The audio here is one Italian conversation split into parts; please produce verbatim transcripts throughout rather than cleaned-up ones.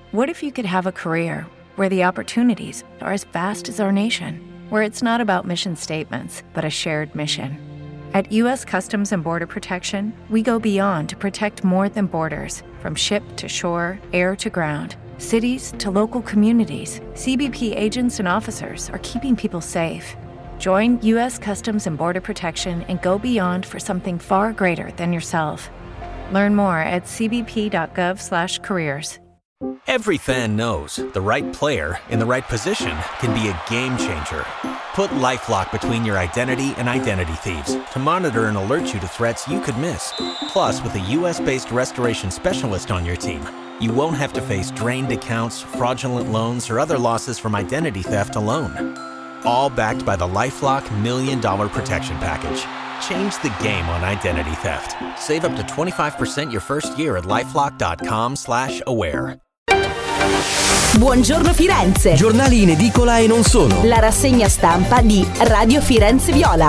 What if you could have a career where the opportunities are as vast as our nation, where it's not about mission statements, but a shared mission? At U S Customs and Border Protection, we go beyond to protect more than borders. From ship to shore, air to ground, cities to local communities, C B P agents and officers are keeping people safe. Join U S Customs and Border Protection and go beyond for something far greater than yourself. Learn more at cbp.gov slash careers. Every fan knows the right player in the right position can be a game changer. Put LifeLock between your identity and identity thieves to monitor and alert you to threats you could miss. Plus, with a U S-based restoration specialist on your team, you won't have to face drained accounts, fraudulent loans, or other losses from identity theft alone. All backed by the LifeLock Million Dollar Protection Package. Change the game on identity theft. Save up to twenty-five percent your first year at LifeLock.com slash aware. Buongiorno Firenze. Giornali in edicola e non solo. La rassegna stampa di Radio Firenze Viola.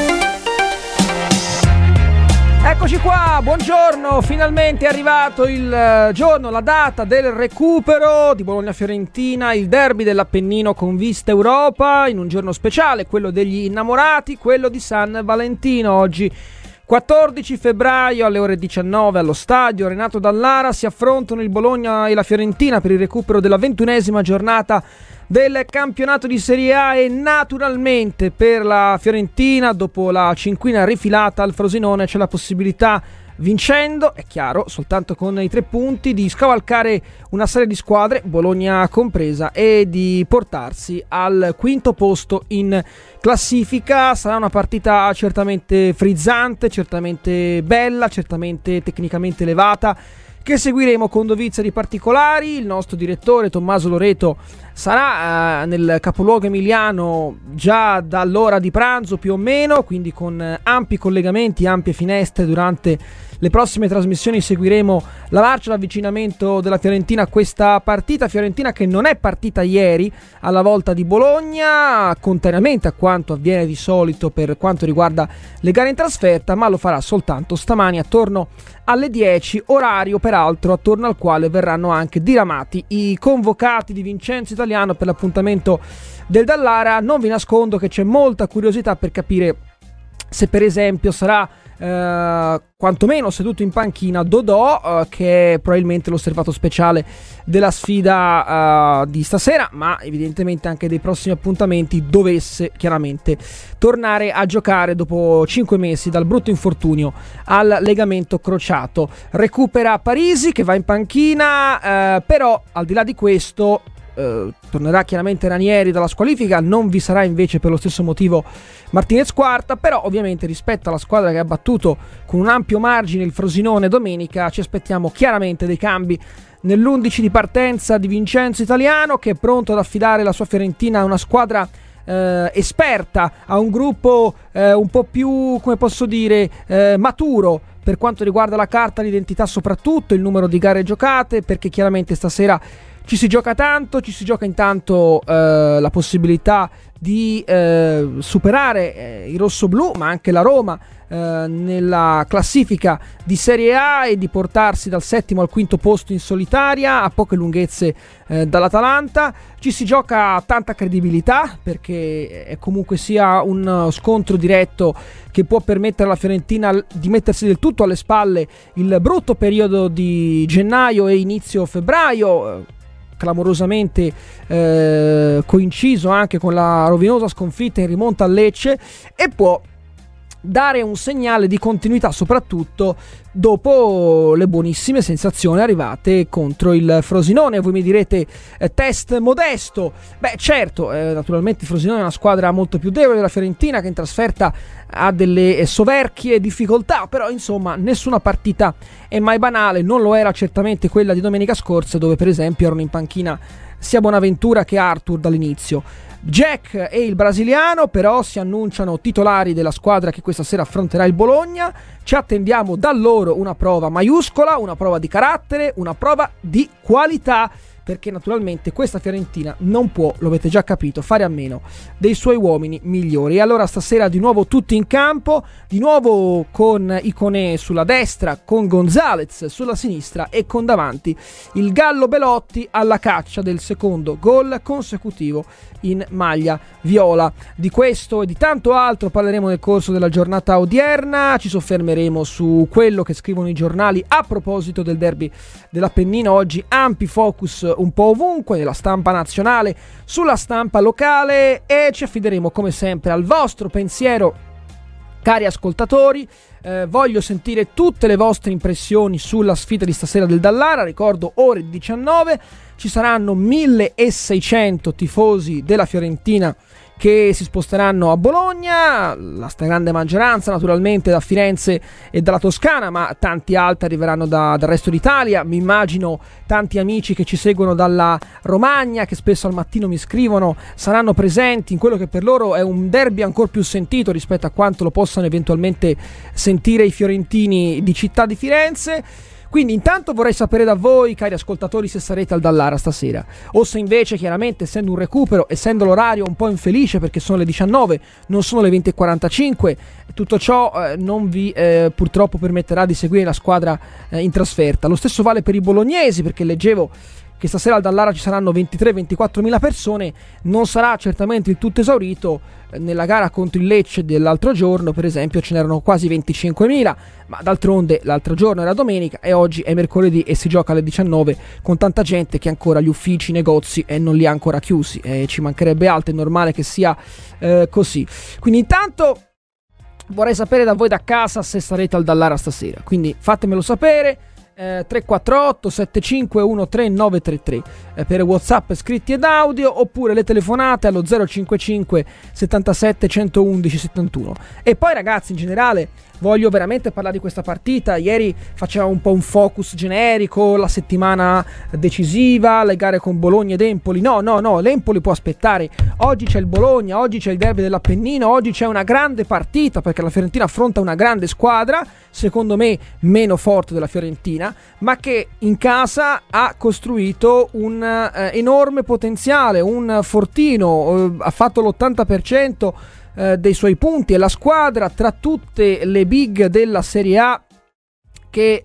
Eccoci qua, buongiorno, finalmente è arrivato il giorno, la data del recupero di Bologna-Fiorentina, il derby dell'Appennino con vista Europa, in un giorno speciale, quello degli innamorati, quello di San Valentino. Oggi quattordici febbraio alle ore diciannove allo stadio Renato Dallara si affrontano il Bologna e la Fiorentina per il recupero della ventunesima giornata del campionato di Serie A e naturalmente per la Fiorentina, dopo la cinquina rifilata al Frosinone, c'è la possibilità, vincendo, è chiaro, soltanto con i tre punti, di scavalcare una serie di squadre, Bologna compresa, e di portarsi al quinto posto in classifica. Sarà una partita certamente frizzante, certamente bella, certamente tecnicamente elevata, che seguiremo con dovizia di particolari. Il nostro direttore Tommaso Loreto sarà eh, nel capoluogo emiliano già dall'ora di pranzo più o meno, quindi con eh, ampi collegamenti, ampie finestre. Durante le prossime trasmissioni seguiremo la marcia, l'avvicinamento della Fiorentina a questa partita. Fiorentina che non è partita ieri alla volta di Bologna, contrariamente a quanto avviene di solito per quanto riguarda le gare in trasferta, ma lo farà soltanto stamani attorno alle dieci, orario peraltro attorno al quale verranno anche diramati i convocati di Vincenzo Italiano per l'appuntamento del Dallara. Non vi nascondo che c'è molta curiosità per capire se per esempio sarà eh, quantomeno seduto in panchina Dodò, eh, che è probabilmente l'osservato speciale della sfida eh, di stasera, ma evidentemente anche dei prossimi appuntamenti, dovesse chiaramente tornare a giocare dopo cinque mesi dal brutto infortunio al legamento crociato. Recupera Parisi che va in panchina, eh, però al di là di questo Uh, tornerà chiaramente Ranieri dalla squalifica, non vi sarà invece per lo stesso motivo Martinez Quarta, però ovviamente rispetto alla squadra che ha battuto con un ampio margine il Frosinone domenica ci aspettiamo chiaramente dei cambi nell'undici di partenza di Vincenzo Italiano, che è pronto ad affidare la sua Fiorentina a una squadra uh, esperta, a un gruppo uh, un po' più, come posso dire, uh, maturo per quanto riguarda la carta, l'identità, soprattutto il numero di gare giocate, perché chiaramente stasera ci si gioca tanto, ci si gioca intanto eh, la possibilità di eh, superare eh, i rossoblù, ma anche la Roma eh, nella classifica di Serie A, e di portarsi dal settimo al quinto posto in solitaria, a poche lunghezze eh, dall'Atalanta. Ci si gioca tanta credibilità, perché è comunque sia un scontro diretto che può permettere alla Fiorentina di mettersi del tutto alle spalle il brutto periodo di gennaio e inizio febbraio, clamorosamente eh, coinciso anche con la rovinosa sconfitta in rimonta a Lecce, e può dare un segnale di continuità soprattutto dopo le buonissime sensazioni arrivate contro il Frosinone. Voi mi direte eh, test modesto. Beh certo, eh, naturalmente il Frosinone è una squadra molto più debole della Fiorentina, che in trasferta ha delle eh, soverchie difficoltà, però insomma nessuna partita è mai banale. Non lo era certamente quella di domenica scorsa, dove per esempio erano in panchina sia Bonaventura che Arthur dall'inizio. Jack e il brasiliano però si annunciano titolari della squadra che questa sera affronterà il Bologna. Ci attendiamo da loro una prova maiuscola, una prova di carattere, una prova di qualità, perché naturalmente questa Fiorentina non può, lo avete già capito, fare a meno dei suoi uomini migliori. E allora stasera di nuovo tutti in campo, di nuovo con Iconé sulla destra, con Gonzalez sulla sinistra e con davanti il Gallo Belotti alla caccia del secondo gol consecutivo in maglia viola. Di questo e di tanto altro parleremo nel corso della giornata odierna. Ci soffermeremo su quello che scrivono i giornali a proposito del derby dell'Appennino. Oggi ampi focus un po' ovunque, nella stampa nazionale, sulla stampa locale, e ci affideremo come sempre al vostro pensiero, cari ascoltatori. Eh, voglio sentire tutte le vostre impressioni sulla sfida di stasera del Dallara. Ricordo, ore diciannove, ci saranno milleseicento tifosi della Fiorentina che si sposteranno a Bologna, la stragrande maggioranza naturalmente da Firenze e dalla Toscana, ma tanti altri arriveranno da, dal resto d'Italia. Mi immagino tanti amici che ci seguono dalla Romagna, che spesso al mattino mi scrivono, saranno presenti in quello che per loro è un derby ancora più sentito rispetto a quanto lo possano eventualmente sentire i fiorentini di città di Firenze. Quindi intanto vorrei sapere da voi, cari ascoltatori, se sarete al Dallara stasera, o se invece, chiaramente, essendo un recupero, essendo l'orario un po' infelice perché sono le diciannove, non sono le venti e quarantacinque, tutto ciò eh, non vi eh, purtroppo permetterà di seguire la squadra eh, in trasferta. Lo stesso vale per i bolognesi, perché leggevo che stasera al Dallara ci saranno ventitré ventiquattro mila persone. Non sarà certamente il tutto esaurito. Nella gara contro il Lecce dell'altro giorno, per esempio, ce n'erano quasi venticinquemila, ma d'altronde l'altro giorno era domenica e oggi è mercoledì e si gioca alle diciannove, con tanta gente che ancora gli uffici, i negozi e non li ha ancora chiusi, e ci mancherebbe altro, è normale che sia eh, così. Quindi intanto vorrei sapere da voi da casa se sarete al Dallara stasera, quindi fatemelo sapere. Eh, tre quattro otto sette cinque uno tre nove tre tre eh, per WhatsApp scritti ed audio, oppure le telefonate allo zero cinquantacinque settantasette centoudici settantuno. E poi, ragazzi, in generale voglio veramente parlare di questa partita. Ieri facevamo un po' un focus generico, la settimana decisiva, le gare con Bologna ed Empoli. No, no, no, l'Empoli può aspettare. Oggi c'è il Bologna, oggi c'è il derby dell'Appennino, oggi c'è una grande partita perché la Fiorentina affronta una grande squadra, secondo me meno forte della Fiorentina, ma che in casa ha costruito un eh, enorme potenziale, un fortino, eh, ha fatto l'ottanta per cento dei suoi punti. È la squadra tra tutte le big della Serie A che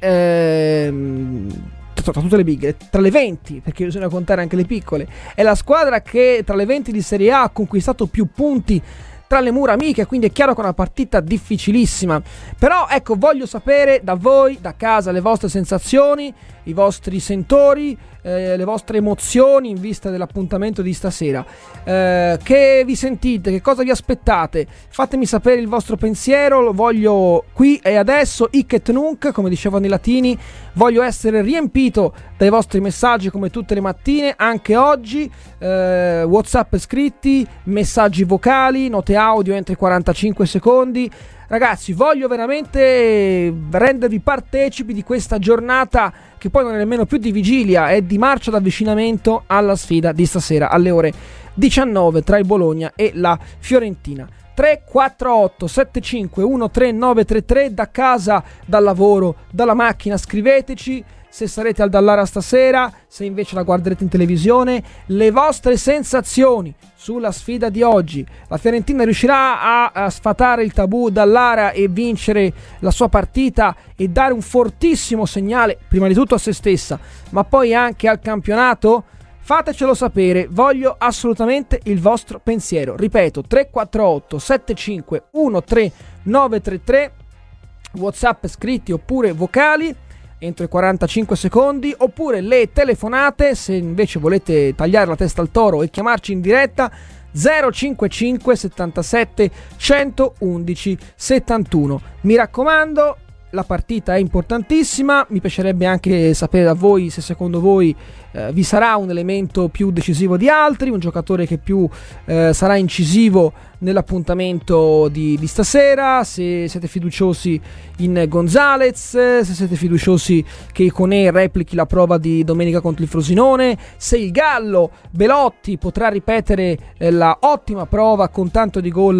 ehm, tra tutte le big, tra le venti, perché bisogna contare anche le piccole, è la squadra che tra le venti di Serie A ha conquistato più punti tra le mura amiche, quindi è chiaro che è una partita difficilissima. Però ecco, voglio sapere da voi, da casa, le vostre sensazioni, i vostri sentori, eh, le vostre emozioni in vista dell'appuntamento di stasera. Eh, che vi sentite? Che cosa vi aspettate? Fatemi sapere il vostro pensiero, lo voglio qui e adesso, hic et nunc, come dicevano i latini. Voglio essere riempito dai vostri messaggi come tutte le mattine, anche oggi. eh, WhatsApp scritti, messaggi vocali, note audio entro i quarantacinque secondi. Ragazzi, voglio veramente rendervi partecipi di questa giornata che poi non è nemmeno più di vigilia, è di marcia d'avvicinamento alla sfida di stasera alle ore diciannove tra il Bologna e la Fiorentina. tre quattro otto sette cinque uno tre nove tre tre, da casa, dal lavoro, dalla macchina, scriveteci se sarete al Dallara stasera, se invece la guarderete in televisione, le vostre sensazioni sulla sfida di oggi. La Fiorentina riuscirà a, a sfatare il tabù Dallara e vincere la sua partita e dare un fortissimo segnale, prima di tutto a se stessa, ma poi anche al campionato? Fatecelo sapere, voglio assolutamente il vostro pensiero. Ripeto, tre quattro otto sette cinque uno tre nove tre tre, WhatsApp scritti oppure vocali entro i quarantacinque secondi, oppure le telefonate se invece volete tagliare la testa al toro e chiamarci in diretta, zero cinquantacinque settantasette centoudici settantuno. Mi raccomando, la partita è importantissima. Mi piacerebbe anche sapere da voi se secondo voi eh, vi sarà un elemento più decisivo di altri, un giocatore che più eh, sarà incisivo nell'appuntamento di, di stasera, se siete fiduciosi in Gonzalez, se siete fiduciosi che Iconé replichi la prova di domenica contro il Frosinone, se il Gallo Belotti potrà ripetere eh, la ottima prova con tanto di gol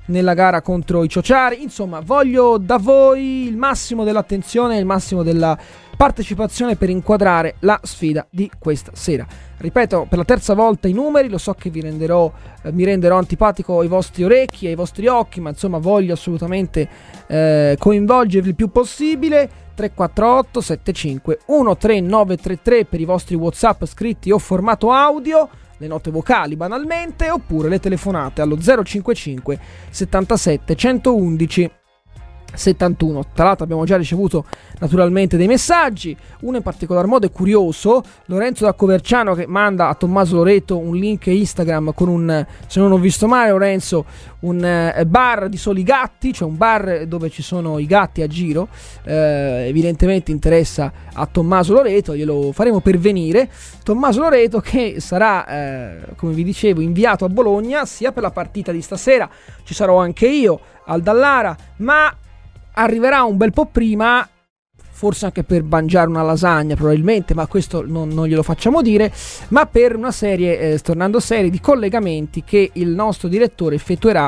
nella gara contro i Ciociari. Insomma, voglio da voi il massimo dell'attenzione e il massimo della partecipazione per inquadrare la sfida di questa sera. Ripeto per la terza volta i numeri, lo so che vi renderò eh, mi renderò antipatico ai vostri orecchi, ai vostri occhi, ma insomma voglio assolutamente eh, coinvolgervi il più possibile. Tre quattro otto sette cinque uno tre nove tre tre per i vostri WhatsApp scritti o formato audio, le note vocali banalmente, oppure le telefonate allo zero cinquantacinque settantasette centoundici settantuno. Tra l'altro abbiamo già ricevuto naturalmente dei messaggi, uno in particolar modo è curioso, Lorenzo da Coverciano, che manda a Tommaso Loreto un link Instagram con un, se non ho visto male Lorenzo, un eh, bar di soli gatti, cioè un bar dove ci sono i gatti a giro. eh, evidentemente interessa a Tommaso Loreto, glielo faremo pervenire. Tommaso Loreto che sarà eh, come vi dicevo inviato a Bologna sia per la partita di stasera, ci sarò anche io al Dallara, ma arriverà un bel po' prima, forse anche per mangiare una lasagna probabilmente, ma questo non, non glielo facciamo dire, ma per una serie, eh, tornando serie, di collegamenti che il nostro direttore effettuerà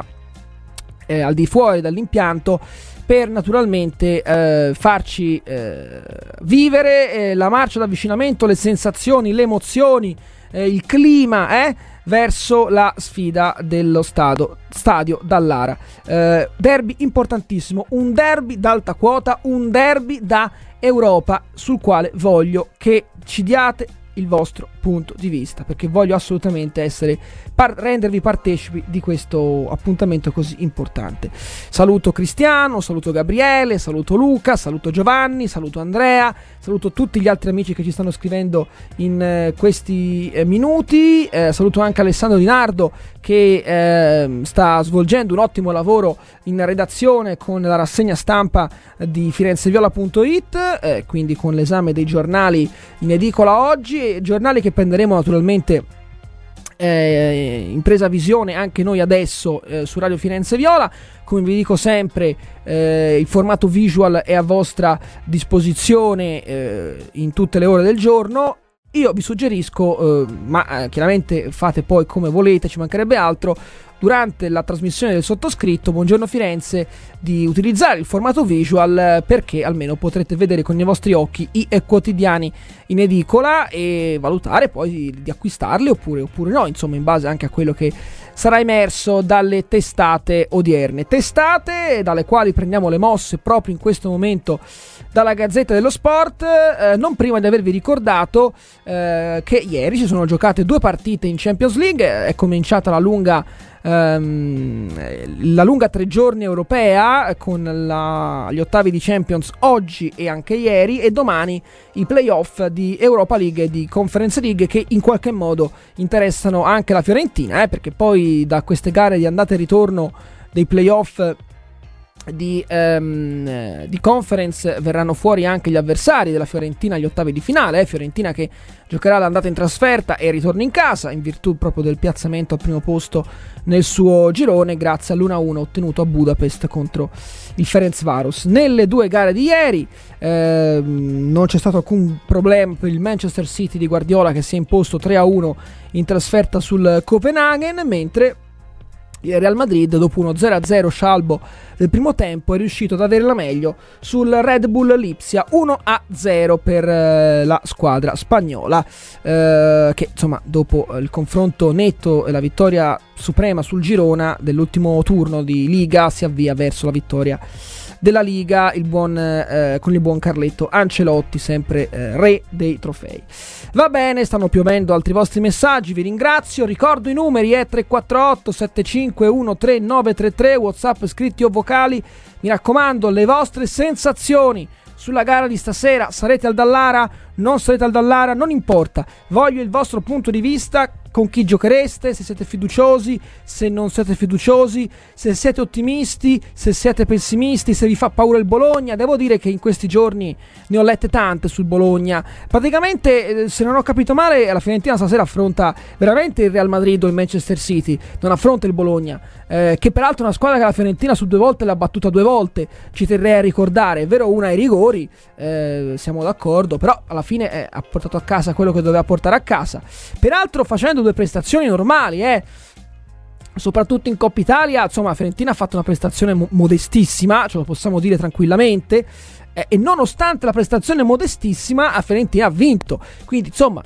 eh, al di fuori dall'impianto, per naturalmente eh, farci eh, vivere eh, la marcia d'avvicinamento, le sensazioni, le emozioni, eh, il clima, eh? verso la sfida dello stadio, stadio Dallara. Eh, derby importantissimo, un derby d'alta quota, un derby da Europa, sul quale voglio che ci diate il vostro punto di vista, perché voglio assolutamente essere par- rendervi partecipi di questo appuntamento così importante. Saluto Cristiano, saluto Gabriele, saluto Luca, saluto Giovanni, saluto Andrea, saluto tutti gli altri amici che ci stanno scrivendo in eh, questi eh, minuti. Eh, saluto anche Alessandro Di Nardo, che eh, sta svolgendo un ottimo lavoro in redazione con la rassegna stampa di firenzeviola punto it, eh, quindi con l'esame dei giornali in edicola oggi, giornali che prenderemo naturalmente eh, in presa visione anche noi adesso eh, su Radio Firenze Viola. Come vi dico sempre, eh, il formato visual è a vostra disposizione eh, in tutte le ore del giorno. Io vi suggerisco, eh, ma eh, chiaramente fate poi come volete, ci mancherebbe altro, durante la trasmissione del sottoscritto Buongiorno Firenze, di utilizzare il formato visual, perché almeno potrete vedere con i vostri occhi i eh, quotidiani in edicola e valutare poi di, di acquistarli oppure, oppure no, insomma in base anche a quello che sarà emerso dalle testate odierne, testate dalle quali prendiamo le mosse proprio in questo momento dalla Gazzetta dello Sport, eh, non prima di avervi ricordato eh, che ieri si sono giocate due partite in Champions League. È cominciata la lunga ehm, la lunga tre giorni europea con la, gli ottavi di Champions oggi e anche ieri, e domani i playoff di Europa League e di Conference League, che in qualche modo interessano anche la Fiorentina, eh, perché poi da queste gare di andata e ritorno dei playoff Di, um, di Conference verranno fuori anche gli avversari della Fiorentina agli ottavi di finale, eh? Fiorentina che giocherà l'andata in trasferta e ritorno in casa in virtù proprio del piazzamento al primo posto nel suo girone grazie all'uno a uno ottenuto a Budapest contro il Ferencváros. Nelle due gare di ieri eh, non c'è stato alcun problema per il Manchester City di Guardiola, che si è imposto tre a uno in trasferta sul Copenaghen, mentre il Real Madrid, dopo uno zero a zero scialbo del primo tempo, è riuscito ad avere la meglio sul Red Bull Lipsia, uno a zero per eh, la squadra spagnola, eh, che insomma dopo il confronto netto e la vittoria suprema sul Girona dell'ultimo turno di Liga si avvia verso la vittoria della Liga, il buon, eh, con il buon Carletto Ancelotti, sempre eh, re dei trofei. Va bene, stanno piovendo altri vostri messaggi, vi ringrazio. Ricordo i numeri, è eh, tre quattro otto sette cinque uno tre nove tre tre, WhatsApp scritti o vocali. Mi raccomando, le vostre sensazioni sulla gara di stasera. Sarete al Dallara? Non sarete al Dallara? Non importa, voglio il vostro punto di vista. Con chi giochereste, se siete fiduciosi, se non siete fiduciosi, se siete ottimisti, se siete pessimisti, se vi fa paura il Bologna. Devo dire che in questi giorni ne ho lette tante sul Bologna. Praticamente, se non ho capito male, la Fiorentina stasera affronta veramente il Real Madrid o il Manchester City, non affronta il Bologna, eh, che peraltro è una squadra che la Fiorentina su due volte l'ha battuta due volte, ci terrei a ricordare. È vero, una ai rigori, eh, siamo d'accordo, però alla fine eh, ha portato a casa quello che doveva portare a casa, peraltro facendo due prestazioni normali, eh. soprattutto in Coppa Italia. Insomma, la Fiorentina ha fatto una prestazione mo- modestissima, ce lo possiamo dire tranquillamente, eh, e nonostante la prestazione modestissima, la Fiorentina ha vinto. Quindi insomma,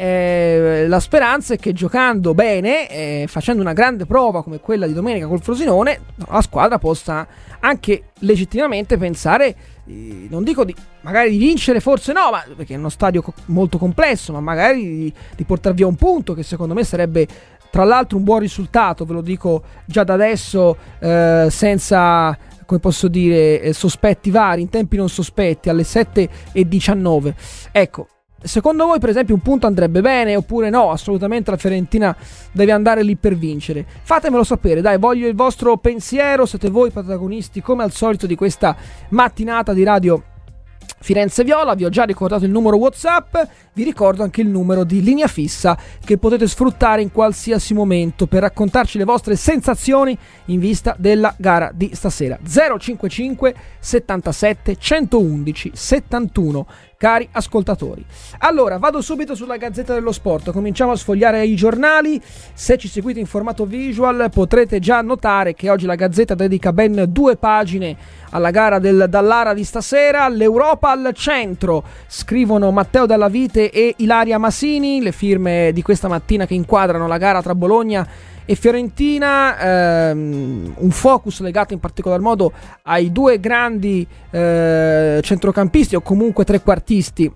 eh, la speranza è che giocando bene, eh, facendo una grande prova come quella di domenica col Frosinone, la squadra possa anche legittimamente pensare, eh, non dico di magari di vincere, forse no, ma perché è uno stadio co- molto complesso, ma magari di, di portare via un punto, che secondo me sarebbe tra l'altro un buon risultato, ve lo dico già da adesso, eh, senza, come posso dire, eh, sospetti vari, in tempi non sospetti, alle sette e diciannove. Ecco, secondo voi per esempio un punto andrebbe bene oppure no? Assolutamente la Fiorentina deve andare lì per vincere. Fatemelo sapere, dai, voglio il vostro pensiero, siete voi protagonisti come al solito di questa mattinata di Radio Firenze Viola. Vi ho già ricordato il numero WhatsApp, vi ricordo anche il numero di linea fissa che potete sfruttare in qualsiasi momento per raccontarci le vostre sensazioni in vista della gara di stasera. zero cinquantacinque settantasette centoundici settantuno. Cari ascoltatori, allora vado subito sulla Gazzetta dello Sport, cominciamo a sfogliare i giornali. Se ci seguite in formato visual potrete già notare che oggi la Gazzetta dedica ben due pagine alla gara del Dallara di stasera. L'Europa al centro, scrivono Matteo Dalla Vite e Ilaria Masini, le firme di questa mattina che inquadrano la gara tra Bologna e Fiorentina, ehm, un focus legato in particolar modo ai due grandi eh, centrocampisti o comunque trequartisti,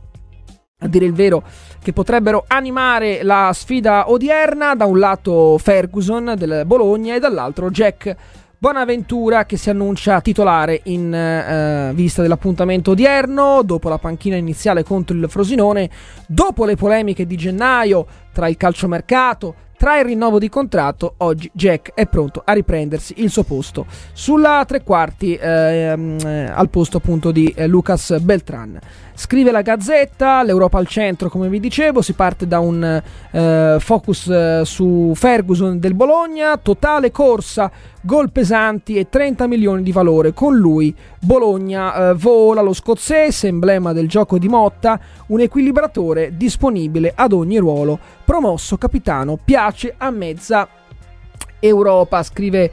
a dire il vero, che potrebbero animare la sfida odierna. Da un lato Ferguson del Bologna e dall'altro Jack Bonaventura, che si annuncia titolare in eh, vista dell'appuntamento odierno, dopo la panchina iniziale contro il Frosinone, dopo le polemiche di gennaio tra il calciomercato, tra il rinnovo di contratto. Oggi Jack è pronto a riprendersi il suo posto sulla tre quarti, eh, eh, al posto appunto di eh, Lucas Beltran. Scrive la Gazzetta, l'Europa al centro, come vi dicevo, si parte da un eh, focus eh, su Ferguson del Bologna, totale corsa, gol pesanti e trenta milioni di valore. Con lui Bologna eh, vola, lo scozzese, emblema del gioco di Motta, un equilibratore disponibile ad ogni ruolo, promosso capitano, piace a mezza Europa, scrive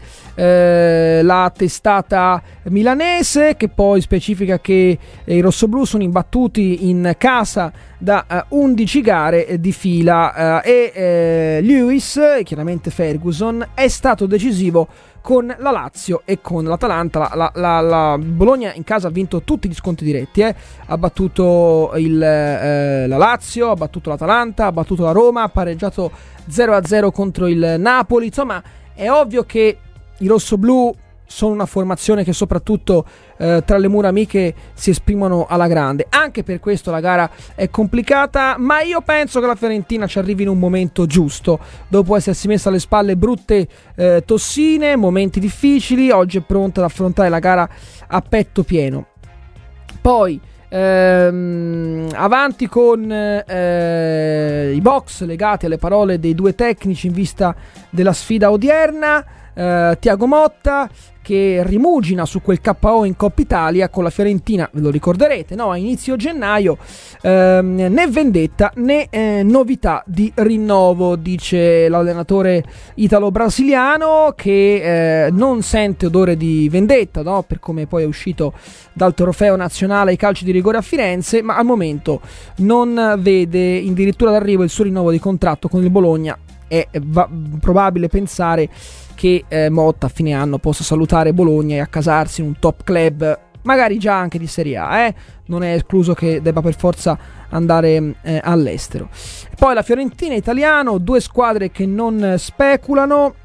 eh, la testata milanese, che poi specifica che eh, i rossoblù sono imbattuti in casa da eh, undici gare eh, di fila eh, e eh, Lewis, chiaramente Ferguson, è stato decisivo con la Lazio e con l'Atalanta. La, la, la, la Bologna in casa ha vinto tutti gli scontri diretti, eh. ha battuto il, eh, la Lazio, ha battuto l'Atalanta, ha battuto la Roma, ha pareggiato zero a zero contro il Napoli. Insomma, è ovvio che i rossoblù sono una formazione che soprattutto eh, tra le mura amiche si esprimono alla grande. Anche per questo la gara è complicata, ma io penso che la Fiorentina ci arrivi in un momento giusto, dopo essersi messa alle spalle brutte eh, tossine, momenti difficili. Oggi è pronta ad affrontare la gara a petto pieno. Poi ehm, avanti con eh, i box legati alle parole dei due tecnici in vista della sfida odierna. Uh, Thiago Motta, che rimugina su quel K O in Coppa Italia con la Fiorentina, ve lo ricorderete, no? A inizio gennaio, ehm, né vendetta né eh, novità di rinnovo, dice l'allenatore italo-brasiliano, che eh, non sente odore di vendetta, no? Per come poi è uscito dal trofeo nazionale ai calci di rigore a Firenze, ma al momento non vede addirittura d'arrivo il suo rinnovo di contratto con il Bologna. È va- probabile pensare che eh, Motta a fine anno possa salutare Bologna e accasarsi in un top club, magari già anche di Serie A, eh? non è escluso che debba per forza andare eh, all'estero. Poi la Fiorentina italiano, due squadre che non speculano,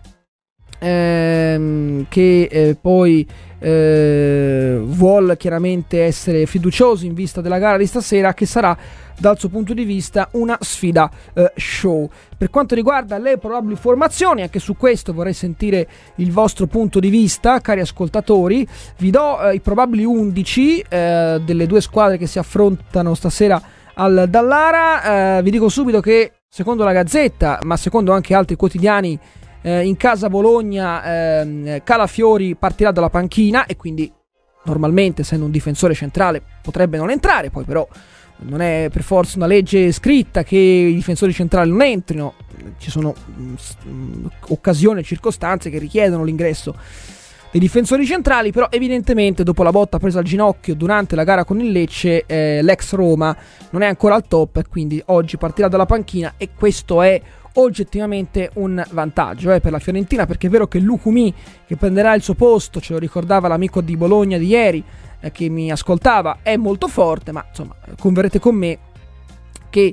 ehm, che eh, poi eh, vuol chiaramente essere fiducioso in vista della gara di stasera, che sarà dal suo punto di vista una sfida eh, show. Per quanto riguarda le probabili formazioni, anche su questo vorrei sentire il vostro punto di vista, cari ascoltatori. Vi do eh, i probabili undici eh, delle due squadre che si affrontano stasera al Dallara. Eh, vi dico subito che secondo la Gazzetta, ma secondo anche altri quotidiani, eh, in casa Bologna eh, Calafiori partirà dalla panchina e quindi normalmente, essendo un difensore centrale, potrebbe non entrare. Poi però non è per forza una legge scritta che i difensori centrali non entrino. ci sono mh, occasioni e circostanze che richiedono l'ingresso dei difensori centrali, però evidentemente dopo la botta presa al ginocchio durante la gara con il Lecce, eh, l'ex Roma non è ancora al top e quindi oggi partirà dalla panchina, e questo è oggettivamente un vantaggio eh, per la Fiorentina, perché è vero che Lucumi, che prenderà il suo posto, ce lo ricordava l'amico di Bologna di ieri eh, che mi ascoltava, è molto forte, ma insomma converrete con me che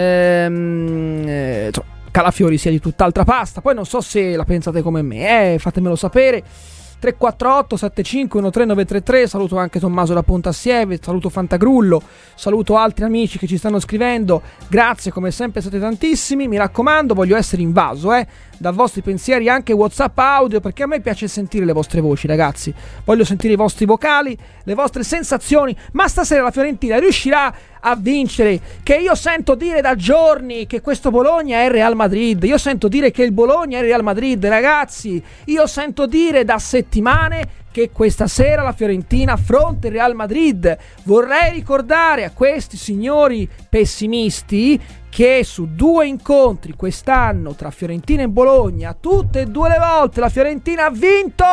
ehm, eh, insomma, Calafiori sia di tutt'altra pasta. Poi non so se la pensate come me, eh, fatemelo sapere. Tre quattro otto sette cinque uno tre nove tre tre. Saluto anche Tommaso da Pontassieve, saluto Fantagrullo, saluto altri amici che ci stanno scrivendo. Grazie, come sempre siete tantissimi. Mi raccomando, voglio essere invaso eh, da vostri pensieri, anche WhatsApp audio, perché a me piace sentire le vostre voci, ragazzi. Voglio sentire i vostri vocali, le vostre sensazioni. Ma stasera la Fiorentina riuscirà a vincere? Che io sento dire da giorni che questo Bologna è il Real Madrid. Io sento dire che il Bologna è il Real Madrid, ragazzi. Io sento dire da settimane che questa sera la Fiorentina affronta il Real Madrid. Vorrei ricordare a questi signori pessimisti che su due incontri quest'anno tra Fiorentina e Bologna, tutte e due le volte la Fiorentina ha vinto!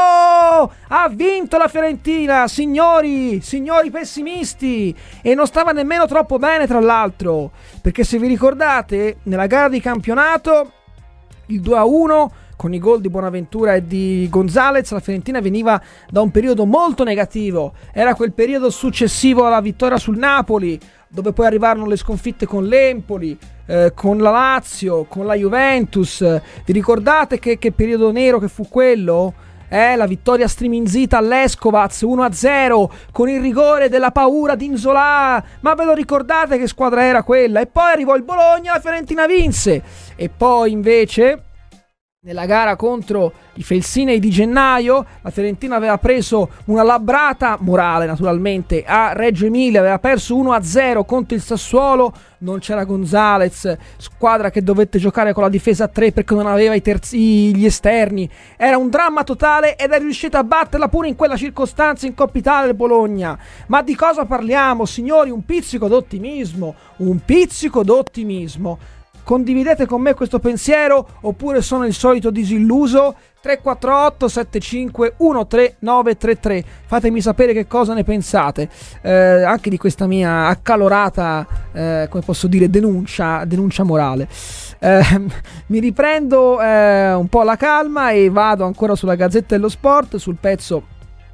Ha vinto la Fiorentina, signori, signori pessimisti! E non stava nemmeno troppo bene, tra l'altro, perché se vi ricordate, nella gara di campionato, il due a uno, con i gol di Bonaventura e di Gonzalez, la Fiorentina veniva da un periodo molto negativo. Era quel periodo successivo alla vittoria sul Napoli, dove poi arrivarono le sconfitte con l'Empoli, eh, con la Lazio, con la Juventus. Vi ricordate che, che periodo nero che fu quello? Eh, la vittoria striminzita all'Escovaz uno a zero con il rigore della paura di Nzola. Ma ve lo ricordate che squadra era quella? E poi arrivò il Bologna, la Fiorentina vinse. E poi invece nella gara contro i Felsinei di gennaio la Fiorentina aveva preso una labbrata morale, naturalmente, a Reggio Emilia, aveva perso uno a zero contro il Sassuolo. Non c'era Gonzalez, squadra che dovette giocare con la difesa a tre perché non aveva i terzi, gli esterni. Era un dramma totale ed è riuscita a batterla pure in quella circostanza in Coppa Italia del Bologna. Ma di cosa parliamo, signori? Un pizzico d'ottimismo, un pizzico d'ottimismo. Condividete con me questo pensiero oppure sono il solito disilluso? Tre quattro otto sette cinque uno tre nove tre tre. Fatemi sapere che cosa ne pensate eh, anche di questa mia accalorata eh, come posso dire denuncia, denuncia morale. eh, Mi riprendo eh, un po' la calma e vado ancora sulla Gazzetta dello Sport, sul pezzo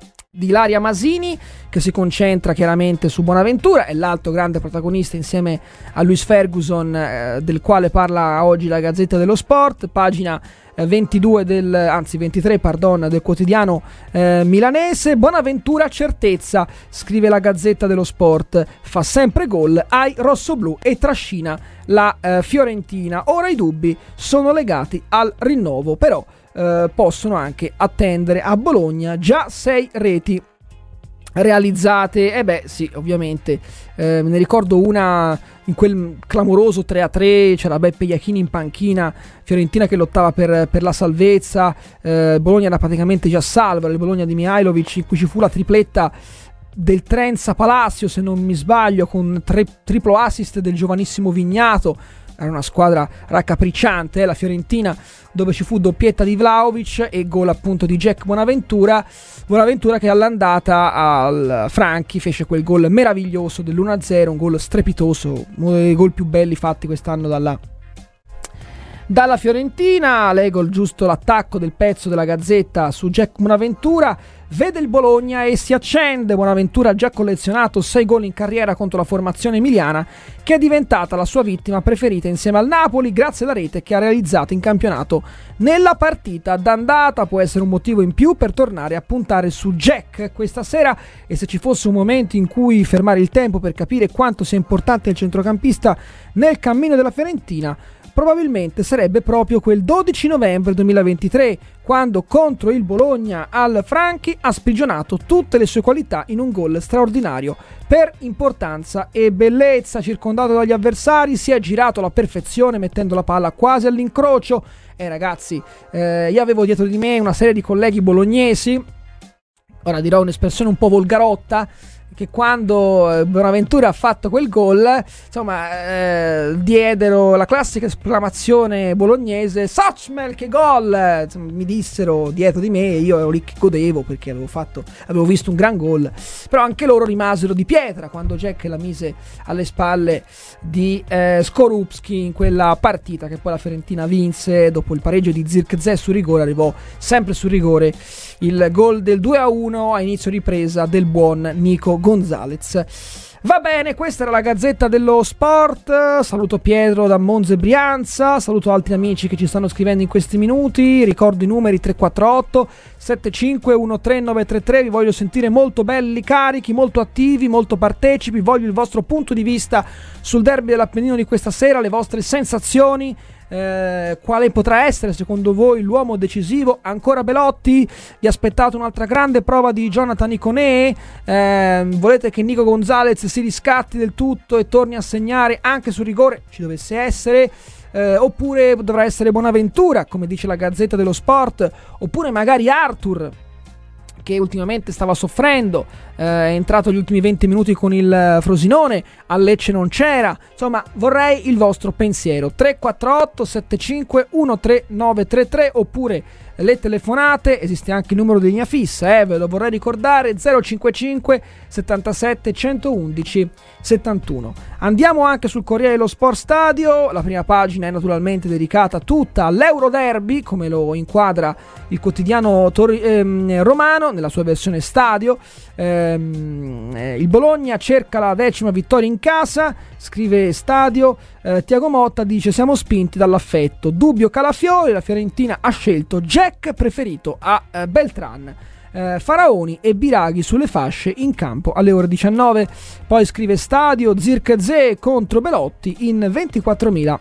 di Ilaria Masini, che si concentra chiaramente su Bonaventura, è l'altro grande protagonista insieme a Luis Ferguson, eh, del quale parla oggi la Gazzetta dello Sport, pagina eh, ventidue del, anzi ventitré pardon, del quotidiano eh, milanese. Bonaventura certezza, scrive la Gazzetta dello Sport, fa sempre gol ai rossoblù e trascina la eh, Fiorentina. Ora i dubbi sono legati al rinnovo, però Uh, possono anche attendere a Bologna già sei reti realizzate. E eh beh sì, ovviamente eh, me ne ricordo una in quel clamoroso tre a tre, c'era Beppe Iachini in panchina, Fiorentina che lottava per, per la salvezza, eh, Bologna era praticamente già salva, il Bologna di Mihailovic, in cui ci fu la tripletta del Trenza Palacio, se non mi sbaglio, con tre, triplo assist del giovanissimo Vignato. Era una squadra raccapricciante, eh, la Fiorentina, dove ci fu doppietta di Vlahovic e gol appunto di Jack Bonaventura. Bonaventura che all'andata al Franchi fece quel gol meraviglioso dell'uno a zero, un gol strepitoso, uno dei gol più belli fatti quest'anno dalla, dalla Fiorentina. Leggo giusto l'attacco del pezzo della Gazzetta su Jack Bonaventura. Vede il Bologna e si accende. Bonaventura ha già collezionato sei gol in carriera contro la formazione emiliana, che è diventata la sua vittima preferita insieme al Napoli grazie alla rete che ha realizzato in campionato nella partita d'andata. Può essere un motivo in più per tornare a puntare su Jack questa sera, e se ci fosse un momento in cui fermare il tempo per capire quanto sia importante il centrocampista nel cammino della Fiorentina, probabilmente sarebbe proprio quel dodici novembre duemilaventitré, quando contro il Bologna al Franchi ha sprigionato tutte le sue qualità in un gol straordinario per importanza e bellezza. Circondato dagli avversari si è girato alla perfezione mettendo la palla quasi all'incrocio. E ragazzi, eh, io avevo dietro di me una serie di colleghi bolognesi, ora dirò un'espressione un po' volgarotta, che quando Bonaventura ha fatto quel gol, insomma, eh, diedero la classica esclamazione bolognese: Sochmel, che gol! Insomma, mi dissero dietro di me, e io ero lì che godevo perché avevo fatto, avevo visto un gran gol. Però anche loro rimasero di pietra quando Jack la mise alle spalle di eh, Skorupski in quella partita che poi la Fiorentina vinse dopo il pareggio di Zirkzee su rigore. Arrivò sempre su rigore il gol del due a uno a inizio ripresa del buon Nico Gonzalez. Va bene, questa era la Gazzetta dello Sport. Saluto Pietro da Monza e Brianza, saluto altri amici che ci stanno scrivendo in questi minuti. Ricordo i numeri: tre quattro otto sette cinque uno tre nove tre tre. Vi voglio sentire molto belli, carichi, molto attivi, molto partecipi. Voglio il vostro punto di vista sul derby dell'Appennino di questa sera, le vostre sensazioni. Eh, quale potrà essere secondo voi l'uomo decisivo? Ancora Belotti? Vi aspettate un'altra grande prova di Jonathan Iconé? Eh, volete che Nico Gonzalez si riscatti del tutto e torni a segnare anche sul rigore, ci dovesse essere? Eh, oppure dovrà essere Bonaventura, come dice la Gazzetta dello Sport? Oppure magari Arthur, che ultimamente stava soffrendo, eh, è entrato gli ultimi venti minuti con il Frosinone, a Lecce non c'era. Insomma, vorrei il vostro pensiero. Tre quattro otto sette cinque uno tre nove tre tre, oppure le telefonate. Esiste anche il numero di linea fissa, eh, ve lo vorrei ricordare: zero cinquantacinque settantasette centoudici settantuno. Andiamo anche sul Corriere dello Sport Stadio. La prima pagina è naturalmente dedicata tutta all'Euroderby, come lo inquadra il quotidiano tor- ehm, romano nella sua versione Stadio. Ehm, eh, il Bologna cerca la decima vittoria in casa, scrive Stadio. eh, Tiago Motta dice: siamo spinti dall'affetto, dubbio Calafiori, la Fiorentina ha scelto Jack preferito a eh, Beltran. Eh, Faraoni e Biraghi sulle fasce in campo alle ore diciannove. Poi scrive Stadio: Zirkzee contro Belotti in ventiquattromila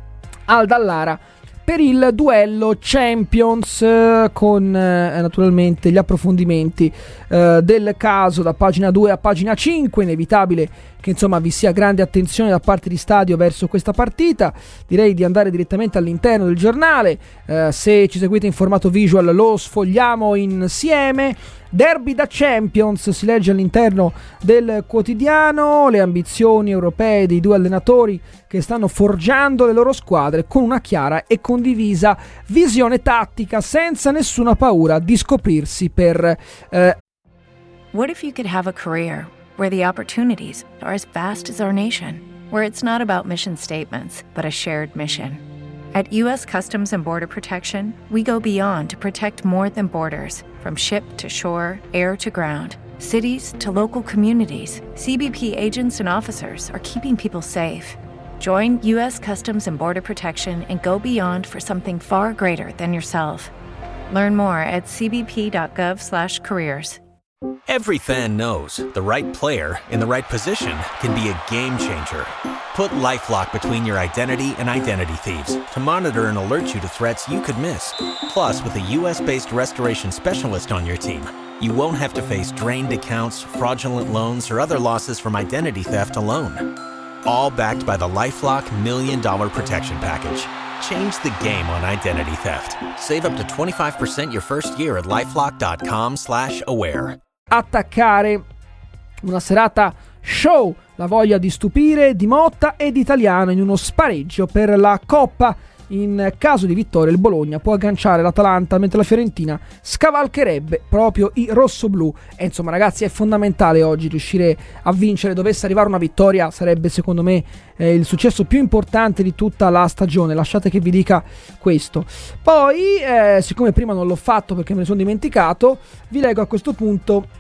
al Dallara per il duello Champions, eh, con eh, naturalmente gli approfondimenti eh, del caso da pagina due a pagina cinque. Inevitabile che insomma vi sia grande attenzione da parte di Stadio verso questa partita. Direi di andare direttamente all'interno del giornale. Eh, se ci seguite in formato visual lo sfogliamo insieme. Derby da Champions, si legge all'interno del quotidiano, le ambizioni europee dei due allenatori che stanno forgiando le loro squadre con una chiara e condivisa visione tattica, senza nessuna paura di scoprirsi per eh... What if you could have a career where the opportunities are as vast as our nation, where it's not about mission statements, but a shared mission? At U S Customs and Border Protection, we go beyond to protect more than borders. From ship to shore, air to ground, cities to local communities, C B P agents and officers are keeping people safe. Join U S Customs and Border Protection and go beyond for something far greater than yourself. Learn more at c b p dot gov slash careers. Every fan knows the right player in the right position can be a game changer. Put LifeLock between your identity and identity thieves to monitor and alert you to threats you could miss. Plus, with a U S-based restoration specialist on your team, you won't have to face drained accounts, fraudulent loans, or other losses from identity theft alone. All backed by the LifeLock Million Dollar Protection Package. Change the game on identity theft. Save up to twenty-five percent your first year at LifeLock dot com slash aware. Attaccare una serata show, la voglia di stupire di Motta e di Italiano in uno spareggio per la Coppa. In caso di vittoria il Bologna può agganciare l'Atalanta, mentre la Fiorentina scavalcherebbe proprio i rossoblù. E insomma ragazzi, è fondamentale oggi riuscire a vincere. Dovesse arrivare una vittoria sarebbe secondo me eh, il successo più importante di tutta la stagione, lasciate che vi dica questo. Poi eh, siccome prima non l'ho fatto perché me ne sono dimenticato, vi leggo a questo punto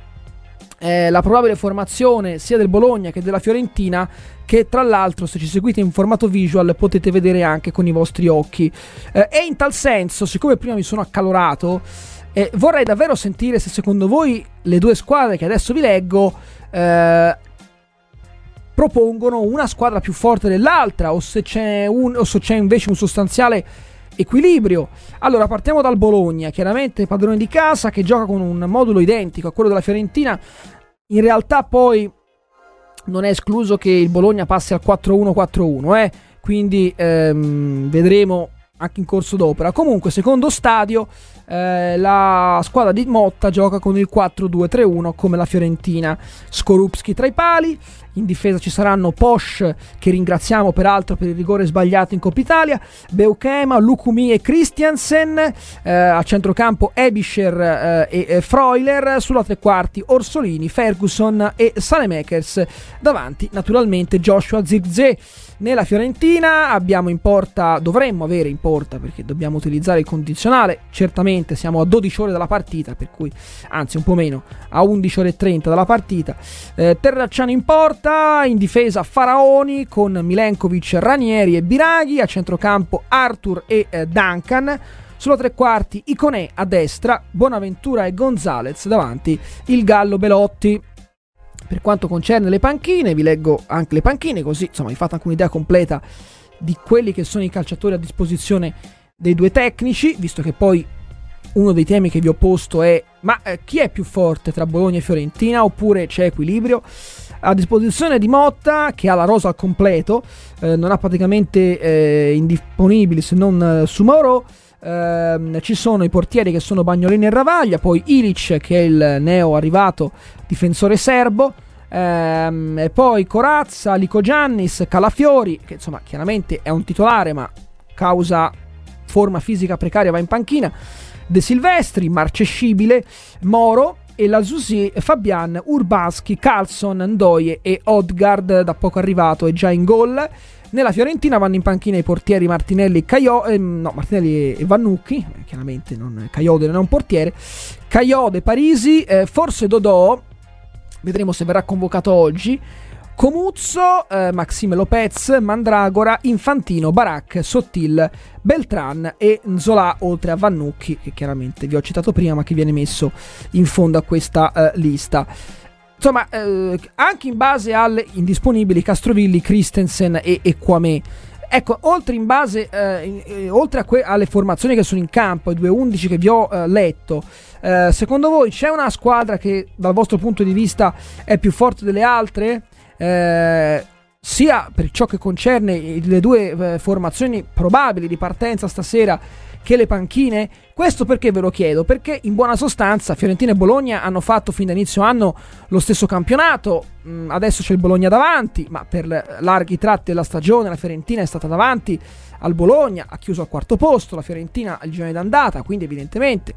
Eh, la probabile formazione sia del Bologna che della Fiorentina, che tra l'altro, se ci seguite in formato visual, potete vedere anche con i vostri occhi. Eh, e in tal senso, siccome prima mi sono accalorato, eh, vorrei davvero sentire se secondo voi le due squadre che adesso vi leggo eh, propongono una squadra più forte dell'altra, o se c'è, un, o se c'è invece un sostanziale equilibrio. Allora partiamo dal Bologna, chiaramente padrone di casa, che gioca con un modulo identico a quello della Fiorentina. In realtà poi non è escluso che il Bologna passi al quattro uno quattro uno, eh? quindi ehm, vedremo anche in corso d'opera. Comunque, secondo stadio, eh, la squadra di Motta gioca con il quattro due tre uno come la Fiorentina. Skorupski tra i pali. In difesa ci saranno Posch, che ringraziamo peraltro per il rigore sbagliato in Coppa Italia, Beukema, Lukumi e Christiansen, eh, a centrocampo Ebischer eh, e, e Freuler, sulla tre quarti Orsolini, Ferguson e Saelemaekers, davanti naturalmente Joshua Zirkzee. Nella Fiorentina abbiamo in porta, dovremmo avere in porta, perché dobbiamo utilizzare il condizionale, certamente siamo a dodici ore dalla partita, per cui anzi un po' meno, a undici ore e trenta dalla partita, eh, Terracciano in porta, in difesa Faraoni con Milenkovic, Ranieri e Biraghi, a centrocampo Arthur e eh, Duncan, sulla tre quarti Iconè a destra, Bonaventura e Gonzalez, davanti il Gallo Belotti. Per quanto concerne le panchine, vi leggo anche le panchine, così insomma vi fate anche un'idea completa di quelli che sono i calciatori a disposizione dei due tecnici, visto che poi uno dei temi che vi ho posto è: ma eh, chi è più forte tra Bologna e Fiorentina, oppure c'è equilibrio? A disposizione di Motta, che ha la rosa al completo, eh, non ha praticamente eh, indisponibili se non eh, su Mauro. Uh, ci sono i portieri che sono Bagnolini e Ravaglia, poi Ilic, che è il neo arrivato difensore serbo, uh, e poi Corazza, Lico Giannis, Calafiori, che insomma chiaramente è un titolare ma causa forma fisica precaria va in panchina, De Silvestri, Marcescibile, Moro e la Zusi, Fabian, Urbanski, Carlson, Ndoye e Odgaard, da poco arrivato e già in gol. Nella Fiorentina vanno in panchina i portieri Martinelli, Caio, eh, no, Martinelli e Vannucchi, chiaramente non, Caiode non è un portiere, Caiode, Parisi, eh, forse Dodò, vedremo se verrà convocato oggi, Comuzzo, eh, Maxime Lopez, Mandragora, Infantino, Barak, Sottil, Beltran e Nzola, oltre a Vannucchi, che chiaramente vi ho citato prima ma che viene messo in fondo a questa eh, lista. Insomma, eh, anche in base alle indisponibili Castrovilli, Christensen e, e Kwame. Ecco, oltre in base eh, eh, oltre a que- alle formazioni che sono in campo, i due undici che vi ho eh, letto, eh, secondo voi c'è una squadra che dal vostro punto di vista è più forte delle altre? Eh, sia per ciò che concerne le due eh, formazioni probabili di partenza stasera che le panchine? Questo perché ve lo chiedo? Perché in buona sostanza Fiorentina e Bologna hanno fatto fin da inizio anno lo stesso campionato, mm, adesso c'è il Bologna davanti, ma per larghi tratti della stagione la Fiorentina è stata davanti al Bologna, ha chiuso al quarto posto, la Fiorentina al girone d'andata, quindi evidentemente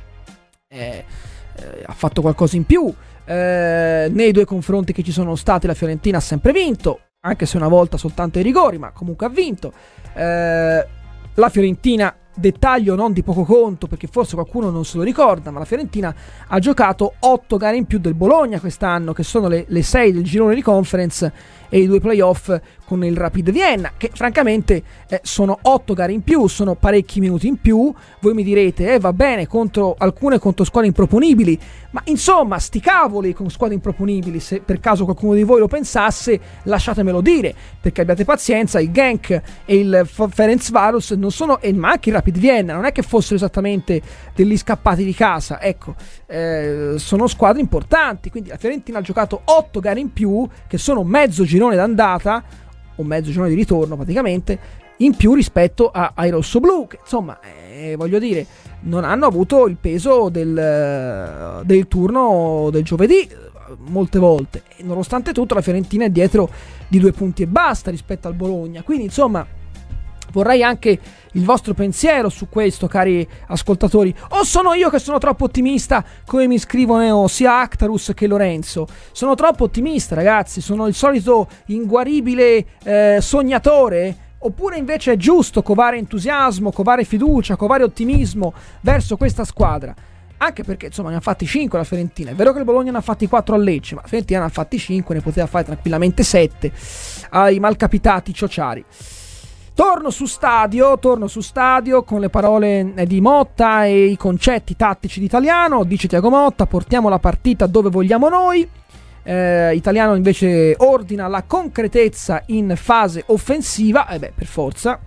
eh, eh, ha fatto qualcosa in più. Eh, nei due confronti che ci sono stati la Fiorentina ha sempre vinto, anche se una volta soltanto ai rigori, ma comunque ha vinto. Eh, la Fiorentina, dettaglio non di poco conto perché forse qualcuno non se lo ricorda, ma la Fiorentina ha giocato otto gare in più del Bologna quest'anno, che sono le, le sei del girone di Conference e i due playoff con il Rapid Vienna, che francamente eh, sono otto gare in più, sono parecchi minuti in più. Voi mi direte, eh va bene, contro alcune contro squadre improponibili, ma insomma sti cavoli con squadre improponibili, se per caso qualcuno di voi lo pensasse lasciatemelo dire, perché abbiate pazienza, il Genk e il F- Ferencváros non sono, e ma anche il Rapid Vienna non è che fossero esattamente degli scappati di casa, ecco, eh, sono squadre importanti, quindi la Fiorentina ha giocato otto gare in più, che sono mezzo girone d'andata o mezzo girone di ritorno praticamente in più rispetto a, ai rossoblù, che insomma eh, voglio dire non hanno avuto il peso del, del turno del giovedì molte volte, e nonostante tutto la Fiorentina è dietro di due punti e basta rispetto al Bologna, quindi insomma vorrei anche il vostro pensiero su questo, cari ascoltatori. O sono io che sono troppo ottimista, come mi scrivono sia Actarus che Lorenzo? Sono troppo ottimista, ragazzi? Sono il solito inguaribile eh, sognatore? Oppure invece è giusto covare entusiasmo, covare fiducia, covare ottimismo verso questa squadra? Anche perché insomma ne ha fatti cinque la Fiorentina. È vero che il Bologna ne ha fatti quattro a Lecce, ma la Fiorentina ne ha fatti cinque, ne poteva fare tranquillamente sette ai malcapitati ciociari. Torno su stadio, torno su stadio con le parole di Motta e i concetti tattici di Italiano. Dice Tiago Motta: portiamo la partita dove vogliamo noi. Eh, Italiano invece ordina la concretezza in fase offensiva. E eh beh, per forza.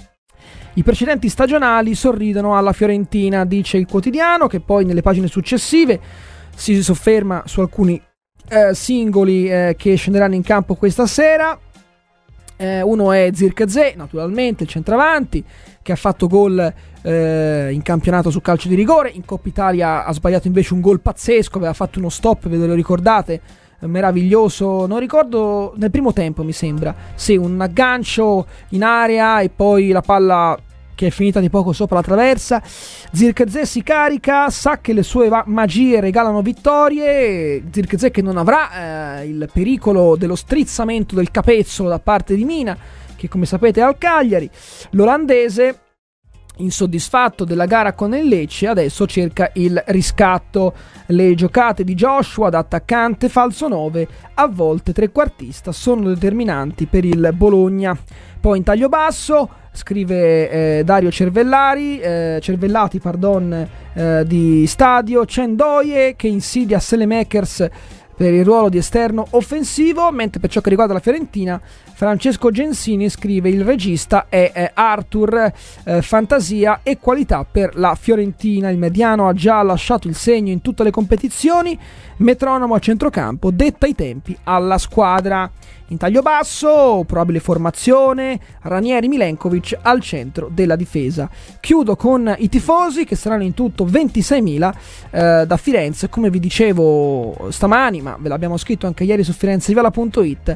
I precedenti stagionali sorridono alla Fiorentina, dice il quotidiano, che poi nelle pagine successive si sofferma su alcuni eh, singoli eh, che scenderanno in campo questa sera. Eh, uno è Zirkzee, naturalmente, il centravanti, che ha fatto gol eh, in campionato su calcio di rigore. In Coppa Italia ha sbagliato invece un gol pazzesco, aveva fatto uno stop, ve lo ricordate? Eh, meraviglioso, non ricordo, nel primo tempo mi sembra. Sì, un aggancio in area e poi la palla che è finita di poco sopra la traversa. Zirkzee si carica, sa che le sue va- magie regalano vittorie. Zirkzee che non avrà eh, il pericolo dello strizzamento del capezzolo da parte di Mina, che come sapete è al Cagliari. L'olandese, insoddisfatto della gara con il Lecce, adesso cerca il riscatto. Le giocate di Joshua da attaccante falso nove, a volte trequartista, sono determinanti per il Bologna. Poi in taglio basso scrive eh, Dario Cervellari, eh, Cervellati pardon, eh, di Stadio, Cendoie che insidia Selemakers per il ruolo di esterno offensivo, mentre per ciò che riguarda la Fiorentina Francesco Gensini scrive: il regista è eh, Arthur, eh, fantasia e qualità per la Fiorentina, il mediano ha già lasciato il segno in tutte le competizioni, metronomo a centrocampo, detta i tempi alla squadra. In taglio basso, probabile formazione, Ranieri Milenkovic al centro della difesa. Chiudo con i tifosi, che saranno in tutto ventiseimila eh, da Firenze, come vi dicevo stamani, ma ve l'abbiamo scritto anche ieri su firenzeviola punto it,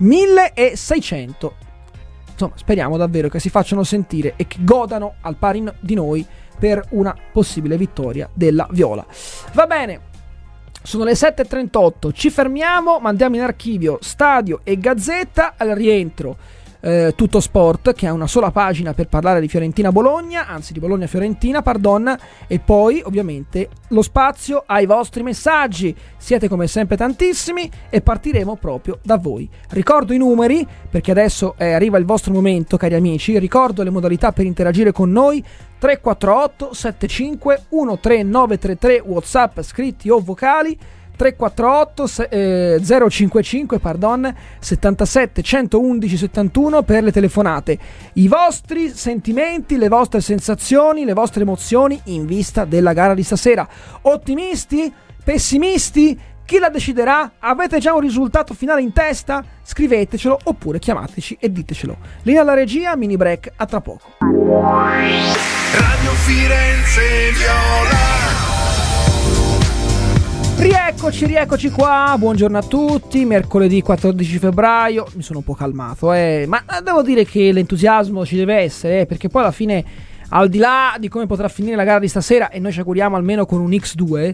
milleseicento. Insomma, speriamo davvero che si facciano sentire e che godano al pari di noi per una possibile vittoria della Viola. Va bene. Sono le sette e trentotto, ci fermiamo, mandiamo in archivio Stadio e Gazzetta. Al rientro eh, Tutto Sport, che ha una sola pagina per parlare di Fiorentina-Bologna, anzi di Bologna-Fiorentina, pardon, e poi ovviamente lo spazio ai vostri messaggi. Siete come sempre tantissimi e partiremo proprio da voi. Ricordo i numeri, perché adesso eh, arriva il vostro momento, cari amici. Ricordo le modalità per interagire con noi: tre quattro otto sette cinque uno tre nove tre tre, WhatsApp scritti o vocali, tre quattro otto zero cinque cinque pardon settantasette centoudici settantuno per le telefonate. I vostri sentimenti, le vostre sensazioni, le vostre emozioni in vista della gara di stasera. Ottimisti? Pessimisti? Chi la deciderà? Avete già un risultato finale in testa? Scrivetecelo oppure chiamateci e ditecelo. Linea alla regia, mini break, a tra poco. Radio Firenze Viola. Rieccoci, rieccoci qua, buongiorno a tutti, mercoledì quattordici febbraio, mi sono un po' calmato, eh, ma devo dire che l'entusiasmo ci deve essere, eh, perché poi alla fine, al di là di come potrà finire la gara di stasera, e noi ci auguriamo almeno con un X due,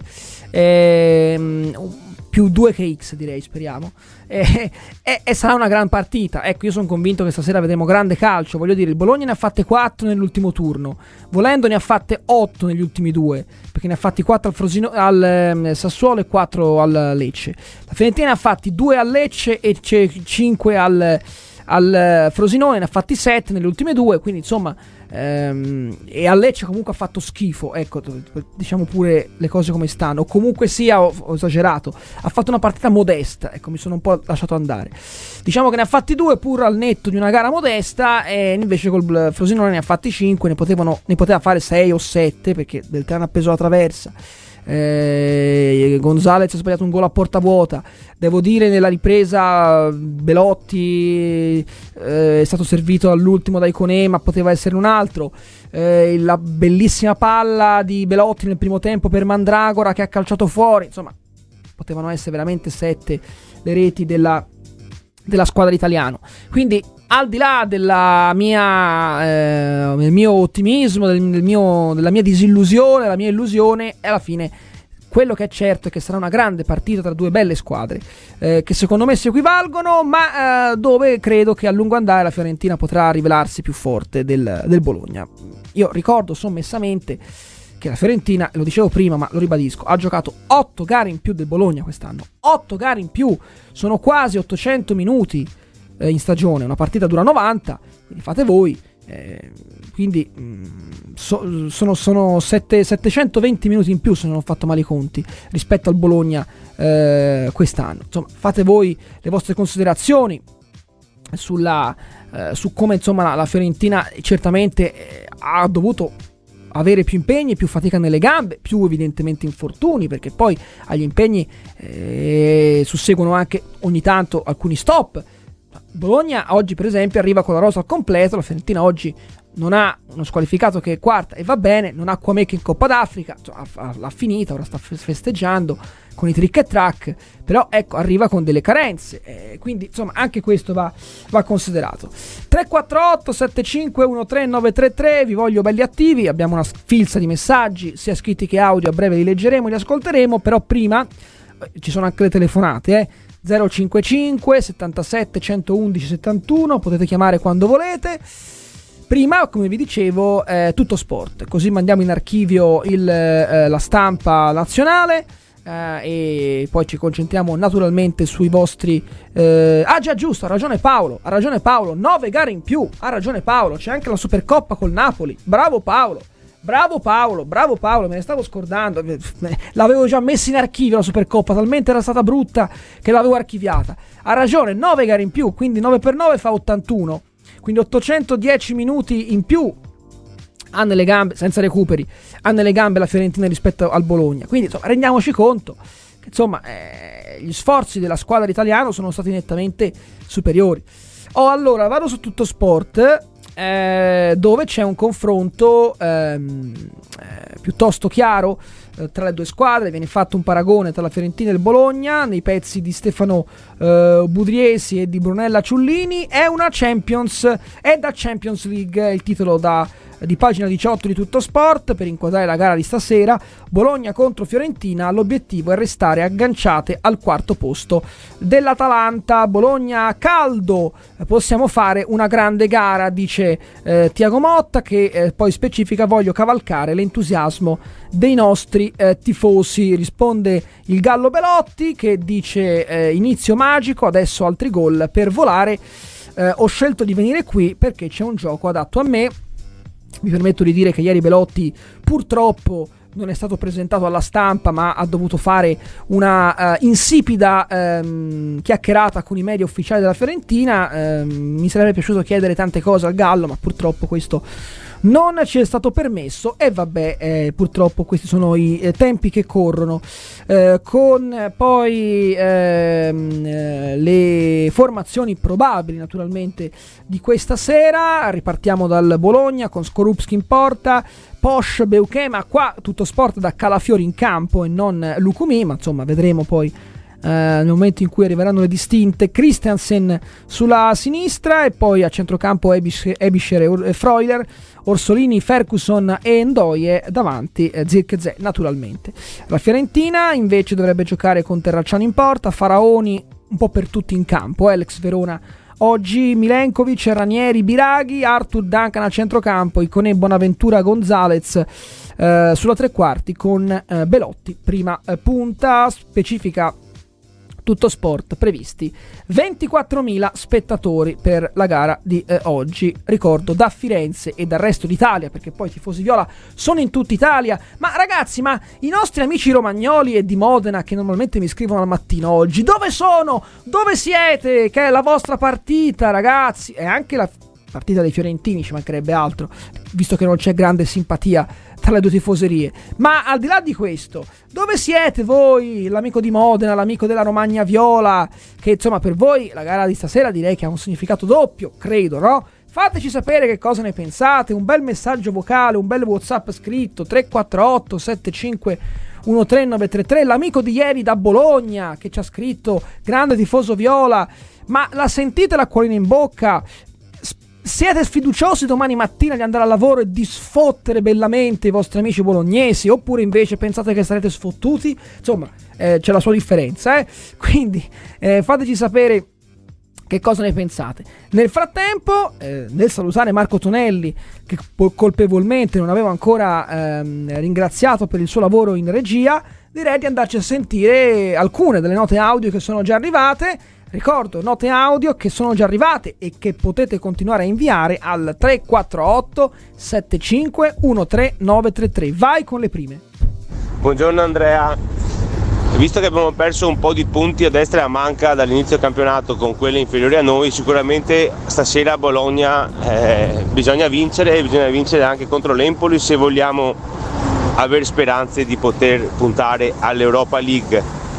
ehm, più due che X direi, speriamo, e, e, e sarà una gran partita. Ecco, io sono convinto che stasera vedremo grande calcio. Voglio dire, il Bologna ne ha fatte quattro nell'ultimo turno, volendo ne ha fatte otto negli ultimi due, perché ne ha fatti quattro al, Frosino, al eh, Sassuolo e quattro al Lecce. La Fiorentina ne ha fatti due al Lecce e cinque al, al Frosinone, ne ha fatti sette nelle ultime due, quindi insomma ehm, e a Lecce comunque ha fatto schifo, ecco, diciamo pure le cose come stanno, o comunque sia, ho, ho esagerato, ha fatto una partita modesta, ecco, mi sono un po' lasciato andare, diciamo che ne ha fatti due pur al netto di una gara modesta, e invece col Frosinone ne ha fatti cinque, ne potevano, ne poteva fare sei o sette, perché Beltrán ha preso la traversa. Eh, Gonzalez ha sbagliato un gol a porta vuota. Devo dire, nella ripresa Belotti eh, è stato servito all'ultimo da Iconè, ma poteva essere un altro. Eh, la bellissima palla di Belotti nel primo tempo per Mandragora, che ha calciato fuori. Insomma, potevano essere veramente sette le reti della, della squadra italiana. Quindi, al di là della mia, eh, del mio ottimismo, del, del mio, della mia disillusione, la mia illusione, alla fine quello che è certo è che sarà una grande partita tra due belle squadre, eh, che secondo me si equivalgono, ma eh, dove credo che a lungo andare la Fiorentina potrà rivelarsi più forte del, del Bologna. Io ricordo sommessamente che la Fiorentina, lo dicevo prima ma lo ribadisco, ha giocato otto gare in più del Bologna quest'anno, otto gare in più, sono quasi ottocento minuti in stagione, una partita dura novanta, quindi fate voi, eh, quindi mh, so, sono, sono sette, settecentoventi minuti in più, se non ho fatto male i conti, rispetto al Bologna eh, quest'anno. Insomma, fate voi le vostre considerazioni sulla, eh, su come insomma la, la Fiorentina certamente eh, ha dovuto avere più impegni, più fatica nelle gambe, più evidentemente infortuni, perché poi agli impegni eh, susseguono anche ogni tanto alcuni stop. Bologna oggi per esempio arriva con la rosa al completo, la Fiorentina oggi non ha uno squalificato che è quarta e va bene, non ha Quamec in Coppa d'Africa, insomma, l'ha finita, ora sta festeggiando con i trick e track, però ecco arriva con delle carenze, eh, quindi insomma anche questo va, va considerato. Tre quattro otto sette cinque uno tre nove tre tre, vi voglio belli attivi, abbiamo una filza di messaggi sia scritti che audio, a breve li leggeremo, li ascolteremo, però prima eh, ci sono anche le telefonate, eh zero cinquantacinque settantasette centoundici settantuno, potete chiamare quando volete. Prima, come vi dicevo, eh, tutto sport, così mandiamo in archivio il, eh, la stampa nazionale eh, e poi ci concentriamo naturalmente sui vostri... Eh... Ah già, giusto, ha ragione Paolo, ha ragione Paolo, nove gare in più, ha ragione Paolo, c'è anche la Supercoppa col Napoli, bravo Paolo, bravo Paolo, bravo Paolo, me ne stavo scordando, l'avevo già messa in archivio la Supercoppa, talmente era stata brutta che l'avevo archiviata. Ha ragione, nove gare in più, quindi nove per nove fa ottantuno. Quindi ottocentodieci minuti in più ha nelle gambe, senza recuperi, ha nelle gambe la Fiorentina rispetto al Bologna. Quindi insomma, rendiamoci conto che insomma eh, gli sforzi della squadra italiana sono stati nettamente superiori. Oh, allora vado su Tutto Sport, eh, dove c'è un confronto ehm, eh, piuttosto chiaro eh, tra le due squadre. Viene fatto un paragone tra la Fiorentina e il Bologna nei pezzi di Stefano eh, Budriesi e di Brunella Ciullini. È una Champions, è da Champions League il titolo da di pagina diciotto di Tutto Sport per inquadrare la gara di stasera. Bologna contro Fiorentina, l'obiettivo è restare agganciate al quarto posto dell'Atalanta. Bologna caldo, possiamo fare una grande gara, dice eh, Tiago Motta, che eh, poi specifica: voglio cavalcare l'entusiasmo dei nostri eh, tifosi. Risponde il Gallo Belotti che dice eh, inizio magico, adesso altri gol per volare, eh, ho scelto di venire qui perché c'è un gioco adatto a me. Mi permetto di dire che ieri Belotti purtroppo non è stato presentato alla stampa, ma ha dovuto fare una uh, insipida um, chiacchierata con i media ufficiali della Fiorentina. Um, mi sarebbe piaciuto chiedere tante cose al Gallo, ma purtroppo questo non ci è stato permesso e vabbè, eh, purtroppo questi sono i eh, tempi che corrono. Eh, con eh, poi ehm, eh, le formazioni probabili naturalmente di questa sera. Ripartiamo dal Bologna con Skorupski in porta, Posch, Beukema, qua Tutto Sport da Calafiori in campo e non Lukumi, ma insomma vedremo poi Uh, nel momento in cui arriveranno le distinte. Christiansen sulla sinistra e poi a centrocampo Ebischer e Freuler, Orsolini, Ferguson e Ndoye davanti, eh, Zirkzee naturalmente. La Fiorentina invece dovrebbe giocare con Terracciano in porta, Faraoni un po' per tutti in campo, Alex Verona oggi, Milenkovic, Ranieri, Biraghi, Arthur Duncan a centrocampo, Iconè, Bonaventura, Gonzalez uh, sulla tre quarti con uh, Belotti prima uh, punta. Specifica Tutto Sport previsti ventiquattromila spettatori per la gara di eh, oggi, ricordo da Firenze e dal resto d'Italia, perché poi i tifosi viola sono in tutta Italia. Ma ragazzi, ma i nostri amici romagnoli e di Modena che normalmente mi scrivono al mattino oggi, dove sono? Dove siete? Che è la vostra partita, ragazzi? E anche la partita dei fiorentini, ci mancherebbe altro, visto che non c'è grande simpatia tra le due tifoserie. Ma al di là di questo, dove siete voi? L'amico di Modena, l'amico della Romagna Viola, che insomma per voi la gara di stasera direi che ha un significato doppio, credo, no? Fateci sapere che cosa ne pensate, un bel messaggio vocale, un bel WhatsApp scritto tre quattro otto sette cinque uno tre nove tre tre. L'amico di ieri da Bologna che ci ha scritto: grande tifoso viola, ma la sentite l'acquolina in bocca? Siete sfiduciosi domani mattina di andare al lavoro e di sfottere bellamente i vostri amici bolognesi, oppure invece pensate che sarete sfottuti? Insomma, eh, c'è la sua differenza, eh? Quindi eh, fateci sapere che cosa ne pensate. Nel frattempo, eh, nel salutare Marco Tonelli, che colpevolmente non avevo ancora ehm, ringraziato per il suo lavoro in regia, direi di andarci a sentire alcune delle note audio che sono già arrivate. Ricordo, note audio che sono già arrivate e che potete continuare a inviare al tre quattro otto sette cinque uno tre nove tre tre. Vai con le prime. Buongiorno Andrea, visto che abbiamo perso un po' di punti a destra e a manca dall'inizio del campionato con quelle inferiori a noi, sicuramente stasera a Bologna eh, bisogna vincere e bisogna vincere anche contro l'Empoli se vogliamo avere speranze di poter puntare all'Europa League.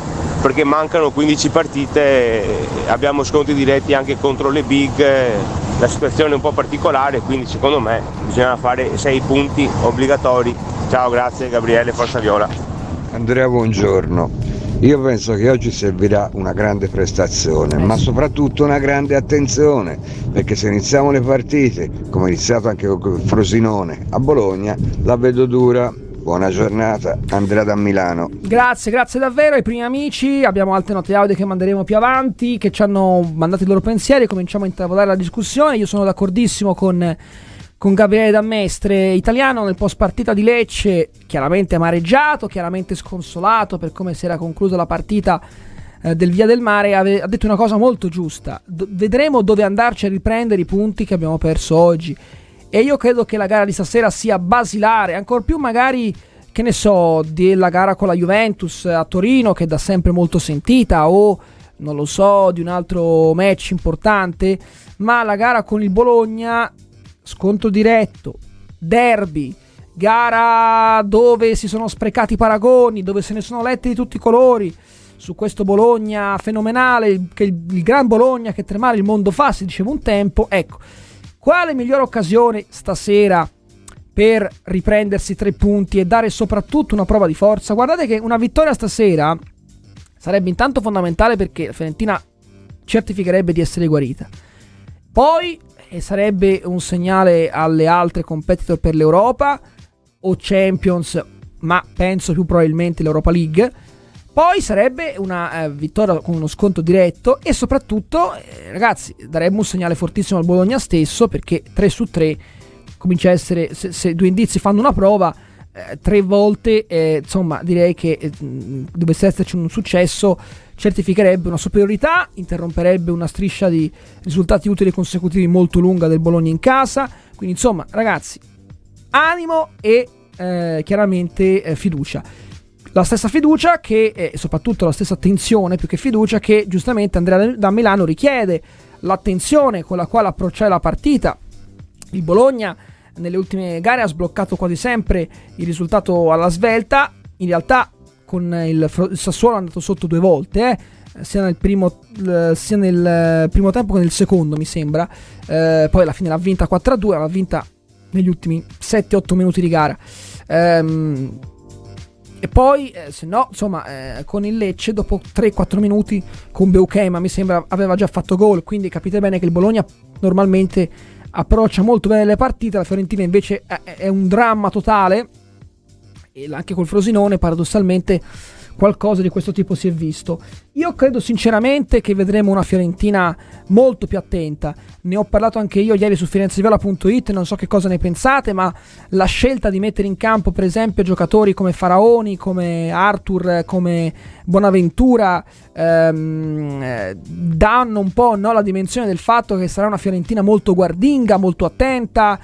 perché mancano quindici partite, abbiamo scontri diretti anche contro le big, la situazione è un po' particolare, quindi secondo me bisogna fare sei punti obbligatori. Ciao, grazie Gabriele, Forza Viola. Andrea, buongiorno. Io penso che oggi servirà una grande prestazione, ma soprattutto una grande attenzione, perché se iniziamo le partite, come è iniziato anche con Frosinone a Bologna, la vedo dura. Buona giornata, Andrea da Milano. Grazie, grazie davvero ai primi amici. Abbiamo altre note audio che manderemo più avanti, che ci hanno mandato i loro pensieri. Cominciamo a intavolare la discussione. Io sono d'accordissimo con... con Gabriele Dammestre. Italiano nel post partita di Lecce, chiaramente amareggiato, chiaramente sconsolato per come si era conclusa la partita eh, del Via del Mare, ave- ha detto una cosa molto giusta: D- vedremo dove andarci a riprendere i punti che abbiamo perso oggi, e io credo che la gara di stasera sia basilare, ancor più magari, che ne so, della gara con la Juventus a Torino, che è da sempre molto sentita, o non lo so, di un altro match importante, ma la gara con il Bologna, scontro diretto, derby, gara dove si sono sprecati i paragoni, dove se ne sono letti di tutti i colori su questo Bologna fenomenale, che il, il gran Bologna che tremare il mondo fa, si diceva un tempo. Ecco, quale migliore occasione stasera per riprendersi tre punti e dare soprattutto una prova di forza? Guardate che una vittoria stasera sarebbe intanto fondamentale, perché la Fiorentina certificherebbe di essere guarita, poi e sarebbe un segnale alle altre competitor per l'Europa o Champions, ma penso più probabilmente l'Europa League. Poi sarebbe una eh, vittoria con uno sconto diretto, e soprattutto eh, ragazzi, darebbe un segnale fortissimo al Bologna stesso, perché tre su tre comincia a essere, se, se due indizi fanno una prova, eh, tre volte, eh, insomma direi che eh, dovesse esserci un successo, certificherebbe una superiorità, interromperebbe una striscia di risultati utili consecutivi molto lunga del Bologna in casa. Quindi insomma ragazzi, animo e eh, chiaramente eh, fiducia, la stessa fiducia che, e eh, soprattutto la stessa attenzione più che fiducia, che giustamente Andrea da Milano richiede, l'attenzione con la quale approcciare la partita. Il Bologna nelle ultime gare ha sbloccato quasi sempre il risultato alla svelta, in realtà con il, il Sassuolo è andato sotto due volte, eh, sia nel primo eh, sia nel primo tempo che nel secondo, mi sembra, eh, poi alla fine l'ha vinta quattro a due, l'ha vinta negli ultimi sette otto minuti di gara, ehm, e poi eh, se no insomma eh, con il Lecce dopo tre quattro minuti con Beukema mi sembra aveva già fatto gol, quindi capite bene che il Bologna normalmente approccia molto bene le partite, la Fiorentina invece è, è un dramma totale, e anche col Frosinone paradossalmente qualcosa di questo tipo si è visto. Io credo sinceramente che vedremo una Fiorentina molto più attenta. Ne ho parlato anche io ieri su firenzeviola punto it, non so che cosa ne pensate, ma la scelta di mettere in campo per esempio giocatori come Faraoni, come Arthur, come Bonaventura ehm, eh, danno un po', no, la dimensione del fatto che sarà una Fiorentina molto guardinga, molto attenta,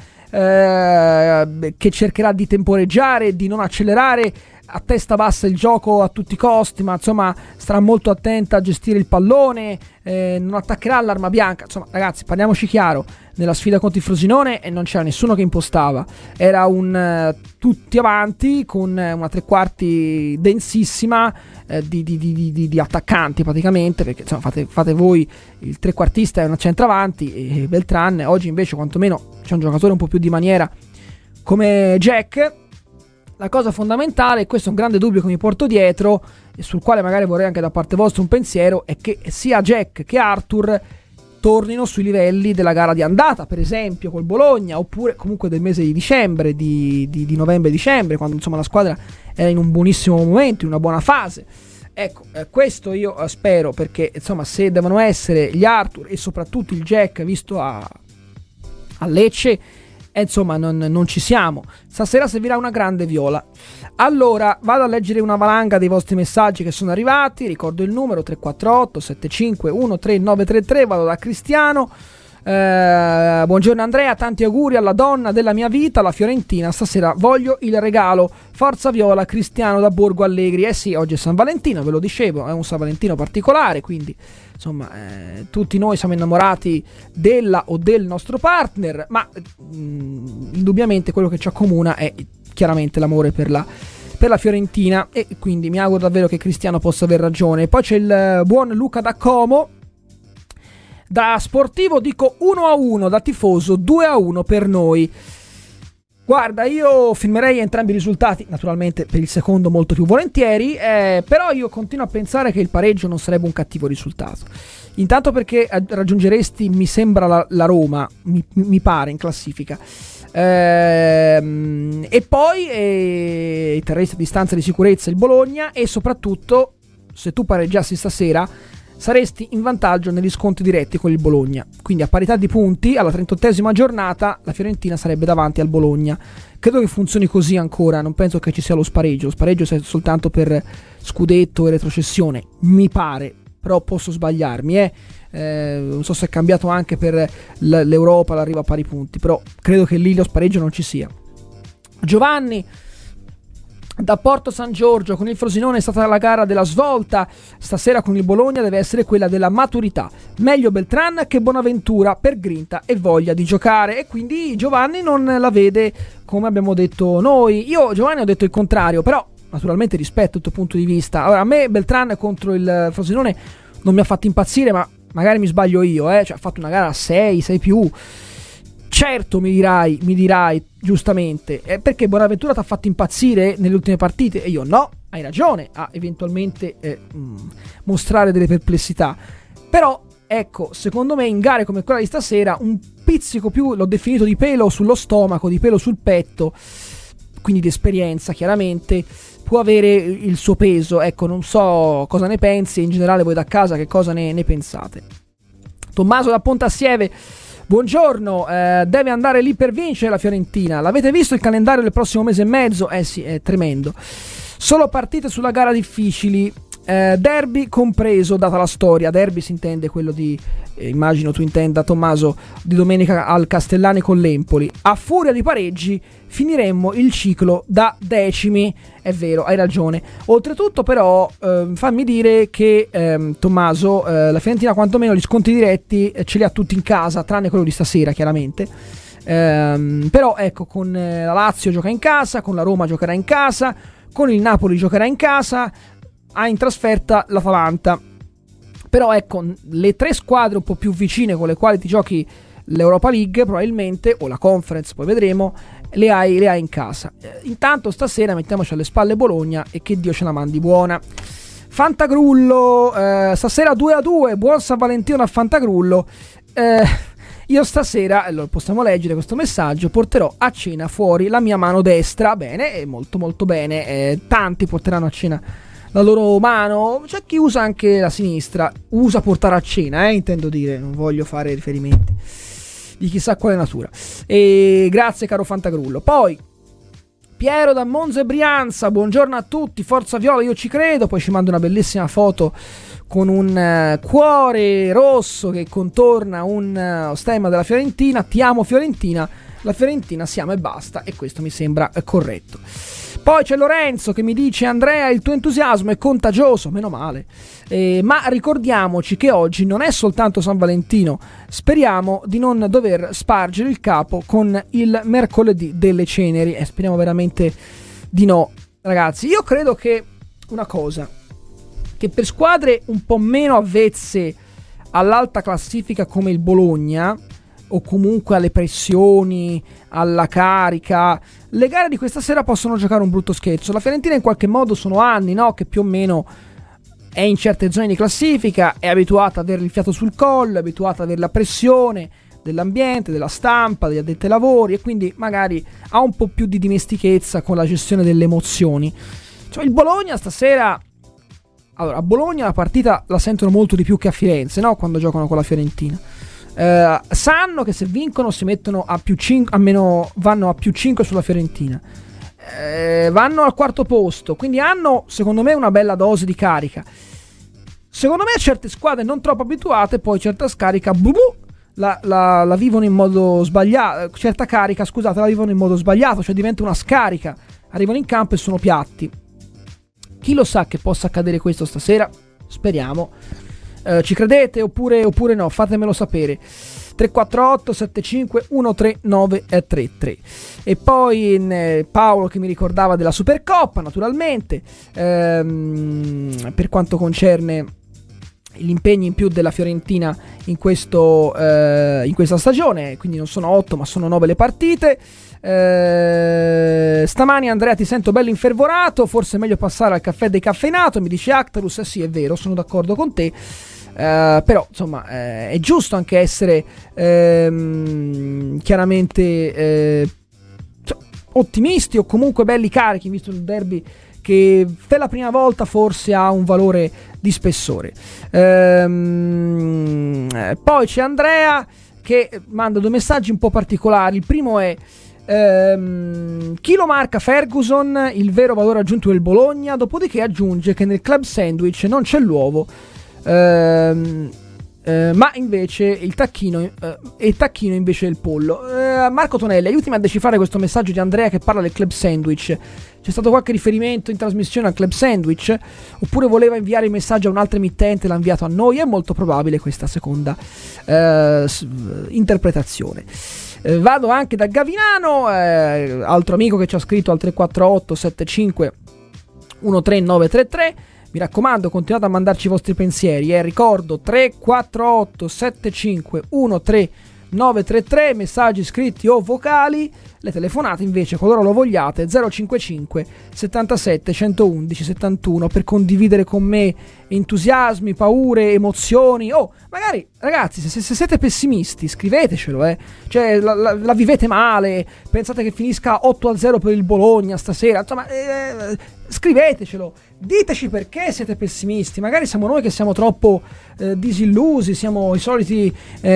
eh, che cercherà di temporeggiare, di non accelerare a testa bassa il gioco a tutti i costi, ma insomma starà molto attenta a gestire il pallone, eh, non attaccherà all'arma bianca. Insomma ragazzi, parliamoci chiaro, nella sfida contro il Frosinone e non c'era nessuno che impostava, era un uh, tutti avanti con uh, una tre quarti densissima uh, di, di, di, di, di attaccanti praticamente, perché insomma fate, fate voi, il trequartista è una centravanti e Beltran. Oggi invece quantomeno c'è un giocatore un po' più di maniera come Jack. La cosa fondamentale, e questo è un grande dubbio che mi porto dietro e sul quale magari vorrei anche da parte vostra un pensiero, è che sia Jack che Arthur tornino sui livelli della gara di andata, per esempio col Bologna, oppure comunque del mese di dicembre, di, di, di novembre-dicembre, quando insomma la squadra era in un buonissimo momento, in una buona fase. Ecco, eh, questo io eh, spero, perché insomma se devono essere gli Arthur e soprattutto il Jack visto a, a Lecce, E insomma non, non ci siamo. Stasera servirà una grande viola. Allora vado a leggere una valanga dei vostri messaggi che sono arrivati. Ricordo il numero tre quattro otto sette cinque uno tre nove tre tre. Vado da Cristiano. eh, Buongiorno Andrea, tanti auguri alla donna della mia vita, la Fiorentina. Stasera voglio il regalo. Forza Viola, Cristiano da Borgo Allegri. Eh sì, oggi è San Valentino, ve lo dicevo, è un San Valentino particolare, quindi insomma eh, tutti noi siamo innamorati della o del nostro partner, ma mh, indubbiamente quello che ci accomuna è chiaramente l'amore per la, per la Fiorentina, e quindi mi auguro davvero che Cristiano possa aver ragione. Poi c'è il buon Luca da Como. Da sportivo dico uno a uno, da tifoso due a uno per noi. Guarda, io firmerei entrambi i risultati, naturalmente per il secondo molto più volentieri, eh, però io continuo a pensare che il pareggio non sarebbe un cattivo risultato. Intanto perché raggiungeresti, mi sembra, la, la Roma, mi, mi pare, in classifica. Ehm, e poi eh, terresti a distanza di sicurezza il Bologna, e soprattutto, se tu pareggiassi stasera, saresti in vantaggio negli scontri diretti con il Bologna. Quindi a parità di punti, alla trentottesima giornata, la Fiorentina sarebbe davanti al Bologna. Credo che funzioni così ancora, non penso che ci sia lo spareggio. Lo spareggio è soltanto per scudetto e retrocessione, mi pare, però posso sbagliarmi, eh. Eh, non so se è cambiato anche per l'Europa, l'arrivo a pari punti, però credo che lì lo spareggio non ci sia. Giovanni da Porto San Giorgio: con il Frosinone è stata la gara della svolta, stasera con il Bologna deve essere quella della maturità, meglio Beltran che Bonaventura per grinta e voglia di giocare. E quindi Giovanni non la vede come abbiamo detto noi. Io, Giovanni, ho detto il contrario, però naturalmente rispetto il tuo punto di vista. Allora, a me Beltran contro il Frosinone non mi ha fatto impazzire, ma magari mi sbaglio io, eh? Cioè, ha fatto una gara a sei, sei più. Certo, mi dirai, mi dirai giustamente, eh, perché Bonaventura ti ha fatto impazzire nelle ultime partite? E io no, hai ragione a eventualmente eh, mh, mostrare delle perplessità. Però, ecco, secondo me in gare come quella di stasera un pizzico più, l'ho definito, di pelo sullo stomaco, di pelo sul petto, quindi di esperienza chiaramente, può avere il suo peso. Ecco, non so cosa ne pensi, in generale voi da casa che cosa ne, ne pensate. Tommaso da Pontassieve: buongiorno, eh, deve andare lì per vincere la Fiorentina. L'avete visto il calendario del prossimo mese e mezzo? Eh sì, è tremendo. Solo partite sulla gara difficili, eh, derby compreso, data la storia. Derby si intende quello di, eh, immagino tu intenda, Tommaso, di domenica al Castellani con l'Empoli. A furia di pareggi finiremmo il ciclo da decimi. È vero, hai ragione. Oltretutto però eh, fammi dire che eh, Tommaso, eh, la Fiorentina quantomeno gli sconti diretti eh, ce li ha tutti in casa, tranne quello di stasera chiaramente. Eh, però ecco, con eh, la Lazio gioca in casa, con la Roma giocherà in casa, con il Napoli giocherà in casa, ha in trasferta l'Atalanta. Però ecco, le tre squadre un po' più vicine con le quali ti giochi l'Europa League probabilmente, o la Conference, poi vedremo, le hai, le hai in casa. Eh, intanto stasera mettiamoci alle spalle Bologna e che Dio ce la mandi buona. Fantagrullo, eh, stasera due a due, buon San Valentino a Fantagrullo. Eh, io stasera, lo possiamo leggere questo messaggio, porterò a cena fuori la mia mano destra. Bene, molto molto bene. Eh, tanti porteranno a cena la loro mano, c'è chi usa anche la sinistra, usa portare a cena, eh, intendo dire, non voglio fare riferimenti di chissà quale natura. E grazie caro Fantagrullo. Poi Piero da Monza e Brianza: buongiorno a tutti, forza Viola, io ci credo. Poi ci manda una bellissima foto con un uh, cuore rosso che contorna un uh, stemma della Fiorentina. Ti amo Fiorentina, la Fiorentina siamo e basta, e questo mi sembra uh, corretto. Poi c'è Lorenzo che mi dice: Andrea, il tuo entusiasmo è contagioso. Meno male, eh, ma ricordiamoci che oggi non è soltanto San Valentino. Speriamo di non dover spargere il capo con il mercoledì delle ceneri, e eh, speriamo veramente di no, ragazzi. Io credo che una cosa, che per squadre un po' meno avvezze all'alta classifica come il Bologna, o comunque alle pressioni, alla carica, le gare di questa sera possono giocare un brutto scherzo. La Fiorentina in qualche modo sono anni, no, che più o meno è in certe zone di classifica, è abituata ad avere il fiato sul collo, è abituata ad avere la pressione dell'ambiente, della stampa, degli addetti ai lavori, e quindi magari ha un po' più di dimestichezza con la gestione delle emozioni. Cioè il Bologna stasera, allora a Bologna la partita la sentono molto di più che a Firenze, no, quando giocano con la Fiorentina. Uh, sanno che se vincono si mettono a più cinque, a meno, vanno a più cinque sulla Fiorentina, uh, vanno al quarto posto, quindi hanno secondo me una bella dose di carica. Secondo me certe squadre non troppo abituate poi certa scarica bu bu, la, la, la vivono in modo sbagliato, certa carica scusate la vivono in modo sbagliato, cioè diventa una scarica, arrivano in campo e sono piatti. Chi lo sa che possa accadere questo stasera? Speriamo. Uh, ci credete oppure, oppure no? Fatemelo sapere. tre quattro otto sette cinque uno tre nove tre tre. E poi eh, Paolo che mi ricordava della Supercoppa, naturalmente, ehm, per quanto concerne gli impegni in più della Fiorentina in, questo, eh, in questa stagione, quindi non sono otto ma sono nove le partite. Eh, stamani Andrea ti sento bello infervorato, forse è meglio passare al caffè decaffeinato, mi dice Actarus. Eh sì, è vero, sono d'accordo con te. Uh, però insomma eh, è giusto anche essere ehm, chiaramente eh, ottimisti o comunque belli carichi, visto il derby che per la prima volta forse ha un valore di spessore. Ehm, poi c'è Andrea che manda due messaggi un po' particolari. Il primo è ehm, chi lo marca Ferguson, il vero valore aggiunto del Bologna, dopodiché aggiunge che nel club sandwich non c'è l'uovo, ehm, eh, ma invece il tacchino eh, e il tacchino invece il pollo. eh, Marco Tonelli, aiutami a decifrare questo messaggio di Andrea che parla del club sandwich. C'è stato qualche riferimento in trasmissione al club sandwich, oppure voleva inviare il messaggio a un'altra emittente e l'ha inviato a noi? È molto probabile questa seconda eh, interpretazione. Eh, vado anche da Gavinano, eh, altro amico che ci ha scritto al tre quattro otto sette cinque uno tre nove tre tre. Mi raccomando, continuate a mandarci i vostri pensieri, eh. Ricordo tre quattro otto sette cinque uno tre nove tre tre, messaggi scritti o vocali. Le telefonate invece, qualora lo vogliate, zero cinquantacinque settantasette centoundici settantuno, per condividere con me entusiasmi, paure, emozioni. Oh, magari ragazzi, se, se siete pessimisti scrivetecelo, eh. Cioè la, la, la vivete male, pensate che finisca otto a zero per il Bologna stasera, insomma eh, scrivetecelo, diteci perché siete pessimisti. Magari siamo noi che siamo troppo eh, disillusi, siamo i soliti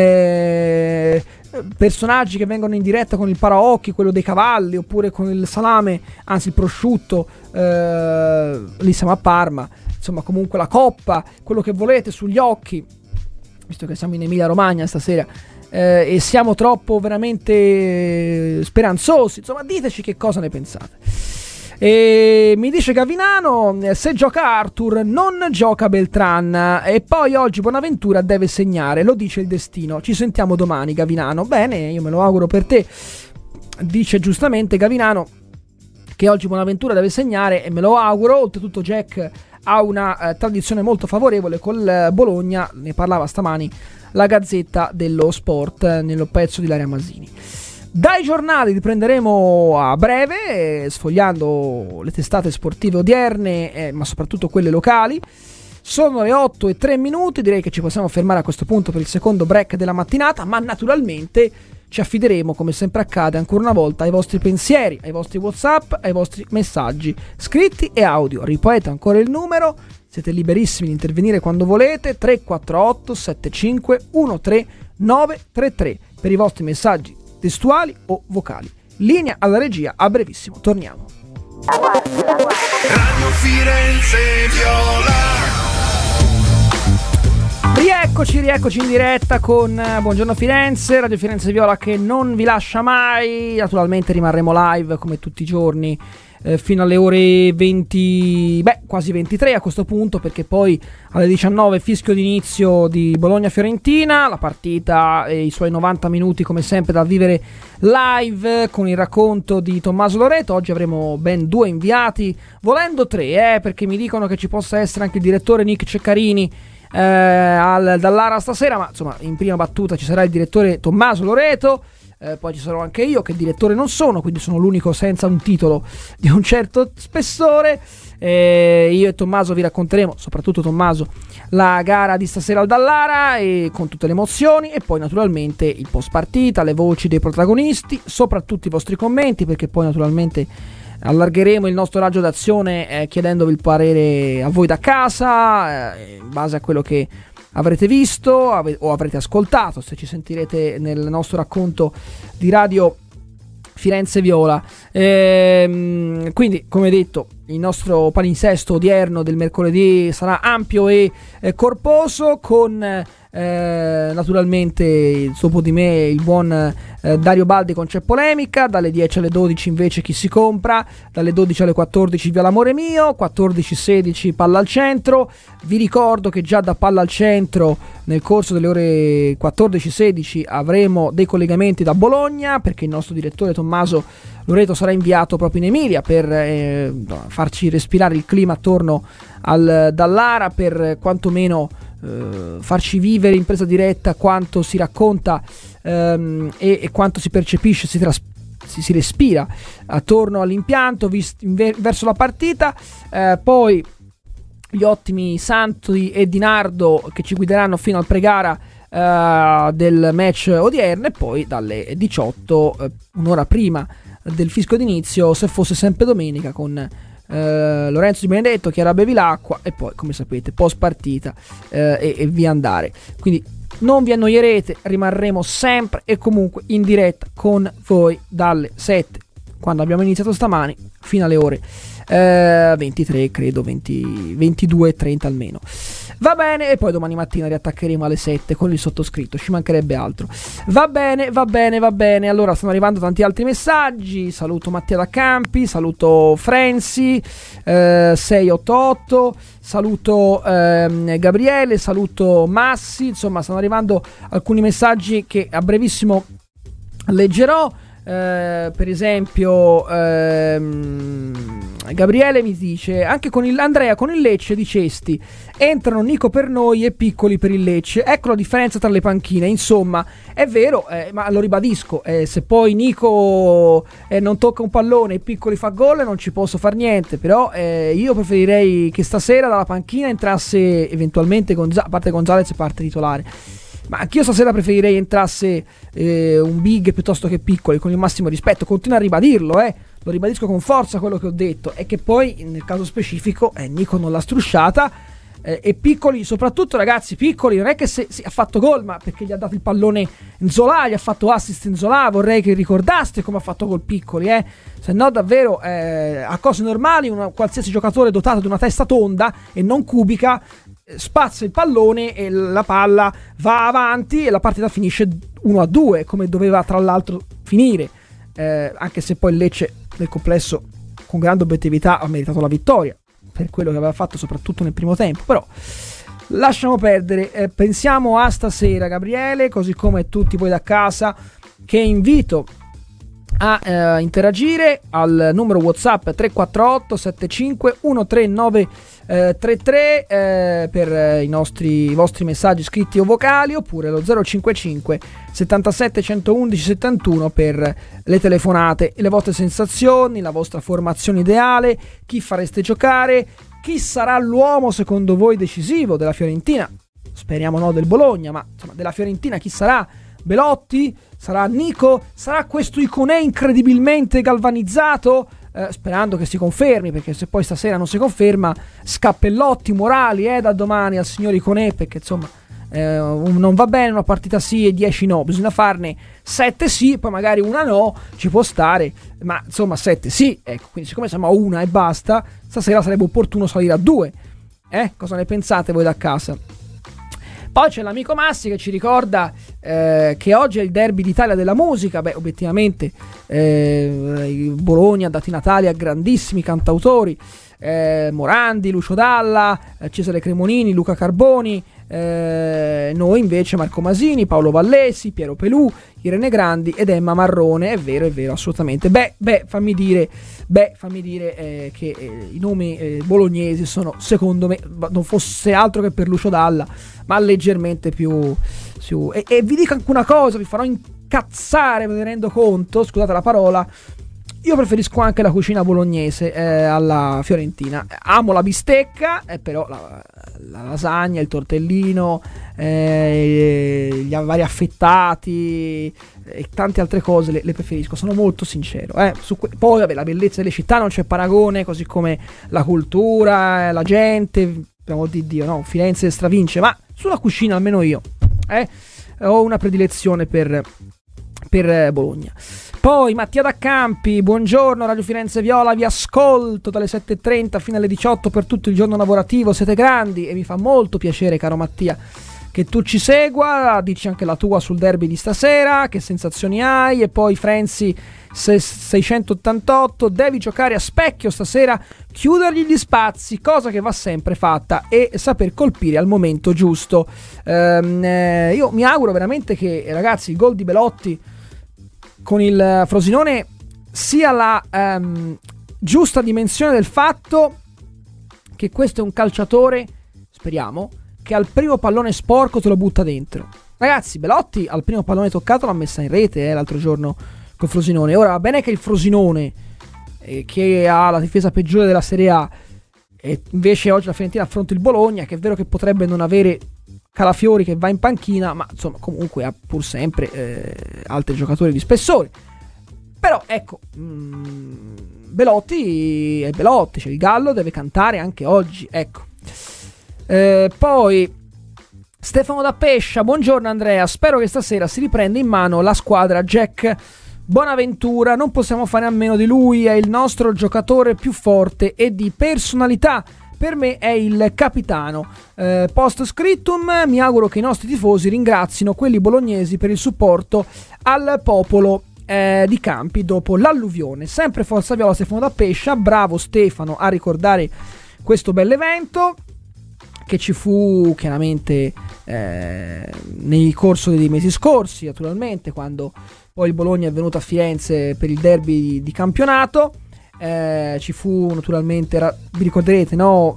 eh, personaggi che vengono in diretta con il paraocchi, quello dei cavalli, oppure con il salame, anzi il prosciutto, eh, lì siamo a Parma, insomma comunque la coppa, quello che volete sugli occhi, visto che siamo in Emilia Romagna stasera, eh, e siamo troppo veramente speranzosi. Insomma, diteci che cosa ne pensate. E mi dice Gavinano, se gioca Arthur non gioca Beltran, e poi oggi Bonaventura deve segnare, lo dice il destino. Ci sentiamo domani, Gavinano. Bene, io me lo auguro per te. Dice giustamente Gavinano che oggi Bonaventura deve segnare, e me lo auguro. Oltretutto Jack ha una eh, tradizione molto favorevole col Bologna, ne parlava stamani la Gazzetta dello Sport eh, nello pezzo di Ilaria Masini. Dai giornali riprenderemo a breve, eh, sfogliando le testate sportive odierne, eh, ma soprattutto quelle locali. Sono le otto e tre minuti, direi che ci possiamo fermare a questo punto per il secondo break della mattinata, ma naturalmente ci affideremo, come sempre accade, ancora una volta ai vostri pensieri, ai vostri WhatsApp, ai vostri messaggi scritti e audio. Ripeto ancora il numero, siete liberissimi di intervenire quando volete, tre quattro otto sette cinque uno tre nove tre tre per i vostri messaggi testuali o vocali. Linea alla regia, a brevissimo torniamo. Radio Firenze Viola. Rieccoci, rieccoci in diretta con Buongiorno Firenze, Radio Firenze Viola che non vi lascia mai. Naturalmente rimarremo live come tutti i giorni eh, fino alle ore venti, beh quasi ventitré a questo punto, perché poi alle diciannove fischio d'inizio di Bologna-Fiorentina, la partita e i suoi novanta minuti come sempre da vivere live con il racconto di Tommaso Loreto. Oggi avremo ben due inviati, volendo tre, eh, perché mi dicono che ci possa essere anche il direttore Nick Ceccarini Eh, al, dall'Ara stasera, ma insomma in prima battuta ci sarà il direttore Tommaso Loreto, eh, poi ci sarò anche io che direttore non sono, quindi sono l'unico senza un titolo di un certo spessore. eh, io e Tommaso vi racconteremo, soprattutto Tommaso, la gara di stasera al Dallara e con tutte le emozioni, e poi naturalmente il post partita, le voci dei protagonisti, soprattutto i vostri commenti, perché poi naturalmente allargheremo il nostro raggio d'azione eh, chiedendovi il parere a voi da casa, eh, in base a quello che avrete visto ave- o avrete ascoltato, se ci sentirete nel nostro racconto di Radio Firenze Viola. Ehm, quindi, come detto, il nostro palinsesto odierno del mercoledì sarà ampio e eh, corposo, con Eh, naturalmente dopo di me il buon eh, Dario Baldi con C'è Polemica, dalle dieci alle dodici invece Chi si compra, dalle dodici alle quattordici Via l'amore mio, quattordici sedici Palla al centro. Vi ricordo che già da Palla al centro nel corso delle ore quattordici sedici avremo dei collegamenti da Bologna, perché il nostro direttore Tommaso Loreto sarà inviato proprio in Emilia per eh, farci respirare il clima attorno al Dallara, per quantomeno Uh, farci vivere in presa diretta quanto si racconta um, e, e quanto si percepisce, si, tras- si, si respira attorno all'impianto vist- ver- verso la partita. Uh, poi gli ottimi Santi e Di Nardo che ci guideranno fino al pregara uh, del match odierno, e poi dalle diciotto, uh, un'ora prima del fischio d'inizio, Se fosse sempre domenica, con Uh, Lorenzo Di Benedetto, Chiara Bevilacqua, e poi, come sapete, post partita uh, e, e via andare. Quindi non vi annoierete, rimarremo sempre e comunque in diretta con voi dalle sette, quando abbiamo iniziato stamani, fino alle ore uh, ventitré, credo venti, ventidue e trenta almeno. Va bene, e poi domani mattina riattaccheremo alle sette con il sottoscritto, ci mancherebbe altro. Va bene, va bene, va bene. Allora, stanno arrivando tanti altri messaggi. Saluto Mattia da Campi, saluto Frenzy eh, sei otto otto, saluto eh, Gabriele, saluto Massi. Insomma, stanno arrivando alcuni messaggi che a brevissimo leggerò. Uh, per esempio uh, Gabriele mi dice: anche con il Andrea con il Lecce di Cesti entrano Nico per noi e Piccoli per il Lecce, ecco la differenza tra le panchine. Insomma, è vero, eh, ma lo ribadisco, eh, se poi Nico eh, non tocca un pallone e Piccoli fa gol, non ci posso far niente. Però eh, io preferirei che stasera dalla panchina entrasse eventualmente Gonza- a parte Gonzalez e parte titolare. Ma anch'io stasera preferirei entrasse eh, un big piuttosto che Piccoli, con il massimo rispetto. Continuo a ribadirlo, eh. Lo ribadisco con forza quello che ho detto. È che poi, nel caso specifico, eh, Nico non l'ha strusciata. Eh, e Piccoli, soprattutto, ragazzi, Piccoli non è che se, se ha fatto gol, ma perché gli ha dato il pallone Nzola, gli ha fatto assist Nzola. Vorrei che ricordaste come ha fatto gol Piccoli, eh. Se no, davvero, eh, a cose normali, una, qualsiasi giocatore dotato di una testa tonda e non cubica spazza il pallone e la palla va avanti e la partita finisce uno a due, come doveva tra l'altro finire, eh, anche se poi il Lecce nel complesso con grande obiettività ha meritato la vittoria per quello che aveva fatto soprattutto nel primo tempo. Però lasciamo perdere, eh, pensiamo a stasera, Gabriele, così come tutti voi da casa, che invito a eh, interagire al numero WhatsApp tre quattro otto sette cinque uno tre nove tre tre eh, per eh, i nostri i vostri messaggi scritti o vocali, oppure lo zero cinque cinque settantasette centoundici settantuno per le telefonate, le vostre sensazioni, la vostra formazione ideale, chi fareste giocare, chi sarà l'uomo secondo voi decisivo della Fiorentina. Speriamo no del Bologna, ma insomma della Fiorentina chi sarà? Belotti? Sarà Nico? Sarà questo Iconè incredibilmente galvanizzato? Eh, sperando che si confermi, perché se poi stasera non si conferma, scappellotti morali eh, da domani al signor Iconè, perché insomma eh, non va bene una partita sì e dieci no, bisogna farne sette sì, poi magari una no, ci può stare, ma insomma sette sì, ecco. Quindi siccome siamo a una e basta, stasera sarebbe opportuno salire a due. Eh, cosa ne pensate voi da casa? Poi c'è l'amico Massi che ci ricorda eh, che oggi è il derby d'Italia della musica. Beh, obiettivamente eh, Bologna ha dato i natali a grandissimi cantautori, eh, Morandi, Lucio Dalla, eh, Cesare Cremonini, Luca Carboni, eh, noi invece Marco Masini, Paolo Vallesi, Piero Pelù, Irene Grandi ed Emma Marrone. È vero, è vero, assolutamente. Beh, beh fammi dire, beh, fammi dire eh, che eh, i nomi eh, bolognesi sono, secondo me, non fosse altro che per Lucio Dalla, ma leggermente più, più e, e vi dico anche una cosa, vi farò incazzare, me ne rendo conto, scusate la parola. Io preferisco anche la cucina bolognese eh, alla fiorentina. Amo la bistecca, eh, però la, la lasagna, il tortellino, eh, gli vari affettati e tante altre cose le, le preferisco, sono molto sincero. Eh. Su que- poi vabbè, la bellezza delle città non c'è paragone, così come la cultura, la gente, abbiamo di Dio, no? Firenze stravince, ma sulla cucina almeno io eh, ho una predilezione per, per Bologna. Poi Mattia da Campi, buongiorno Radio Firenze Viola, vi ascolto dalle sette e trenta fino alle diciotto per tutto il giorno lavorativo, siete grandi e mi fa molto piacere, caro Mattia, che tu ci segua, dici anche la tua sul derby di stasera, che sensazioni hai, e poi Frenzy seicentottantotto, devi giocare a specchio stasera, chiudergli gli spazi, cosa che va sempre fatta, e saper colpire al momento giusto. Ehm, eh, io mi auguro veramente che, ragazzi, il gol di Belotti con il Frosinone sia la ehm, giusta dimensione del fatto che questo è un calciatore, speriamo, che al primo pallone sporco te lo butta dentro. Ragazzi, Belotti al primo pallone toccato l'ha messa in rete eh, l'altro giorno col Frosinone. Ora, va bene che il Frosinone, eh, che ha la difesa peggiore della Serie A, e invece oggi la Fiorentina affronta il Bologna, che è vero che potrebbe non avere Calafiori che va in panchina, ma insomma comunque ha pur sempre eh, altri giocatori di spessore. Però ecco, mh, Belotti è Belotti, cioè il Gallo deve cantare anche oggi, ecco. Eh, poi Stefano da Pescia, buongiorno Andrea, spero che stasera si riprenda in mano la squadra Jack Bonaventura, non possiamo fare a meno di lui, è il nostro giocatore più forte e di personalità, per me è il capitano. Eh, post scriptum, mi auguro che i nostri tifosi ringrazino quelli bolognesi per il supporto al popolo eh, di Campi dopo l'alluvione. Sempre Forza Viola, Stefano da Pescia, bravo Stefano a ricordare questo bell'evento che ci fu chiaramente eh, nel corso dei mesi scorsi, naturalmente, quando poi il Bologna è venuto a Firenze per il derby di, di campionato. Eh, ci fu naturalmente, ra- vi ricorderete, no?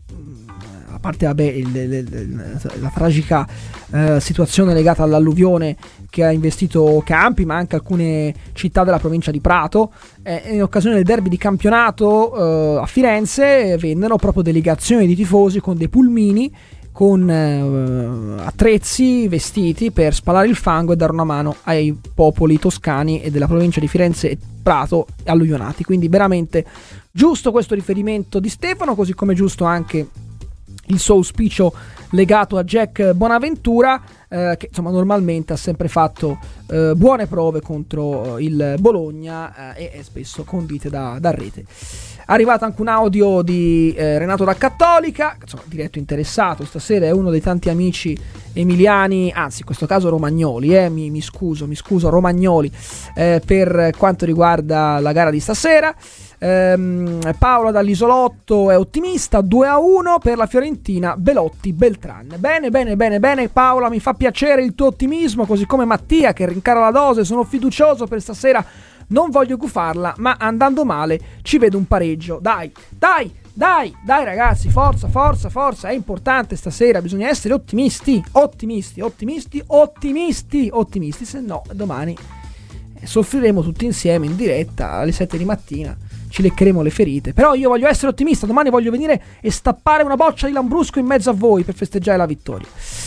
A parte vabbè, il, il, il, la tragica eh, situazione legata all'alluvione che ha investito Campi, ma anche alcune città della provincia di Prato. Eh, in occasione del derby di campionato eh, a Firenze vennero proprio delegazioni di tifosi con dei pulmini, con eh, attrezzi, vestiti per spalare il fango e dare una mano ai popoli toscani e della provincia di Firenze e Prato alluvionati. Quindi veramente giusto questo riferimento di Stefano, così come giusto anche il suo auspicio legato a Jack Bonaventura, eh, che insomma normalmente ha sempre fatto eh, buone prove contro il Bologna eh, e è spesso condite da, da rete. È arrivato anche un audio di eh, Renato da Cattolica, insomma, diretto interessato stasera, è uno dei tanti amici emiliani, anzi in questo caso romagnoli, eh, mi, mi scuso, mi scuso, romagnoli, eh, per quanto riguarda la gara di stasera. Ehm, Paola dall'Isolotto è ottimista, due a uno per la Fiorentina, Belotti Beltran. Bene, bene, bene, bene Paola, mi fa piacere il tuo ottimismo, così come Mattia che rincara la dose, sono fiducioso per stasera. Non voglio gufarla, ma andando male ci vedo un pareggio. Dai, dai, dai, dai ragazzi, forza, forza, forza, è importante stasera, bisogna essere ottimisti, ottimisti, ottimisti, ottimisti, ottimisti, se no domani soffriremo tutti insieme in diretta alle sette di mattina, ci leccheremo le ferite. Però io voglio essere ottimista, domani voglio venire e stappare una boccia di Lambrusco in mezzo a voi per festeggiare la vittoria.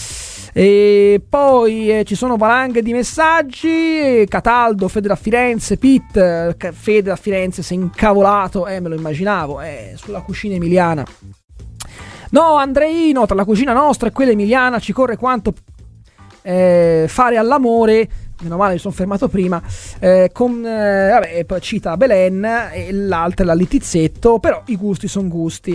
E poi eh, ci sono valanghe di messaggi. Cataldo, Fede da Firenze, Pit, eh, Fede da Firenze si è incavolato, eh me lo immaginavo, eh, sulla cucina emiliana. No Andreino, tra la cucina nostra e quella emiliana ci corre quanto eh, fare all'amore. Meno male mi sono fermato prima, eh, con, eh, vabbè, poi cita Belen e l'altra è la Littizzetto, però i gusti sono gusti.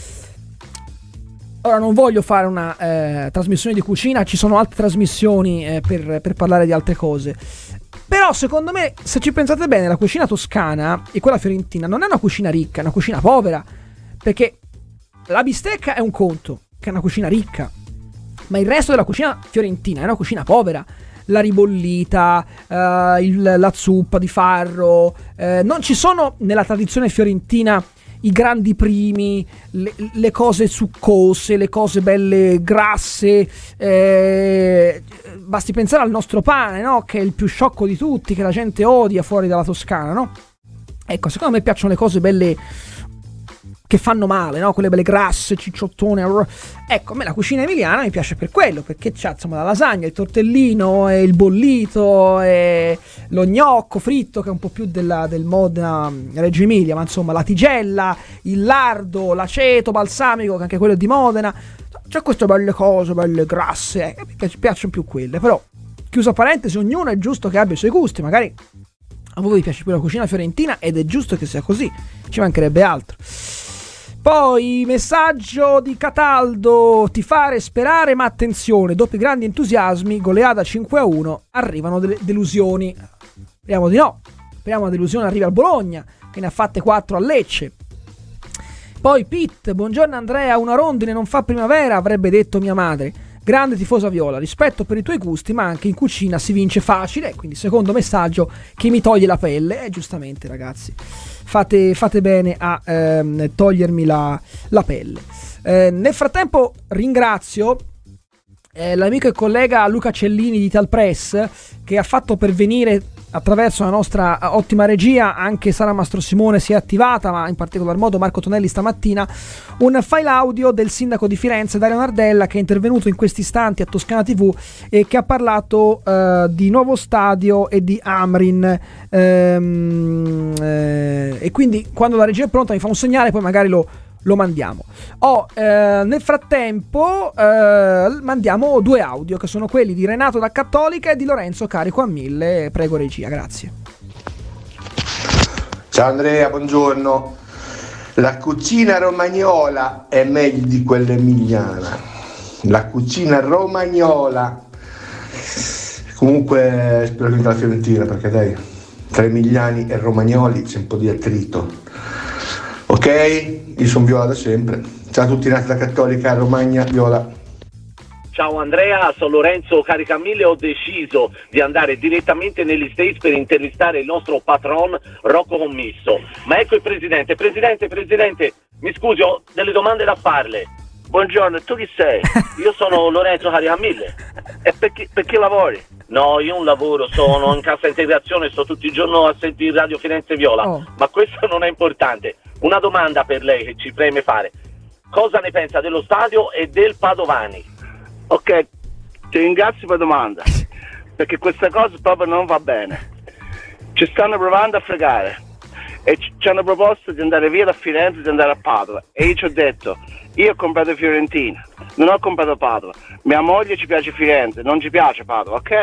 Ora non voglio fare una eh, trasmissione di cucina, ci sono altre trasmissioni eh, per, per parlare di altre cose. Però secondo me, se ci pensate bene, la cucina toscana e quella fiorentina non è una cucina ricca, è una cucina povera. Perché la bistecca è un conto, che è una cucina ricca, ma il resto della cucina fiorentina è una cucina povera. La ribollita, eh, il, la zuppa di farro, eh, non ci sono nella tradizione fiorentina i grandi primi, le, le cose succose, le cose belle grasse, eh, basti pensare al nostro pane, no? Che è il più sciocco di tutti, che la gente odia fuori dalla Toscana, no? Ecco, secondo me piacciono le cose belle che fanno male, no? Quelle belle grasse, cicciottone. Ecco, a me la cucina emiliana mi piace per quello, perché c'ha insomma la lasagna, il tortellino, e il bollito, e lo gnocco fritto, che è un po' più della, del Modena Reggio Emilia, ma insomma la tigella, il lardo, l'aceto balsamico, che anche quello è di Modena. C'ha queste belle cose, belle grasse, eh, mi piacciono più quelle. Però, chiusa parentesi, ognuno è giusto che abbia i suoi gusti, magari a voi vi piace più la cucina fiorentina ed è giusto che sia così, ci mancherebbe altro. Poi messaggio di Cataldo: ti fare sperare, ma attenzione, dopo i grandi entusiasmi, goleata cinque a uno, arrivano delle delusioni. Speriamo di no, speriamo la delusione arrivi al Bologna, che ne ha fatte quattro a Lecce. Poi Pitt: buongiorno Andrea, una rondine non fa primavera, avrebbe detto mia madre. Grande tifosa viola, rispetto per i tuoi gusti, ma anche in cucina si vince facile. Quindi secondo messaggio che mi toglie la pelle. E eh, giustamente ragazzi, fate, fate bene a ehm, togliermi la, la pelle. Eh, nel frattempo ringrazio eh, l'amico e collega Luca Cellini di Italpress, che ha fatto pervenire attraverso la nostra ottima regia, anche Sara Mastro Simone si è attivata, ma in particolar modo Marco Tonelli stamattina, un file audio del sindaco di Firenze Dario Nardella, che è intervenuto in questi istanti a Toscana tivù e che ha parlato uh, di nuovo stadio e di Amrin, ehm, eh, e quindi quando la regia è pronta mi fa un segnale, poi magari lo lo mandiamo. Oh, eh, nel frattempo eh, mandiamo due audio, che sono quelli di Renato da Cattolica e di Lorenzo Carico a mille. Prego regia, grazie. Ciao Andrea, buongiorno. La cucina romagnola è meglio di quella emiliana. La cucina romagnola. Comunque spero che vinca la Fiorentina, perché dai, tra emiliani e romagnoli c'è un po' di attrito. Ok? Io sono viola da sempre. Ciao a tutti nati da Cattolica, Romagna, viola. Ciao Andrea, sono Lorenzo Caricamille e ho deciso di andare direttamente negli States per intervistare il nostro patron Rocco Commisso. Ma ecco il presidente. Presidente, presidente, mi scusi, ho delle domande da farle. Buongiorno, tu chi sei? Io sono Lorenzo Caricamille. E per chi, per chi lavori? No, io un lavoro, sono in cassa integrazione, sto tutto il giorno a sentire Radio Firenze Viola, oh. Ma questo non è importante. Una domanda per lei che ci preme fare: cosa ne pensa dello stadio e del Padovani? Ok, ti ringrazio per la domanda, perché questa cosa proprio non va bene. Ci stanno provando a fregare e ci hanno proposto di andare via da Firenze e di andare a Padova, e io ci ho detto: io ho comprato Fiorentina, non ho comprato Padova. Mia moglie ci piace Firenze, non ci piace Padova, ok?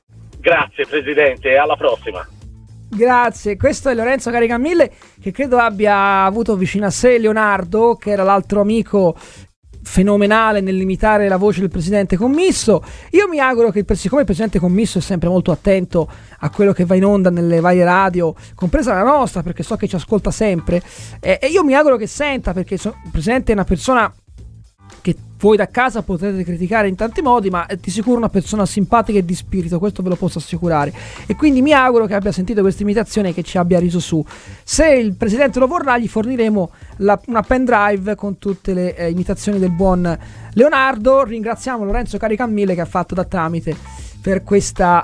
Grazie presidente, e alla prossima. Grazie, questo è Lorenzo Caricamille, che credo abbia avuto vicino a sé Leonardo, che era l'altro amico fenomenale nell'imitare la voce del presidente Commisso. Io mi auguro che, siccome il presidente Commisso è sempre molto attento a quello che va in onda nelle varie radio, compresa la nostra, perché so che ci ascolta sempre, eh, e io mi auguro che senta, perché so, il presidente è una persona che voi da casa potete criticare in tanti modi, ma è di sicuro una persona simpatica e di spirito, questo ve lo posso assicurare, e quindi mi auguro che abbia sentito questa imitazione e che ci abbia riso su. Se il presidente lo vorrà, gli forniremo la, una pen drive con tutte le eh, imitazioni del buon Leonardo. Ringraziamo Lorenzo Caricamille, che ha fatto da tramite per questa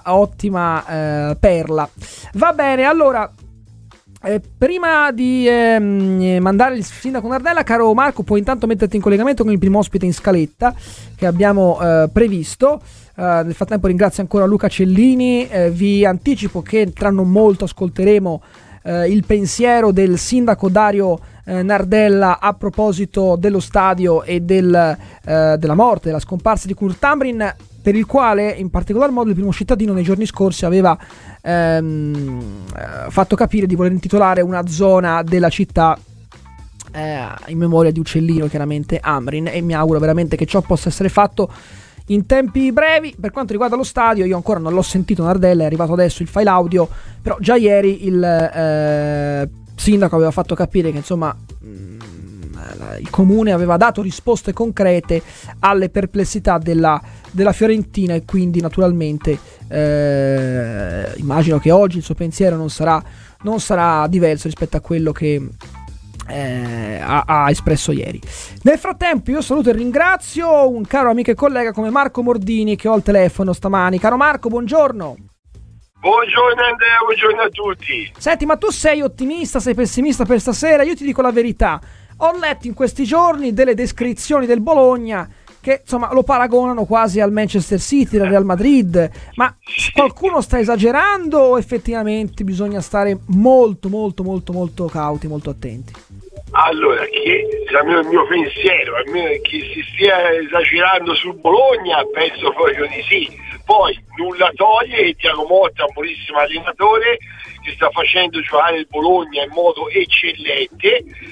ottima eh, perla. Va bene, allora Eh, prima di ehm, mandare il sindaco Nardella, caro Marco, puoi intanto metterti in collegamento con il primo ospite in scaletta che abbiamo eh, previsto. Eh, nel frattempo ringrazio ancora Luca Cellini. Eh, vi anticipo che tra non molto ascolteremo eh, il pensiero del sindaco Dario eh, Nardella a proposito dello stadio e del, eh, della morte, della scomparsa di Kurt Ambrin, per il quale in particolar modo il primo cittadino nei giorni scorsi aveva ehm, fatto capire di voler intitolare una zona della città eh, in memoria di Uccellino, chiaramente Amrin, e mi auguro veramente che ciò possa essere fatto in tempi brevi. Per quanto riguarda lo stadio, io ancora non l'ho sentito Nardella, è arrivato adesso il file audio, però già ieri il eh, sindaco aveva fatto capire che insomma il comune aveva dato risposte concrete alle perplessità della, della Fiorentina, e quindi naturalmente eh, immagino che oggi il suo pensiero non sarà, non sarà diverso rispetto a quello che eh, ha, ha espresso ieri. Nel frattempo io saluto e ringrazio un caro amico e collega come Marco Mordini, che ho al telefono stamani. Caro Marco, buongiorno. Buongiorno Andrea, buongiorno a tutti. Senti, ma tu sei ottimista, sei pessimista per stasera? Io ti dico la verità. Ho letto in questi giorni delle descrizioni del Bologna che insomma lo paragonano quasi al Manchester City, al Real Madrid, ma qualcuno sta esagerando o effettivamente bisogna stare molto molto molto molto cauti, molto attenti? Allora, che il mio pensiero, almeno che si stia esagerando sul Bologna, penso proprio di sì. Poi nulla toglie che Thiago Motta è un buonissimo allenatore che sta facendo giocare il Bologna in modo eccellente.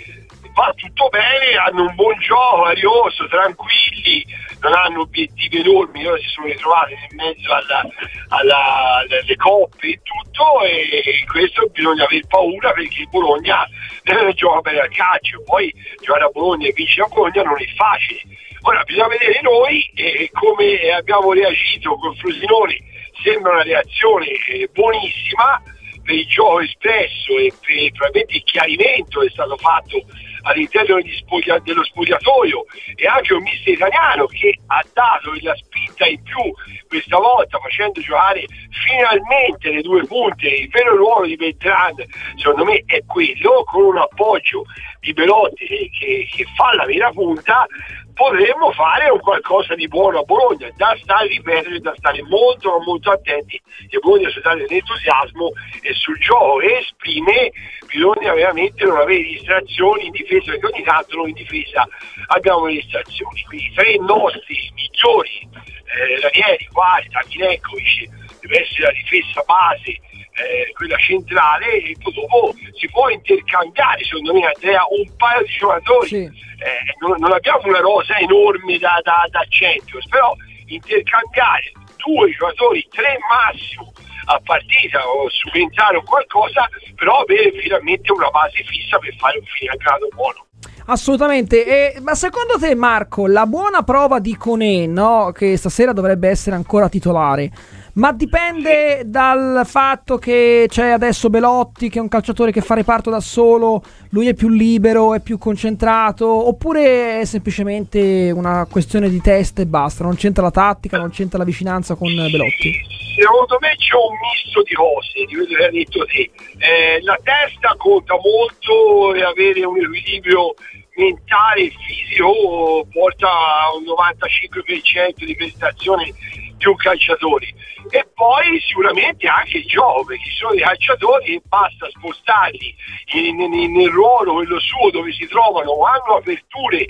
va tutto bene, hanno un buon gioco, arioso, tranquilli, non hanno obiettivi enormi, ora si sono ritrovati in mezzo alla, alla, alle coppe e tutto, e questo bisogna aver paura, perché il Bologna eh, gioca bene al calcio, poi giocare a Bologna e vincere a Bologna non è facile. Ora bisogna vedere noi eh, come abbiamo reagito con Frosinone, sembra una reazione eh, buonissima per il gioco espresso e per probabilmente il chiarimento che è stato fatto all'interno degli spoglia, dello spogliatoio, e anche un mister italiano che ha dato la spinta in più questa volta, facendo giocare finalmente le due punte. Il vero ruolo di Beltran secondo me è quello, con un appoggio di Belotti che, che fa la vera punta, potremmo fare un qualcosa di buono a Bologna. Da stare, ripetere, da stare molto molto attenti, che Bologna sul dare l'entusiasmo e sul gioco che esprime bisogna veramente non avere distrazioni in difesa, perché ogni tanto noi in difesa abbiamo le distrazioni. Quindi tre nostri migliori, eh, Ranieri, Guarda, Milenkovic, deve essere la difesa base, eh, quella centrale, e poi dopo si può intercambiare, secondo me, Andrea, un paio di giocatori. Sì. Eh, non, non abbiamo una rosa enorme da, da, da Champions, però intercambiare due giocatori, tre massimo a partita, o subentrare o qualcosa, però avere finalmente una base fissa per fare un fine a grado buono. Assolutamente. E, ma secondo te, Marco, la buona prova di Koné, no, che stasera dovrebbe essere ancora titolare, ma dipende dal fatto che c'è adesso Belotti, che è un calciatore che fa reparto da solo, lui è più libero, è più concentrato, oppure è semplicemente una questione di testa e basta, non c'entra la tattica, non c'entra la vicinanza con Belotti? Secondo me c'è un misto di cose, di quello che hai detto te. Eh, la testa conta molto, e avere un equilibrio mentale e fisico porta a un novantacinque per cento di prestazione più calciatori, e poi sicuramente anche il gioco, perché ci sono dei calciatori e basta spostarli in, in, nel ruolo quello suo dove si trovano, hanno aperture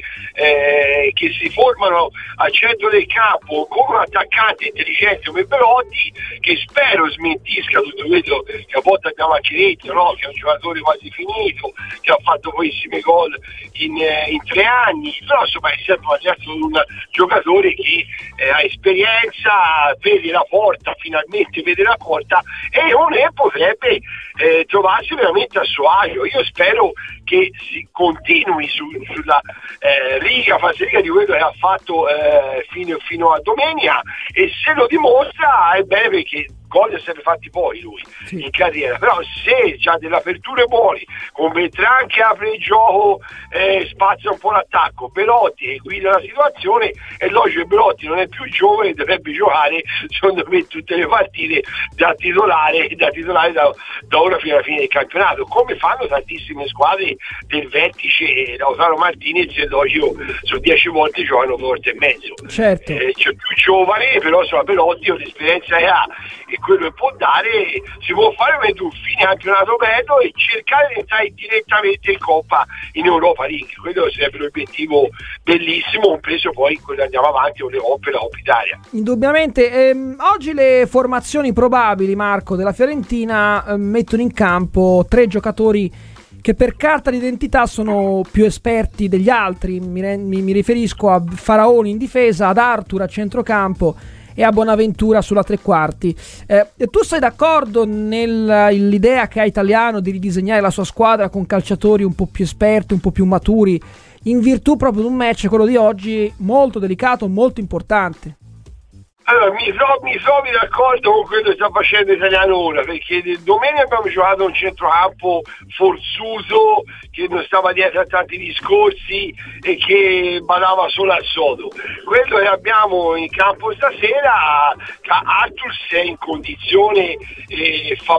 eh, che si formano al centro del campo con un attaccante intelligente come Belotti, che spero smentisca tutto quello che a volte abbiamo anche detto, no? Che è un giocatore quasi finito, che ha fatto pochissimi gol in, in tre anni, però insomma è sempre un giocatore che eh, ha esperienza, vede la porta, finalmente vede la porta, e Koné potrebbe eh, trovarsi veramente a suo agio. Io spero che si continui su, sulla eh, riga falsariga di quello che ha fatto eh, fino, fino a domenica, e se lo dimostra è bene, perché gol si è sempre fatti poi lui sì. in carriera, però se c'ha delle aperture buone, con Beltran che apre il gioco, eh, spazia un po' l'attacco, Belotti che guida la situazione, è logico che Belotti non è più giovane, dovrebbe giocare secondo me tutte le partite da titolare, da titolare da, da ora fino alla fine del campionato, come fanno tantissime squadre del vertice. Lautaro Martinez e logico su dieci volte giocano due volte e mezzo, certo. eh, c'è più giovane, però insomma Belotti con l'esperienza che ha e quello che può dare, si può fare un fine campionato bello e cercare di entrare direttamente in Coppa, in Europa League. Quello sarebbe un obiettivo bellissimo, compreso poi quello andiamo avanti con le Coppe, la Coppa Italia. Indubbiamente. Ehm, oggi le formazioni probabili, Marco, della Fiorentina eh, mettono in campo tre giocatori che per carta d'identità sono più esperti degli altri. Mi, mi, mi riferisco a Faraoni in difesa, ad Arthur a centrocampo e a Bonaventura sulla tre quarti. Eh, tu sei d'accordo nell'idea che ha Italiano di ridisegnare la sua squadra con calciatori un po' più esperti, un po' più maturi, in virtù proprio di un match, quello di oggi, molto delicato, molto importante? Allora, mi, tro- mi trovi d'accordo con quello che sta facendo Italiano ora, perché domenica abbiamo giocato un centrocampo forzuto, che non stava dietro a tanti discorsi e che badava solo al sodo. Quello che abbiamo in campo stasera, Arthur è in condizione, eh, fa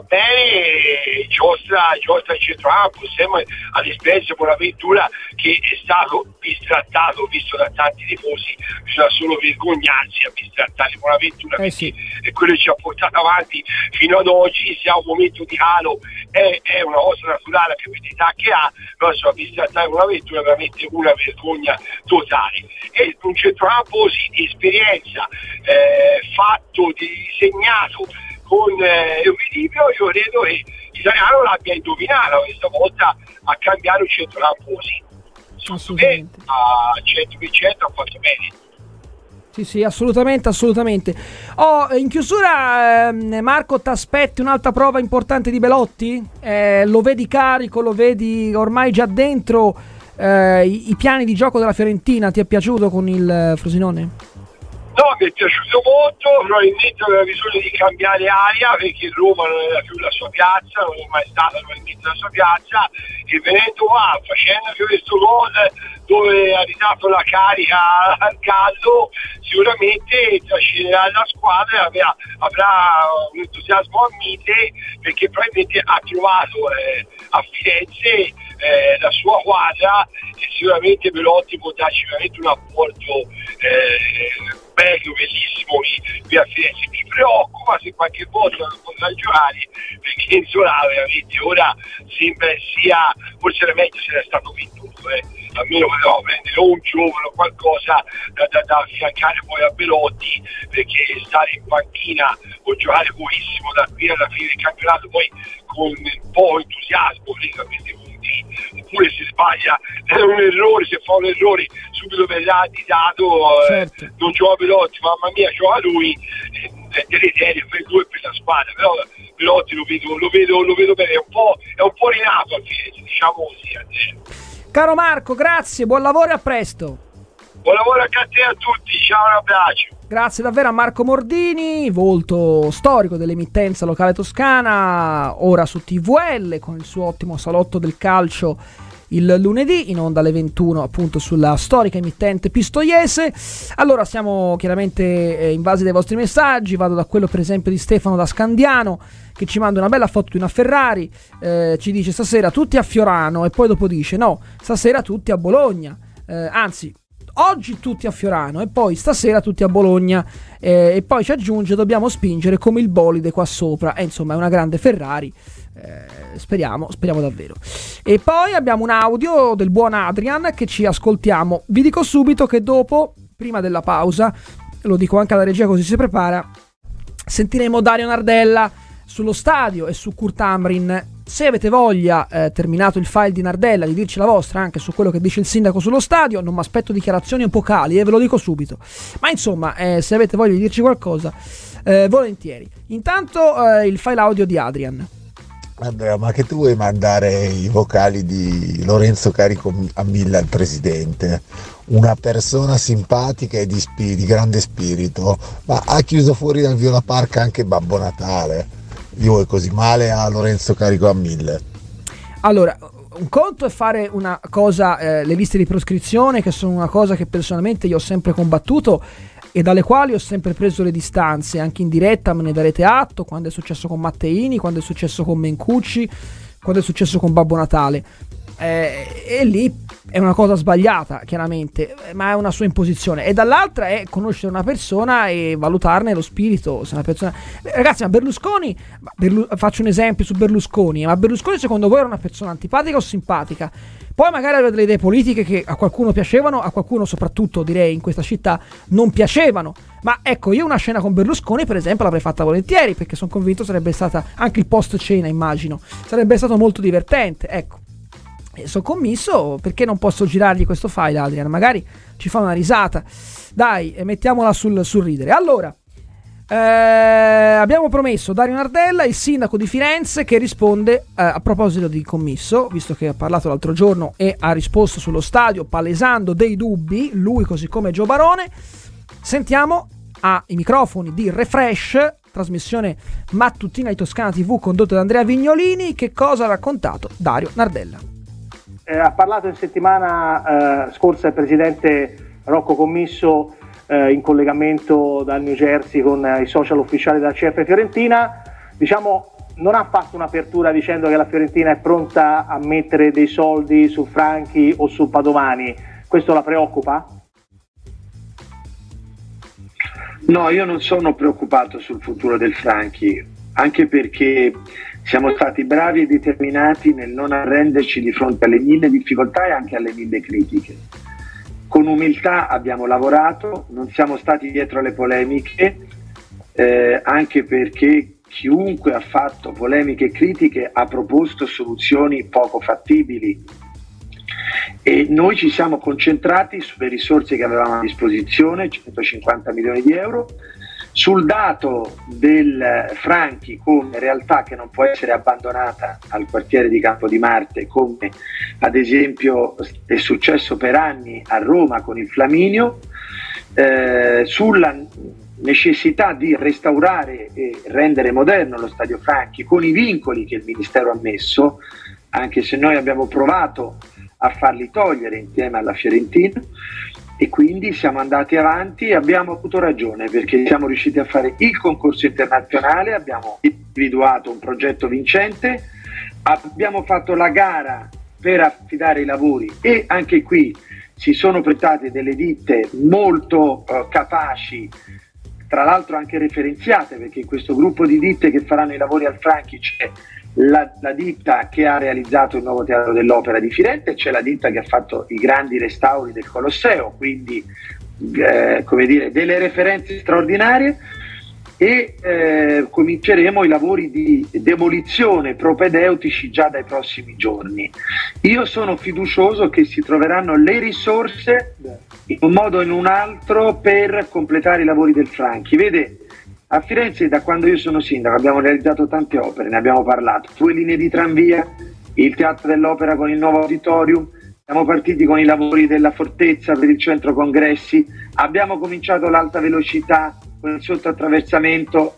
bene, giostra, giostra il centrocampo, insieme all'esperienza Bonaventura, che è stato bistrattato, visto da tanti tifosi, bisogna solo vergognarsi a bistrattare Bonaventura, eh sì. è quello che ci ha portato avanti fino ad oggi. Se ha un momento di calo è, è una cosa naturale per l'età che ha, però insomma bistrattare Bonaventura è veramente una vergogna totale. E un centrocampo così di esperienza, eh, fatto, disegnato con eh, equilibrio, io credo che l'Italiano l'abbia indovinato questa volta a cambiare un centrocampo così. assolutamente. A cento per cento ha fatto bene. Sì, sì, assolutamente, assolutamente. Oh, in chiusura, eh, Marco, ti aspetti un'altra prova importante di Belotti? Eh, lo vedi carico, lo vedi ormai già dentro eh, i, i piani di gioco della Fiorentina? Ti è piaciuto con il Frosinone? No, mi è piaciuto molto, probabilmente aveva bisogno di cambiare aria perché Roma non era più la sua piazza, non è mai stata probabilmente la sua piazza, e venendo qua, facendo questo gol dove ha ridato la carica al caldo, sicuramente trascinerà la squadra e avrà, avrà un entusiasmo a mille, perché probabilmente ha trovato eh, a Firenze eh, la sua quadra, e sicuramente Belotti può darci veramente un apporto eh, bello, bellissimo qui a Firenze. Mi preoccupa se qualche volta non potrà giocare, perché insomma veramente ora sembra sia, forse era meglio se era stato venduto, eh. almeno potevamo prendere un giovane o qualcosa da, da, da affiancare poi a Belotti, perché stare in panchina o giocare pochissimo da qui alla fine del campionato poi con un po' entusiasmo a questi punti, oppure si sbaglia è un errore, se fa un errore subito verrà additato, certo. eh, non gioca Belotti, mamma mia gioca lui, è deleterio per lui e per la squadra, però Belotti lo vedo, lo vedo, lo vedo bene, è un po', è un po' rinato a Firenze, diciamo così. Andrea. Caro Marco, grazie, buon lavoro e a presto. Buon lavoro anche a te e a tutti, ciao, un abbraccio. Grazie davvero a Marco Mordini, volto storico dell'emittenza locale toscana, ora su T V L con il suo ottimo salotto del calcio il lunedì, in onda alle ventuno appunto sulla storica emittente pistoiese. Allora siamo chiaramente eh, invasi dai vostri messaggi, vado da quello per esempio di Stefano da Scandiano che ci manda una bella foto di una Ferrari, eh, ci dice stasera tutti a Fiorano e poi dopo dice no, stasera tutti a Bologna, eh, anzi oggi tutti a Fiorano e poi stasera tutti a Bologna, eh, e poi ci aggiunge dobbiamo spingere come il bolide qua sopra, e insomma è una grande Ferrari, eh, speriamo, speriamo davvero. E poi abbiamo un audio del buon Adrian che ci ascoltiamo. Vi dico subito che dopo, prima della pausa, lo dico anche alla regia così si prepara, sentiremo Dario Nardella sullo stadio e su Kurt Amrin. Se avete voglia, eh, terminato il file di Nardella, di dirci la vostra anche su quello che dice il sindaco sullo stadio, non mi aspetto dichiarazioni epocali, eh, ve lo dico subito. Ma insomma, eh, se avete voglia di dirci qualcosa, eh, volentieri. Intanto eh, il file audio di Adrian. Andrea, ma che tu vuoi mandare i vocali di Lorenzo Carico a mille al presidente? Una persona simpatica e di, spi- di grande spirito, ma ha chiuso fuori dal Viola Park anche Babbo Natale. Gli vuoi così male a Lorenzo Carico a mille? Allora, un conto è fare una cosa, eh, le liste di proscrizione, che sono una cosa che personalmente io ho sempre combattuto e dalle quali ho sempre preso le distanze, anche in diretta me ne darete atto, quando è successo con Matteini, quando è successo con Mencucci, quando è successo con Babbo Natale. Eh, e lì è una cosa sbagliata chiaramente, ma è una sua imposizione, e dall'altra è conoscere una persona e valutarne lo spirito. Se una persona, ragazzi, ma Berlusconi, Berlu... faccio un esempio su Berlusconi, ma Berlusconi secondo voi era una persona antipatica o simpatica? Poi magari aveva delle idee politiche che a qualcuno piacevano, a qualcuno soprattutto direi in questa città non piacevano, ma ecco, io una scena con Berlusconi per esempio l'avrei fatta volentieri, perché sono convinto sarebbe stata anche il post cena, immagino sarebbe stato molto divertente, ecco. E sono commisso, perché non posso girargli questo file, Adrian? Magari ci fa una risata. Dai, mettiamola sul, sul ridere. Allora, eh, abbiamo promesso Dario Nardella, il sindaco di Firenze, che risponde eh, a proposito di commisso, visto che ha parlato l'altro giorno e ha risposto sullo stadio palesando dei dubbi, lui così come Gio Barone. Sentiamo ai microfoni di Refresh, trasmissione mattutina di Toscana tivù condotta da Andrea Vignolini, che cosa ha raccontato Dario Nardella. Eh, ha parlato in settimana eh, scorsa il presidente Rocco Commisso eh, in collegamento dal New Jersey con eh, i social ufficiali della C F Fiorentina. Diciamo, non ha fatto un'apertura dicendo che la Fiorentina è pronta a mettere dei soldi su Franchi o su Padovani. Questo la preoccupa? No, io non sono preoccupato sul futuro del Franchi, anche perché siamo stati bravi e determinati nel non arrenderci di fronte alle mille difficoltà e anche alle mille critiche. Con umiltà abbiamo lavorato, non siamo stati dietro alle polemiche, eh, anche perché chiunque ha fatto polemiche e critiche ha proposto soluzioni poco fattibili e noi ci siamo concentrati sulle risorse che avevamo a disposizione, centocinquanta milioni di euro, sul dato del Franchi come realtà che non può essere abbandonata al quartiere di Campo di Marte, come ad esempio è successo per anni a Roma con il Flaminio, eh, sulla necessità di restaurare e rendere moderno lo Stadio Franchi con i vincoli che il Ministero ha messo, anche se noi abbiamo provato a farli togliere insieme alla Fiorentina, e quindi siamo andati avanti e abbiamo avuto ragione, perché siamo riusciti a fare il concorso internazionale, abbiamo individuato un progetto vincente, abbiamo fatto la gara per affidare i lavori e anche qui si sono presentate delle ditte molto uh, capaci, tra l'altro anche referenziate, perché in questo gruppo di ditte che faranno i lavori al Franchi c'è la, la ditta che ha realizzato il nuovo Teatro dell'Opera di Firenze e c'è la ditta che ha fatto i grandi restauri del Colosseo, quindi eh, come dire, delle referenze straordinarie, e eh, cominceremo i lavori di demolizione propedeutici già dai prossimi giorni. Io sono fiducioso che si troveranno le risorse in un modo o in un altro per completare i lavori del Franchi. Vede, a Firenze da quando io sono sindaco abbiamo realizzato tante opere, ne abbiamo parlato, due linee di tranvia, il Teatro dell'Opera con il nuovo auditorium, siamo partiti con i lavori della fortezza per il centro congressi, abbiamo cominciato l'alta velocità con il sottoattraversamento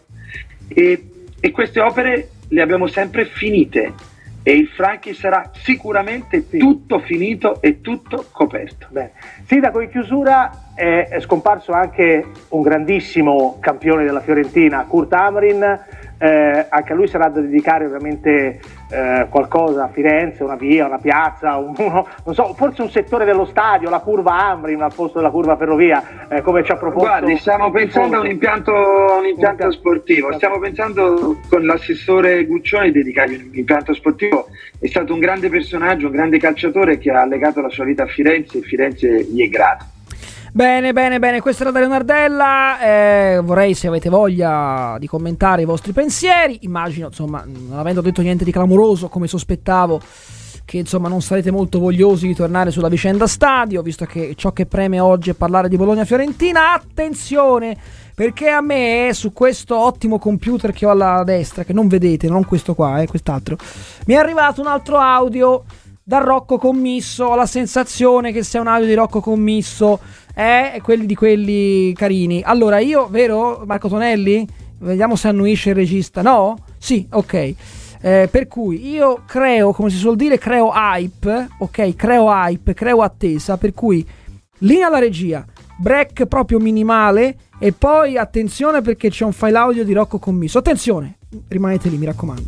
e, e queste opere le abbiamo sempre finite e il Franchi sarà sicuramente tutto finito e tutto coperto. Bene. Sindaco, in chiusura è, è scomparso anche un grandissimo campione della Fiorentina, Kurt Hamrin. Eh, anche a lui sarà da dedicare ovviamente eh, qualcosa a Firenze, una via, una piazza, un, uno, non so, forse un settore dello stadio, la curva Hamrin al posto della curva Ferrovia, eh, come ci ha proposto. Guardi, stiamo pensando a un impianto, un impianto sportivo, stiamo pensando con l'assessore Guccioni di dedicargli un impianto sportivo. È stato un grande personaggio, un grande calciatore che ha legato la sua vita a Firenze e Firenze gli è grato. Bene, bene, bene, questa era Dario Nardella, eh, vorrei, se avete voglia, di commentare i vostri pensieri. Immagino, insomma, non avendo detto niente di clamoroso, come sospettavo, che insomma non sarete molto vogliosi di tornare sulla vicenda stadio, visto che ciò che preme oggi è parlare di Bologna-Fiorentina. Attenzione, perché a me, su questo ottimo computer che ho alla destra, che non vedete, non questo qua, eh, quest'altro, mi è arrivato un altro audio da Rocco Commisso. Ho la sensazione che sia un audio di Rocco Commisso, è quelli di quelli carini. Allora, io, vero Marco Tonelli? Vediamo se annuisce il regista. No? Sì, ok. Eh, per cui io creo, come si suol dire, creo hype, ok? Creo hype, creo attesa, per cui linea alla regia, break proprio minimale e poi attenzione perché c'è un file audio di Rocco Commisso. Attenzione, rimanete lì, mi raccomando.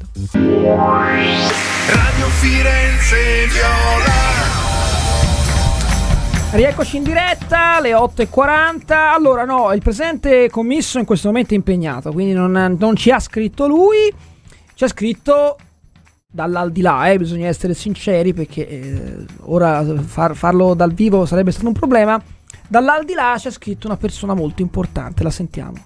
Radio Firenze Viola. Rieccoci in diretta, le otto e quaranta. Allora no, il presidente Commisso in questo momento è impegnato, quindi non, non ci ha scritto lui, ci ha scritto dall'aldilà, eh, bisogna essere sinceri perché eh, ora far, farlo dal vivo sarebbe stato un problema. Dall'aldilà ci ha scritto una persona molto importante, la sentiamo.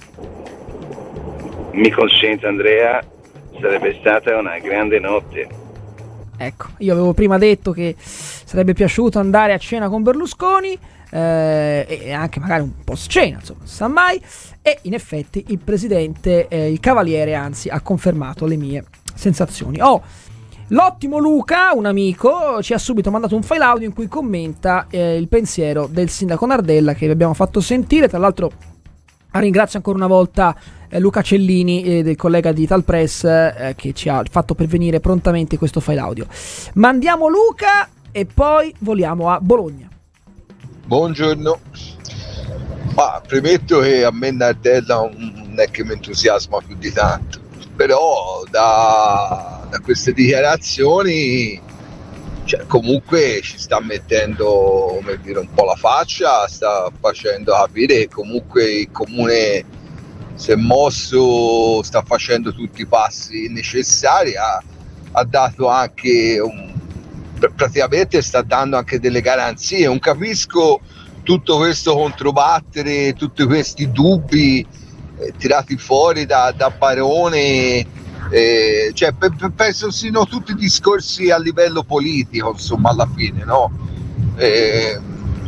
Mi consente Andrea, sarebbe stata una grande notte. Ecco, io avevo prima detto che sarebbe piaciuto andare a cena con Berlusconi eh, e anche magari un post cena, insomma, non sa mai, e in effetti il presidente, eh, il cavaliere anzi, ha confermato le mie sensazioni. Oh, l'ottimo Luca, un amico, ci ha subito mandato un file audio in cui commenta eh, il pensiero del sindaco Nardella che vi abbiamo fatto sentire. Tra l'altro ringrazio ancora una volta eh, Luca Cellini, eh, del collega di Italpress, eh, che ci ha fatto pervenire prontamente questo file audio. Mandiamo Luca e poi voliamo a Bologna. Buongiorno. Ma premetto che a me Nardella non è che mi entusiasma più di tanto, però da, da queste dichiarazioni, cioè, comunque ci sta mettendo, come dire, un po' la faccia, sta facendo capire che comunque il comune si è mosso, sta facendo tutti i passi necessari, ha, ha dato anche un, praticamente sta dando anche delle garanzie. Non capisco tutto questo controbattere, tutti questi dubbi eh, tirati fuori da, da Barone. Eh, cioè, pe- pe- penso siano tutti discorsi a livello politico, insomma, alla fine, no? E,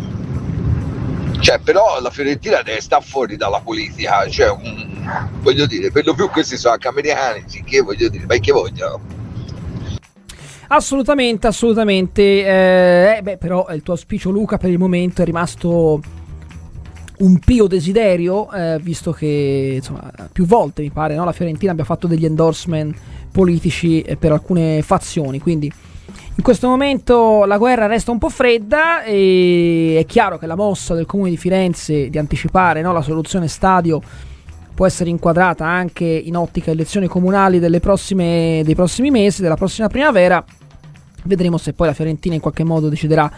cioè, però la Fiorentina deve stare fuori dalla politica, cioè, un, voglio dire, per lo più questi sono anche americani, sicché voglio dire, ma che vogliono? Assolutamente, assolutamente. Eh, beh, però il tuo auspicio, Luca, per il momento è rimasto un pio desiderio, eh, visto che insomma più volte mi pare, no, la Fiorentina abbia fatto degli endorsement politici eh, per alcune fazioni, quindi in questo momento la guerra resta un po' fredda e è chiaro che la mossa del Comune di Firenze di anticipare, no, la soluzione stadio può essere inquadrata anche in ottica elezioni comunali delle prossime, dei prossimi mesi, della prossima primavera. Vedremo se poi la Fiorentina in qualche modo deciderà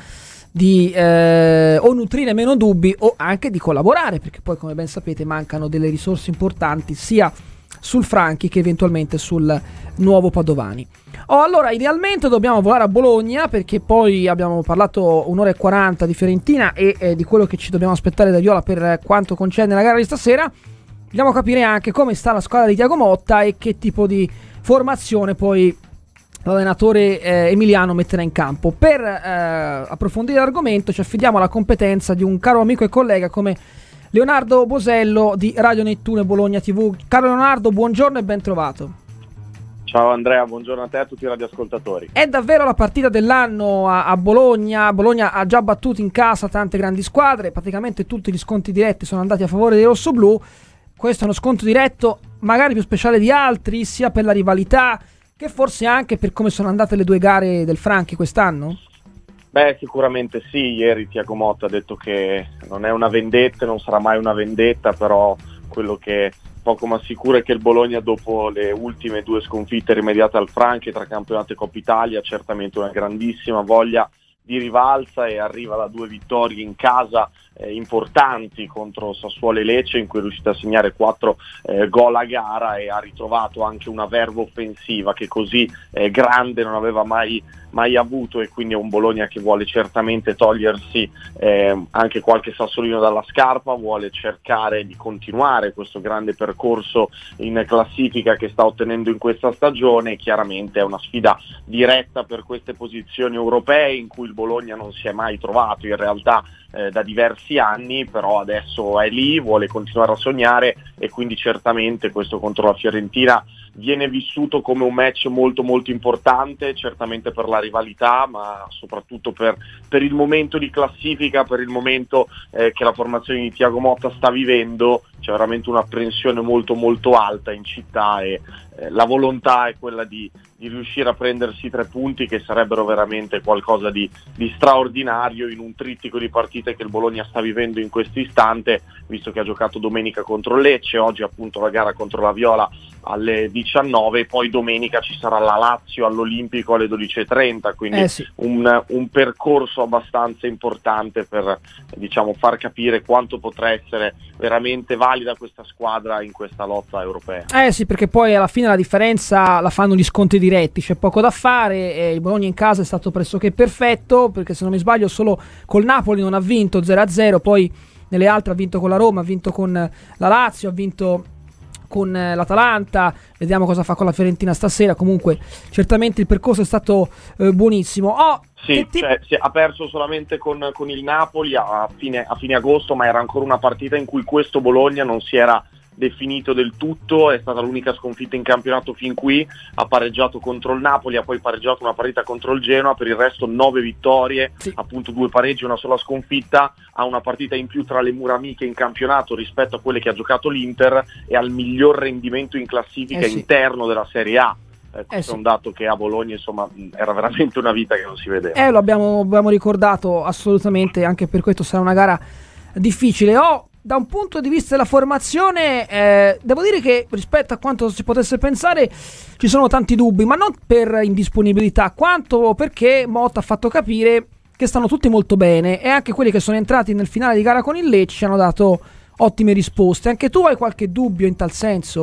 di eh, o nutrire meno dubbi o anche di collaborare, perché poi, come ben sapete, mancano delle risorse importanti sia sul Franchi che eventualmente sul nuovo Padovani. Oh, allora idealmente dobbiamo volare a Bologna, perché poi abbiamo parlato un'ora e quaranta di Fiorentina e eh, di quello che ci dobbiamo aspettare da Viola per quanto concerne la gara di stasera. Vogliamo capire anche come sta la squadra di Thiago Motta e che tipo di formazione poi l'allenatore eh, Emiliano metterà in campo. Per eh, approfondire l'argomento ci affidiamo alla competenza di un caro amico e collega come Leonardo Bosello di Radio Nettuno e Bologna tivù. Caro Leonardo, buongiorno e ben trovato. Ciao Andrea, buongiorno a te e a tutti i radioascoltatori. È davvero la partita dell'anno a, a Bologna. Bologna ha già battuto in casa tante grandi squadre, praticamente tutti gli sconti diretti sono andati a favore dei rossoblù. Questo è uno sconto diretto magari più speciale di altri, sia per la rivalità che forse anche per come sono andate le due gare del Franchi quest'anno? Beh, sicuramente sì. Ieri Thiago Motta ha detto che non è una vendetta, non sarà mai una vendetta, però quello che poco ma sicuro è che il Bologna, dopo le ultime due sconfitte rimediate al Franchi tra campionato e Coppa Italia, ha certamente una grandissima voglia di rivalsa e arriva da due vittorie in casa eh, importanti contro Sassuolo e Lecce, in cui è riuscito a segnare quattro eh, gol a gara e ha ritrovato anche una verve offensiva che così eh, grande non aveva mai, mai avuto, e quindi è un Bologna che vuole certamente togliersi eh, anche qualche sassolino dalla scarpa, vuole cercare di continuare questo grande percorso in classifica che sta ottenendo in questa stagione. Chiaramente è una sfida diretta per queste posizioni europee in cui il Bologna non si è mai trovato in realtà eh, da diversi anni, però adesso è lì, vuole continuare a sognare e quindi certamente questo contro la Fiorentina viene vissuto come un match molto molto importante, certamente per la rivalità, ma soprattutto per, per il momento di classifica, per il momento eh, che la formazione di Thiago Motta sta vivendo. C'è veramente un'apprensione molto molto alta in città e eh, la volontà è quella di, di riuscire a prendersi tre punti che sarebbero veramente qualcosa di, di straordinario in un trittico di partite che il Bologna sta vivendo in questo istante, visto che ha giocato domenica contro Lecce, oggi appunto la gara contro la Viola alle diciannove, poi domenica ci sarà la Lazio all'Olimpico alle dodici e trenta, quindi eh sì. un, un percorso abbastanza importante per diciamo far capire quanto potrà essere veramente valida questa squadra in questa lotta europea. Eh sì, perché poi alla fine la differenza la fanno gli scontri diretti, c'è poco da fare e il Bologna in casa è stato pressoché perfetto, perché se non mi sbaglio solo col Napoli non ha vinto zero a zero, poi nelle altre ha vinto con la Roma, ha vinto con la Lazio, ha vinto con l'Atalanta, vediamo cosa fa con la Fiorentina stasera. Comunque certamente il percorso è stato eh, buonissimo. Oh, sì, ti... cioè, si ha perso solamente con, con il Napoli a fine, a fine agosto, ma era ancora una partita in cui questo Bologna non si era definito del tutto, è stata l'unica sconfitta in campionato fin qui, ha pareggiato contro il Napoli, ha poi pareggiato una partita contro il Genoa, per il resto nove vittorie, sì. appunto due pareggi, una sola sconfitta, ha una partita in più tra le mura amiche in campionato rispetto a quelle che ha giocato l'Inter e al miglior rendimento in classifica eh sì. interno della Serie A. Eh, questo eh sì. è un dato che a Bologna insomma era veramente una vita che non si vedeva. Eh, lo abbiamo, abbiamo ricordato assolutamente, anche per questo sarà una gara difficile. Oh, da un punto di vista della formazione eh, devo dire che rispetto a quanto si potesse pensare ci sono tanti dubbi, ma non per indisponibilità quanto perché Motta ha fatto capire che stanno tutti molto bene e anche quelli che sono entrati nel finale di gara con il Lecce hanno dato ottime risposte. Anche tu hai qualche dubbio in tal senso?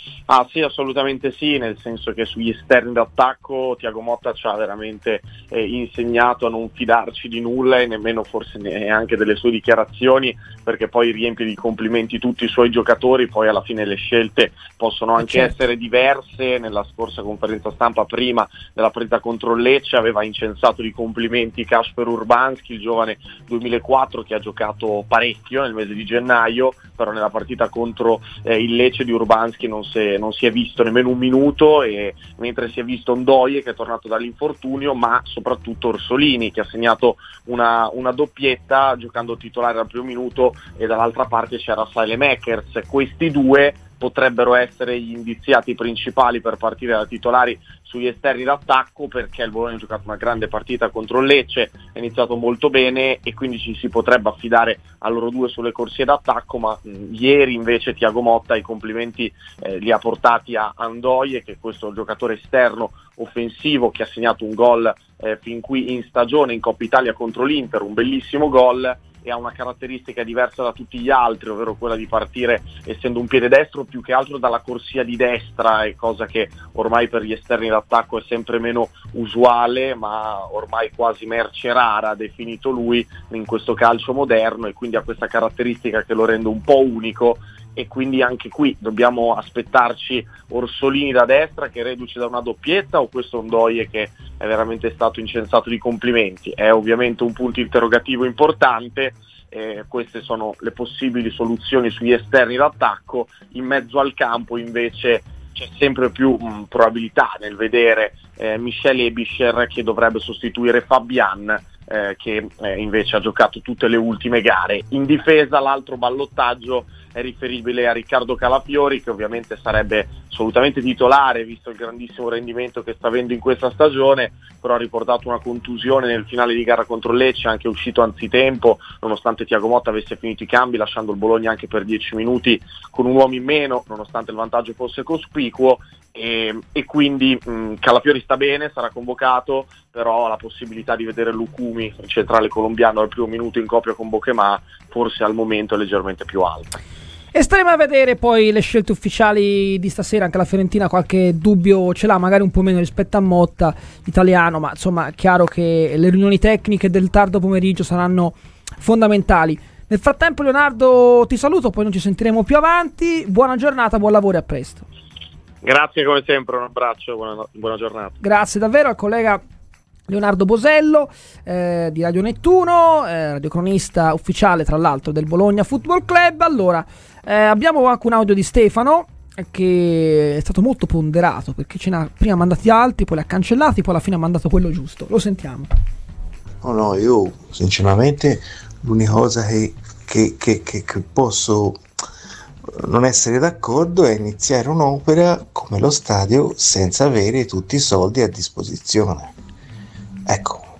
Ah sì, assolutamente sì, nel senso che sugli esterni d'attacco Thiago Motta ci ha veramente eh, insegnato a non fidarci di nulla e nemmeno forse neanche delle sue dichiarazioni, perché poi riempie di complimenti tutti i suoi giocatori, poi alla fine le scelte possono anche certo. essere diverse. Nella scorsa conferenza stampa prima della partita contro il Lecce aveva incensato di complimenti Kasper Urbanski, il giovane duemilaquattro che ha giocato parecchio nel mese di gennaio, però nella partita contro eh, il Lecce di Urbanski non si, è, non si è visto nemmeno un minuto, e mentre si è visto Ndoye che è tornato dall'infortunio, ma soprattutto Orsolini che ha segnato una, una doppietta giocando titolare al primo minuto, e dall'altra parte c'era Saelemaekers. Questi due potrebbero essere gli indiziati principali per partire da titolari sugli esterni d'attacco, perché il Bologna ha giocato una grande partita contro il Lecce, è iniziato molto bene e quindi ci si potrebbe affidare a loro due sulle corsie d'attacco, ma mh, ieri invece Thiago Motta i complimenti eh, li ha portati a Ndoye, che è questo giocatore esterno offensivo che ha segnato un gol eh, fin qui in stagione in Coppa Italia contro l'Inter, un bellissimo gol, e ha una caratteristica diversa da tutti gli altri, ovvero quella di partire essendo un piede destro più che altro dalla corsia di destra, è cosa che ormai per gli esterni d'attacco è sempre meno usuale, ma ormai quasi merce rara, ha definito lui, in questo calcio moderno, e quindi ha questa caratteristica che lo rende un po' unico. E quindi anche qui dobbiamo aspettarci Orsolini da destra che reduce da una doppietta, o questo Ndoye che è veramente stato incensato di complimenti? È ovviamente un punto interrogativo importante. Eh, queste sono le possibili soluzioni sugli esterni d'attacco. In mezzo al campo invece c'è sempre più mh, probabilità nel vedere eh, Michel Ebischer che dovrebbe sostituire Fabian, eh, che eh, invece ha giocato tutte le ultime gare. In difesa l'altro ballottaggio è riferibile a Riccardo Calafiori, che ovviamente sarebbe assolutamente titolare visto il grandissimo rendimento che sta avendo in questa stagione, però ha riportato una contusione nel finale di gara contro Lecce, anche uscito anzitempo nonostante Thiago Motta avesse finito i cambi, lasciando il Bologna anche per dieci minuti con un uomo in meno nonostante il vantaggio fosse cospicuo. E, e quindi mh, Calafiori sta bene, sarà convocato, però la possibilità di vedere Lucumi, il centrale colombiano, al primo minuto in coppia con Bochemà forse al momento è leggermente più alta. E staremo a vedere poi le scelte ufficiali di stasera. Anche la Fiorentina qualche dubbio ce l'ha, magari un po' meno rispetto a Motta, italiano, ma insomma è chiaro che le riunioni tecniche del tardo pomeriggio saranno fondamentali. Nel frattempo Leonardo ti saluto, poi non ci sentiremo più avanti. Buona giornata, buon lavoro e a presto. Grazie come sempre, un abbraccio, buona, buona giornata. Grazie davvero al collega Leonardo Bosello eh, di Radio Nettuno, eh, radiocronista ufficiale tra l'altro del Bologna Football Club. Allora, eh, abbiamo anche un audio di Stefano che è stato molto ponderato, perché ce n'ha prima mandati altri, poi li ha cancellati, poi alla fine ha mandato quello giusto. Lo sentiamo. No, no, io sinceramente l'unica cosa che, che, che, che, che posso non essere d'accordo è iniziare un'opera come lo stadio senza avere tutti i soldi a disposizione. Ecco,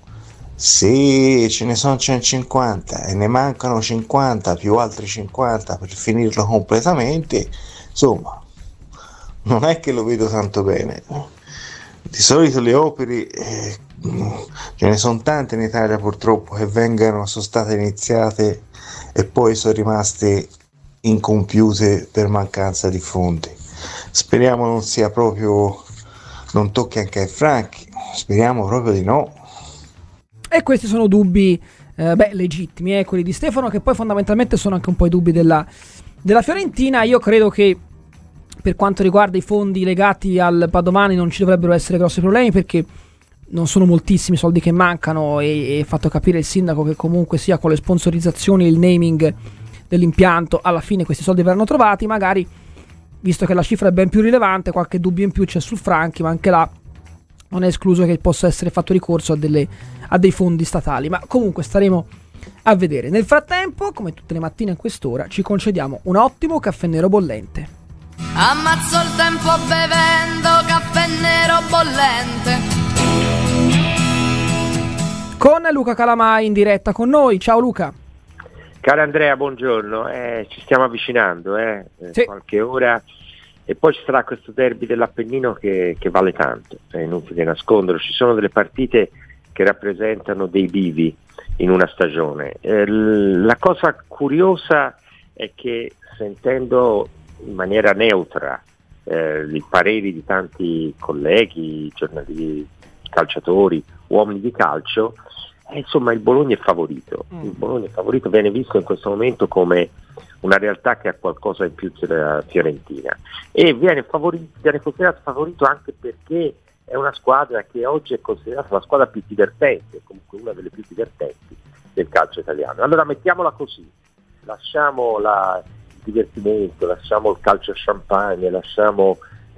se ce ne sono centocinquanta e ne mancano cinquanta più altri cinquanta per finirlo completamente, insomma, non è che lo vedo tanto bene. Di solito le opere eh, ce ne sono tante in Italia purtroppo che vengono, sono state iniziate e poi sono rimaste incompiute per mancanza di fondi. Speriamo non sia proprio, non tocchi anche ai franchi, speriamo proprio di no. E questi sono dubbi eh, beh, legittimi, eh, quelli di Stefano, che poi fondamentalmente sono anche un po' i dubbi della, della Fiorentina. Io credo che per quanto riguarda i fondi legati al Padomani non ci dovrebbero essere grossi problemi, perché non sono moltissimi soldi che mancano, e ha fatto capire il sindaco che comunque sia con le sponsorizzazioni e il naming dell'impianto alla fine questi soldi verranno trovati. Magari, visto che la cifra è ben più rilevante, qualche dubbio in più c'è sul Franchi, ma anche là non è escluso che possa essere fatto ricorso a, delle, a dei fondi statali, ma comunque staremo a vedere. Nel frattempo, come tutte le mattine a quest'ora, ci concediamo un ottimo caffè nero bollente. Ammazzo il tempo bevendo caffè nero bollente. Con Luca Calamai in diretta con noi. Ciao Luca. Caro Andrea, buongiorno. Eh, ci stiamo avvicinando, eh, sì. qualche ora, e poi ci sarà questo derby dell'Appennino che, che vale tanto, è inutile nasconderlo. Ci sono delle partite che rappresentano dei bivi in una stagione. Eh, la cosa curiosa è che, sentendo in maniera neutra eh, i pareri di tanti colleghi, giornalisti, calciatori, uomini di calcio, eh, insomma il Bologna è favorito. Mm. Il Bologna è favorito, viene visto in questo momento come una realtà che ha qualcosa in più della Fiorentina e viene, favori- viene considerato favorito anche perché è una squadra che oggi è considerata la squadra più divertente, comunque una delle più divertenti del calcio italiano. Allora mettiamola così, lasciamo la, il divertimento, lasciamo il calcio champagne, lasciamo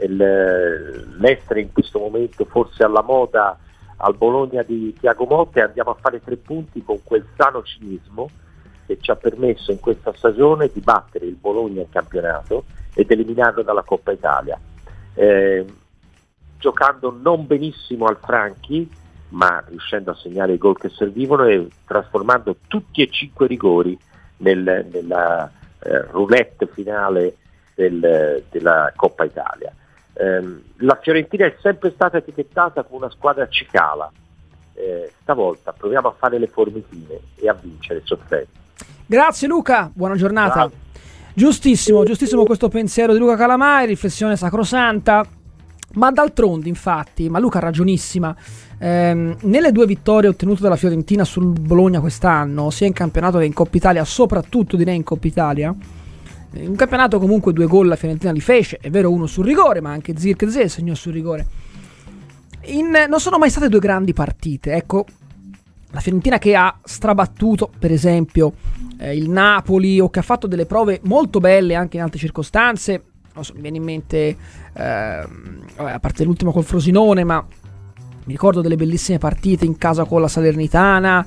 il, l'essere in questo momento forse alla moda al Bologna di Thiago Motta e andiamo a fare tre punti con quel sano cinismo che ci ha permesso in questa stagione di battere il Bologna in campionato ed eliminarlo dalla Coppa Italia, eh, giocando non benissimo al Franchi, ma riuscendo a segnare i gol che servivano e trasformando tutti e cinque i rigori nel, nella eh, roulette finale del, della Coppa Italia. Eh, la Fiorentina è sempre stata etichettata come una squadra cicala, eh, stavolta proviamo a fare le formitine e a vincere soffrendo. Grazie Luca, buona giornata. Ciao. Giustissimo, giustissimo questo pensiero di Luca Calamai, riflessione sacrosanta, ma d'altronde infatti, ma Luca ha ragionissima, ehm, nelle due vittorie ottenute dalla Fiorentina sul Bologna quest'anno, sia in campionato che in Coppa Italia, soprattutto direi in Coppa Italia, in campionato comunque due gol la Fiorentina li fece, è vero uno sul rigore, ma anche Zirkzee segnò sul rigore. In, non sono mai state due grandi partite, ecco. La Fiorentina che ha strabattuto, per esempio, eh, il Napoli o che ha fatto delle prove molto belle anche in altre circostanze, non so, mi viene in mente, eh, a parte l'ultimo col Frosinone, ma mi ricordo delle bellissime partite in casa con la Salernitana,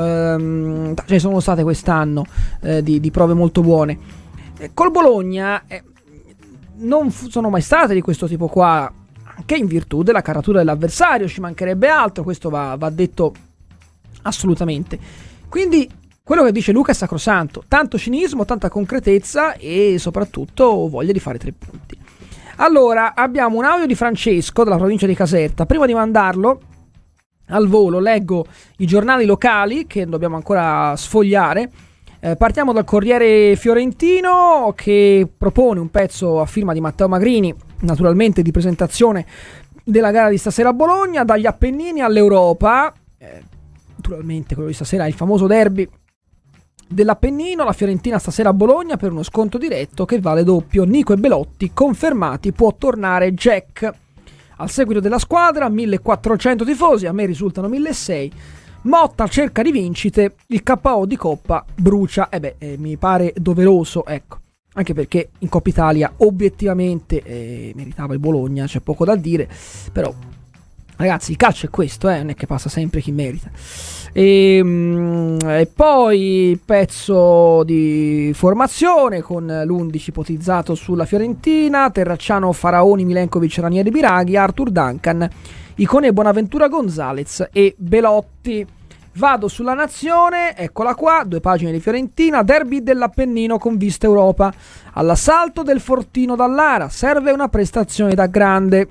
ehm, ce ne sono state quest'anno eh, di, di prove molto buone. Eh, col Bologna eh, non fu, sono mai state di questo tipo qua, anche in virtù della caratura dell'avversario, ci mancherebbe altro, questo va, va detto assolutamente. Quindi quello che dice Luca è sacrosanto, tanto cinismo, tanta concretezza e soprattutto voglia di fare tre punti. Allora abbiamo un audio di Francesco dalla provincia di Caserta. Prima di mandarlo al volo leggo i giornali locali che dobbiamo ancora sfogliare. Eh, partiamo dal Corriere Fiorentino che propone un pezzo a firma di Matteo Magrini, naturalmente di presentazione della gara di stasera a Bologna, dagli Appennini all'Europa. eh, Naturalmente quello di stasera è il famoso derby dell'Appennino. La Fiorentina stasera a Bologna per uno sconto diretto che vale doppio. Nico e Belotti confermati, può tornare Jack. Al seguito della squadra millequattrocento tifosi, a me risultano milleseicento. Motta cerca rivincite, il K O di Coppa brucia. E eh beh, eh, mi pare doveroso, ecco. Anche perché in Coppa Italia obiettivamente eh, meritava il Bologna, c'è poco da dire, però ragazzi il calcio è questo, eh, non è che passa sempre chi merita. E, e poi pezzo di formazione con l'undici ipotizzato sulla Fiorentina: Terracciano, Faraoni, Milenkovic, Ranieri, Biraghi, Arthur Duncan, Icone, Bonaventura, Gonzalez e Belotti. Vado sulla Nazione, eccola qua, due pagine di Fiorentina. Derby dell'Appennino con vista Europa, all'assalto del Fortino Dallara, serve una prestazione da grande.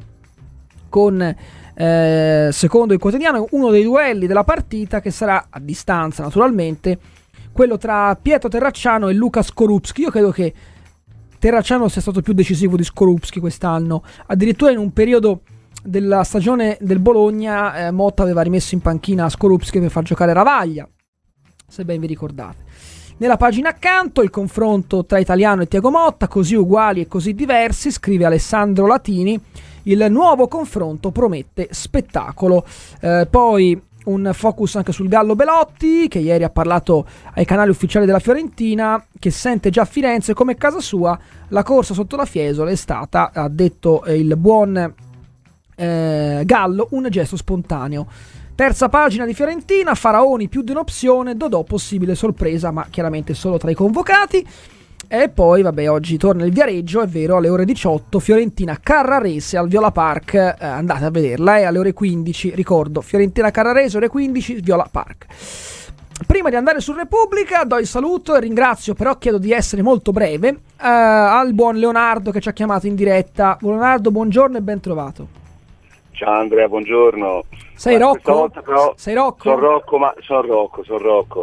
Con Eh, secondo il quotidiano uno dei duelli della partita, che sarà a distanza naturalmente, quello tra Pietro Terracciano e Luca Skorupski. Io credo che Terracciano sia stato più decisivo di Skorupski quest'anno, addirittura in un periodo della stagione del Bologna eh, Motta aveva rimesso in panchina Skorupski per far giocare Ravaglia, se ben vi ricordate. Nella pagina accanto il confronto tra Italiano e Thiago Motta, così uguali e così diversi, scrive Alessandro Latini. Il nuovo confronto promette spettacolo. Eh, poi un focus anche sul Gallo Belotti, che ieri ha parlato ai canali ufficiali della Fiorentina, che sente già Firenze come casa sua. La corsa sotto la Fiesole è stata, ha detto eh, il buon eh, Gallo, un gesto spontaneo. Terza pagina di Fiorentina: Faraoni più di un'opzione, Dodò possibile sorpresa, ma chiaramente solo tra i convocati. E poi, vabbè, oggi torna il Viareggio, è vero, alle ore diciotto, Fiorentina Carrarese al Viola Park, eh, andate a vederla, e alle ore quindici, ricordo, Fiorentina Carrarese, ore quindici, Viola Park. Prima di andare su Repubblica, do il saluto e ringrazio, però chiedo di essere molto breve, eh, al buon Leonardo che ci ha chiamato in diretta. Leonardo, buongiorno e ben trovato. Ciao Andrea, buongiorno. Sei ma Rocco? Però Sei Rocco? Sono Rocco, ma sono Rocco, sono Rocco.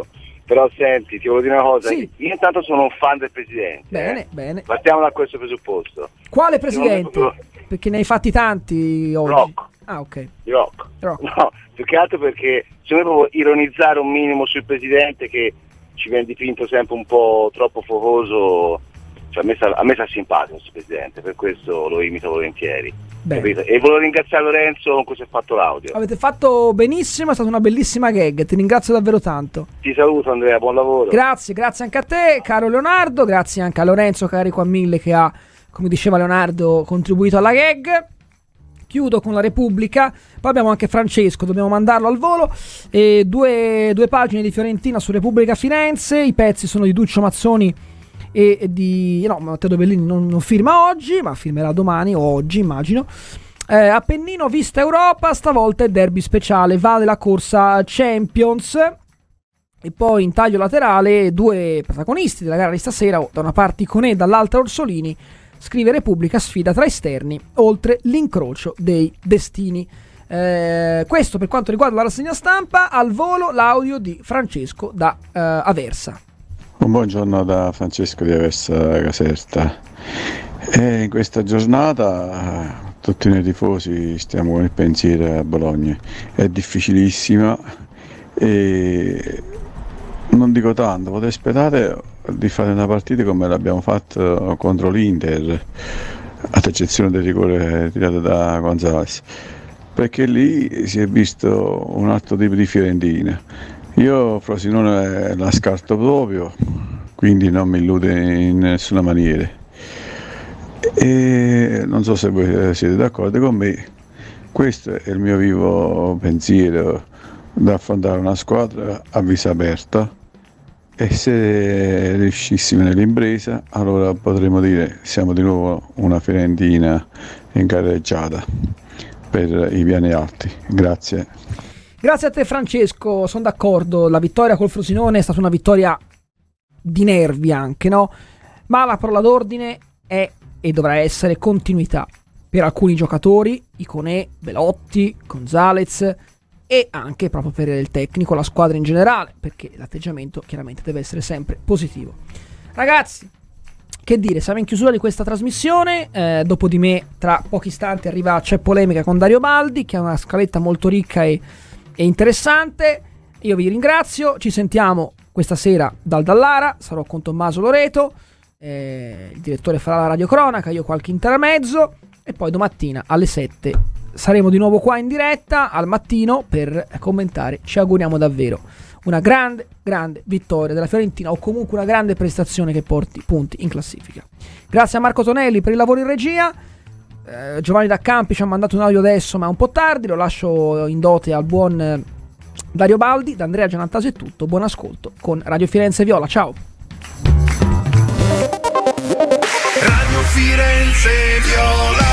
Però senti, ti voglio dire una cosa, Sì. io intanto sono un fan del presidente. Bene, eh. bene. Partiamo da questo presupposto. Quale presidente? Secondo me Perché ne hai fatti tanti oggi. Rocco. Ah, ok. Di Rocco. Rocco. No, più che altro perché secondo me proprio ironizzare un minimo sul presidente che ci viene dipinto sempre un po' troppo focoso, cioè a me sta, a me sta simpatico questo presidente, per questo lo imito volentieri. Capito? E volevo ringraziare Lorenzo con cui si è fatto l'audio. Avete fatto benissimo, è stata una bellissima gag, ti ringrazio davvero tanto. Ti saluto Andrea, buon lavoro. Grazie, grazie anche a te, caro Leonardo, grazie anche a Lorenzo Carico a mille che ha, come diceva Leonardo, contribuito alla gag. Chiudo con la Repubblica, poi abbiamo anche Francesco, dobbiamo mandarlo al volo, e due, due pagine di Fiorentina su Repubblica Firenze, i pezzi sono di Duccio Mazzoni e di... no, Matteo Bellini non, non firma oggi, ma firmerà domani o oggi immagino. Eh, Appennino Vista Europa, stavolta è derby speciale, va della corsa Champions. E poi in taglio laterale due protagonisti della gara di stasera, da una parte Iconè, dall'altra Orsolini. Scrive Repubblica, sfida tra esterni, oltre l'incrocio dei destini. Eh, questo per quanto riguarda la rassegna stampa. Al volo l'audio di Francesco da eh, Aversa. Un buongiorno da Francesco di Aversa Caserta. E in questa giornata tutti noi tifosi stiamo con il pensiero a Bologna. È difficilissima e non dico tanto, potrei sperare di fare una partita come l'abbiamo fatto contro l'Inter, ad eccezione del rigore tirato da Gonzalez, perché lì si è visto un altro tipo di Fiorentina. Io Frosinone la scarto proprio, quindi non mi illude in nessuna maniera, e non so se voi siete d'accordo con me. Questo è il mio vivo pensiero da affrontare una squadra a viso aperto, e se riuscissimo nell'impresa allora potremmo dire siamo di nuovo una Fiorentina in gareggiata per i piani alti. Grazie. Grazie a te Francesco, sono d'accordo, la vittoria col Frosinone è stata una vittoria di nervi anche, no? Ma la parola d'ordine è e dovrà essere continuità per alcuni giocatori, Iconè, Belotti, Gonzalez, e anche proprio per il tecnico, la squadra in generale, perché l'atteggiamento chiaramente deve essere sempre positivo. Ragazzi, che dire, siamo in chiusura di questa trasmissione, eh, dopo di me tra pochi istanti arriva C'è polemica con Dario Baldi, che ha una scaletta molto ricca e, e interessante. Io vi ringrazio, ci sentiamo questa sera dal Dallara, sarò con Tommaso Loreto, eh, il direttore farà la radiocronaca, io qualche intermezzo, e poi domattina alle sette saremo di nuovo qua in diretta al mattino per commentare. Ci auguriamo davvero una grande, grande vittoria della Fiorentina, o comunque una grande prestazione che porti punti in classifica. Grazie a Marco Tonelli per il lavoro in regia. eh, Giovanni Da Campi ci ha mandato un audio adesso, ma è un po' tardi, lo lascio in dote al buon eh, Dario Baldi. Da Andrea Giannattaso è tutto, buon ascolto con Radio Firenze Viola, ciao. Radio Firenze Viola.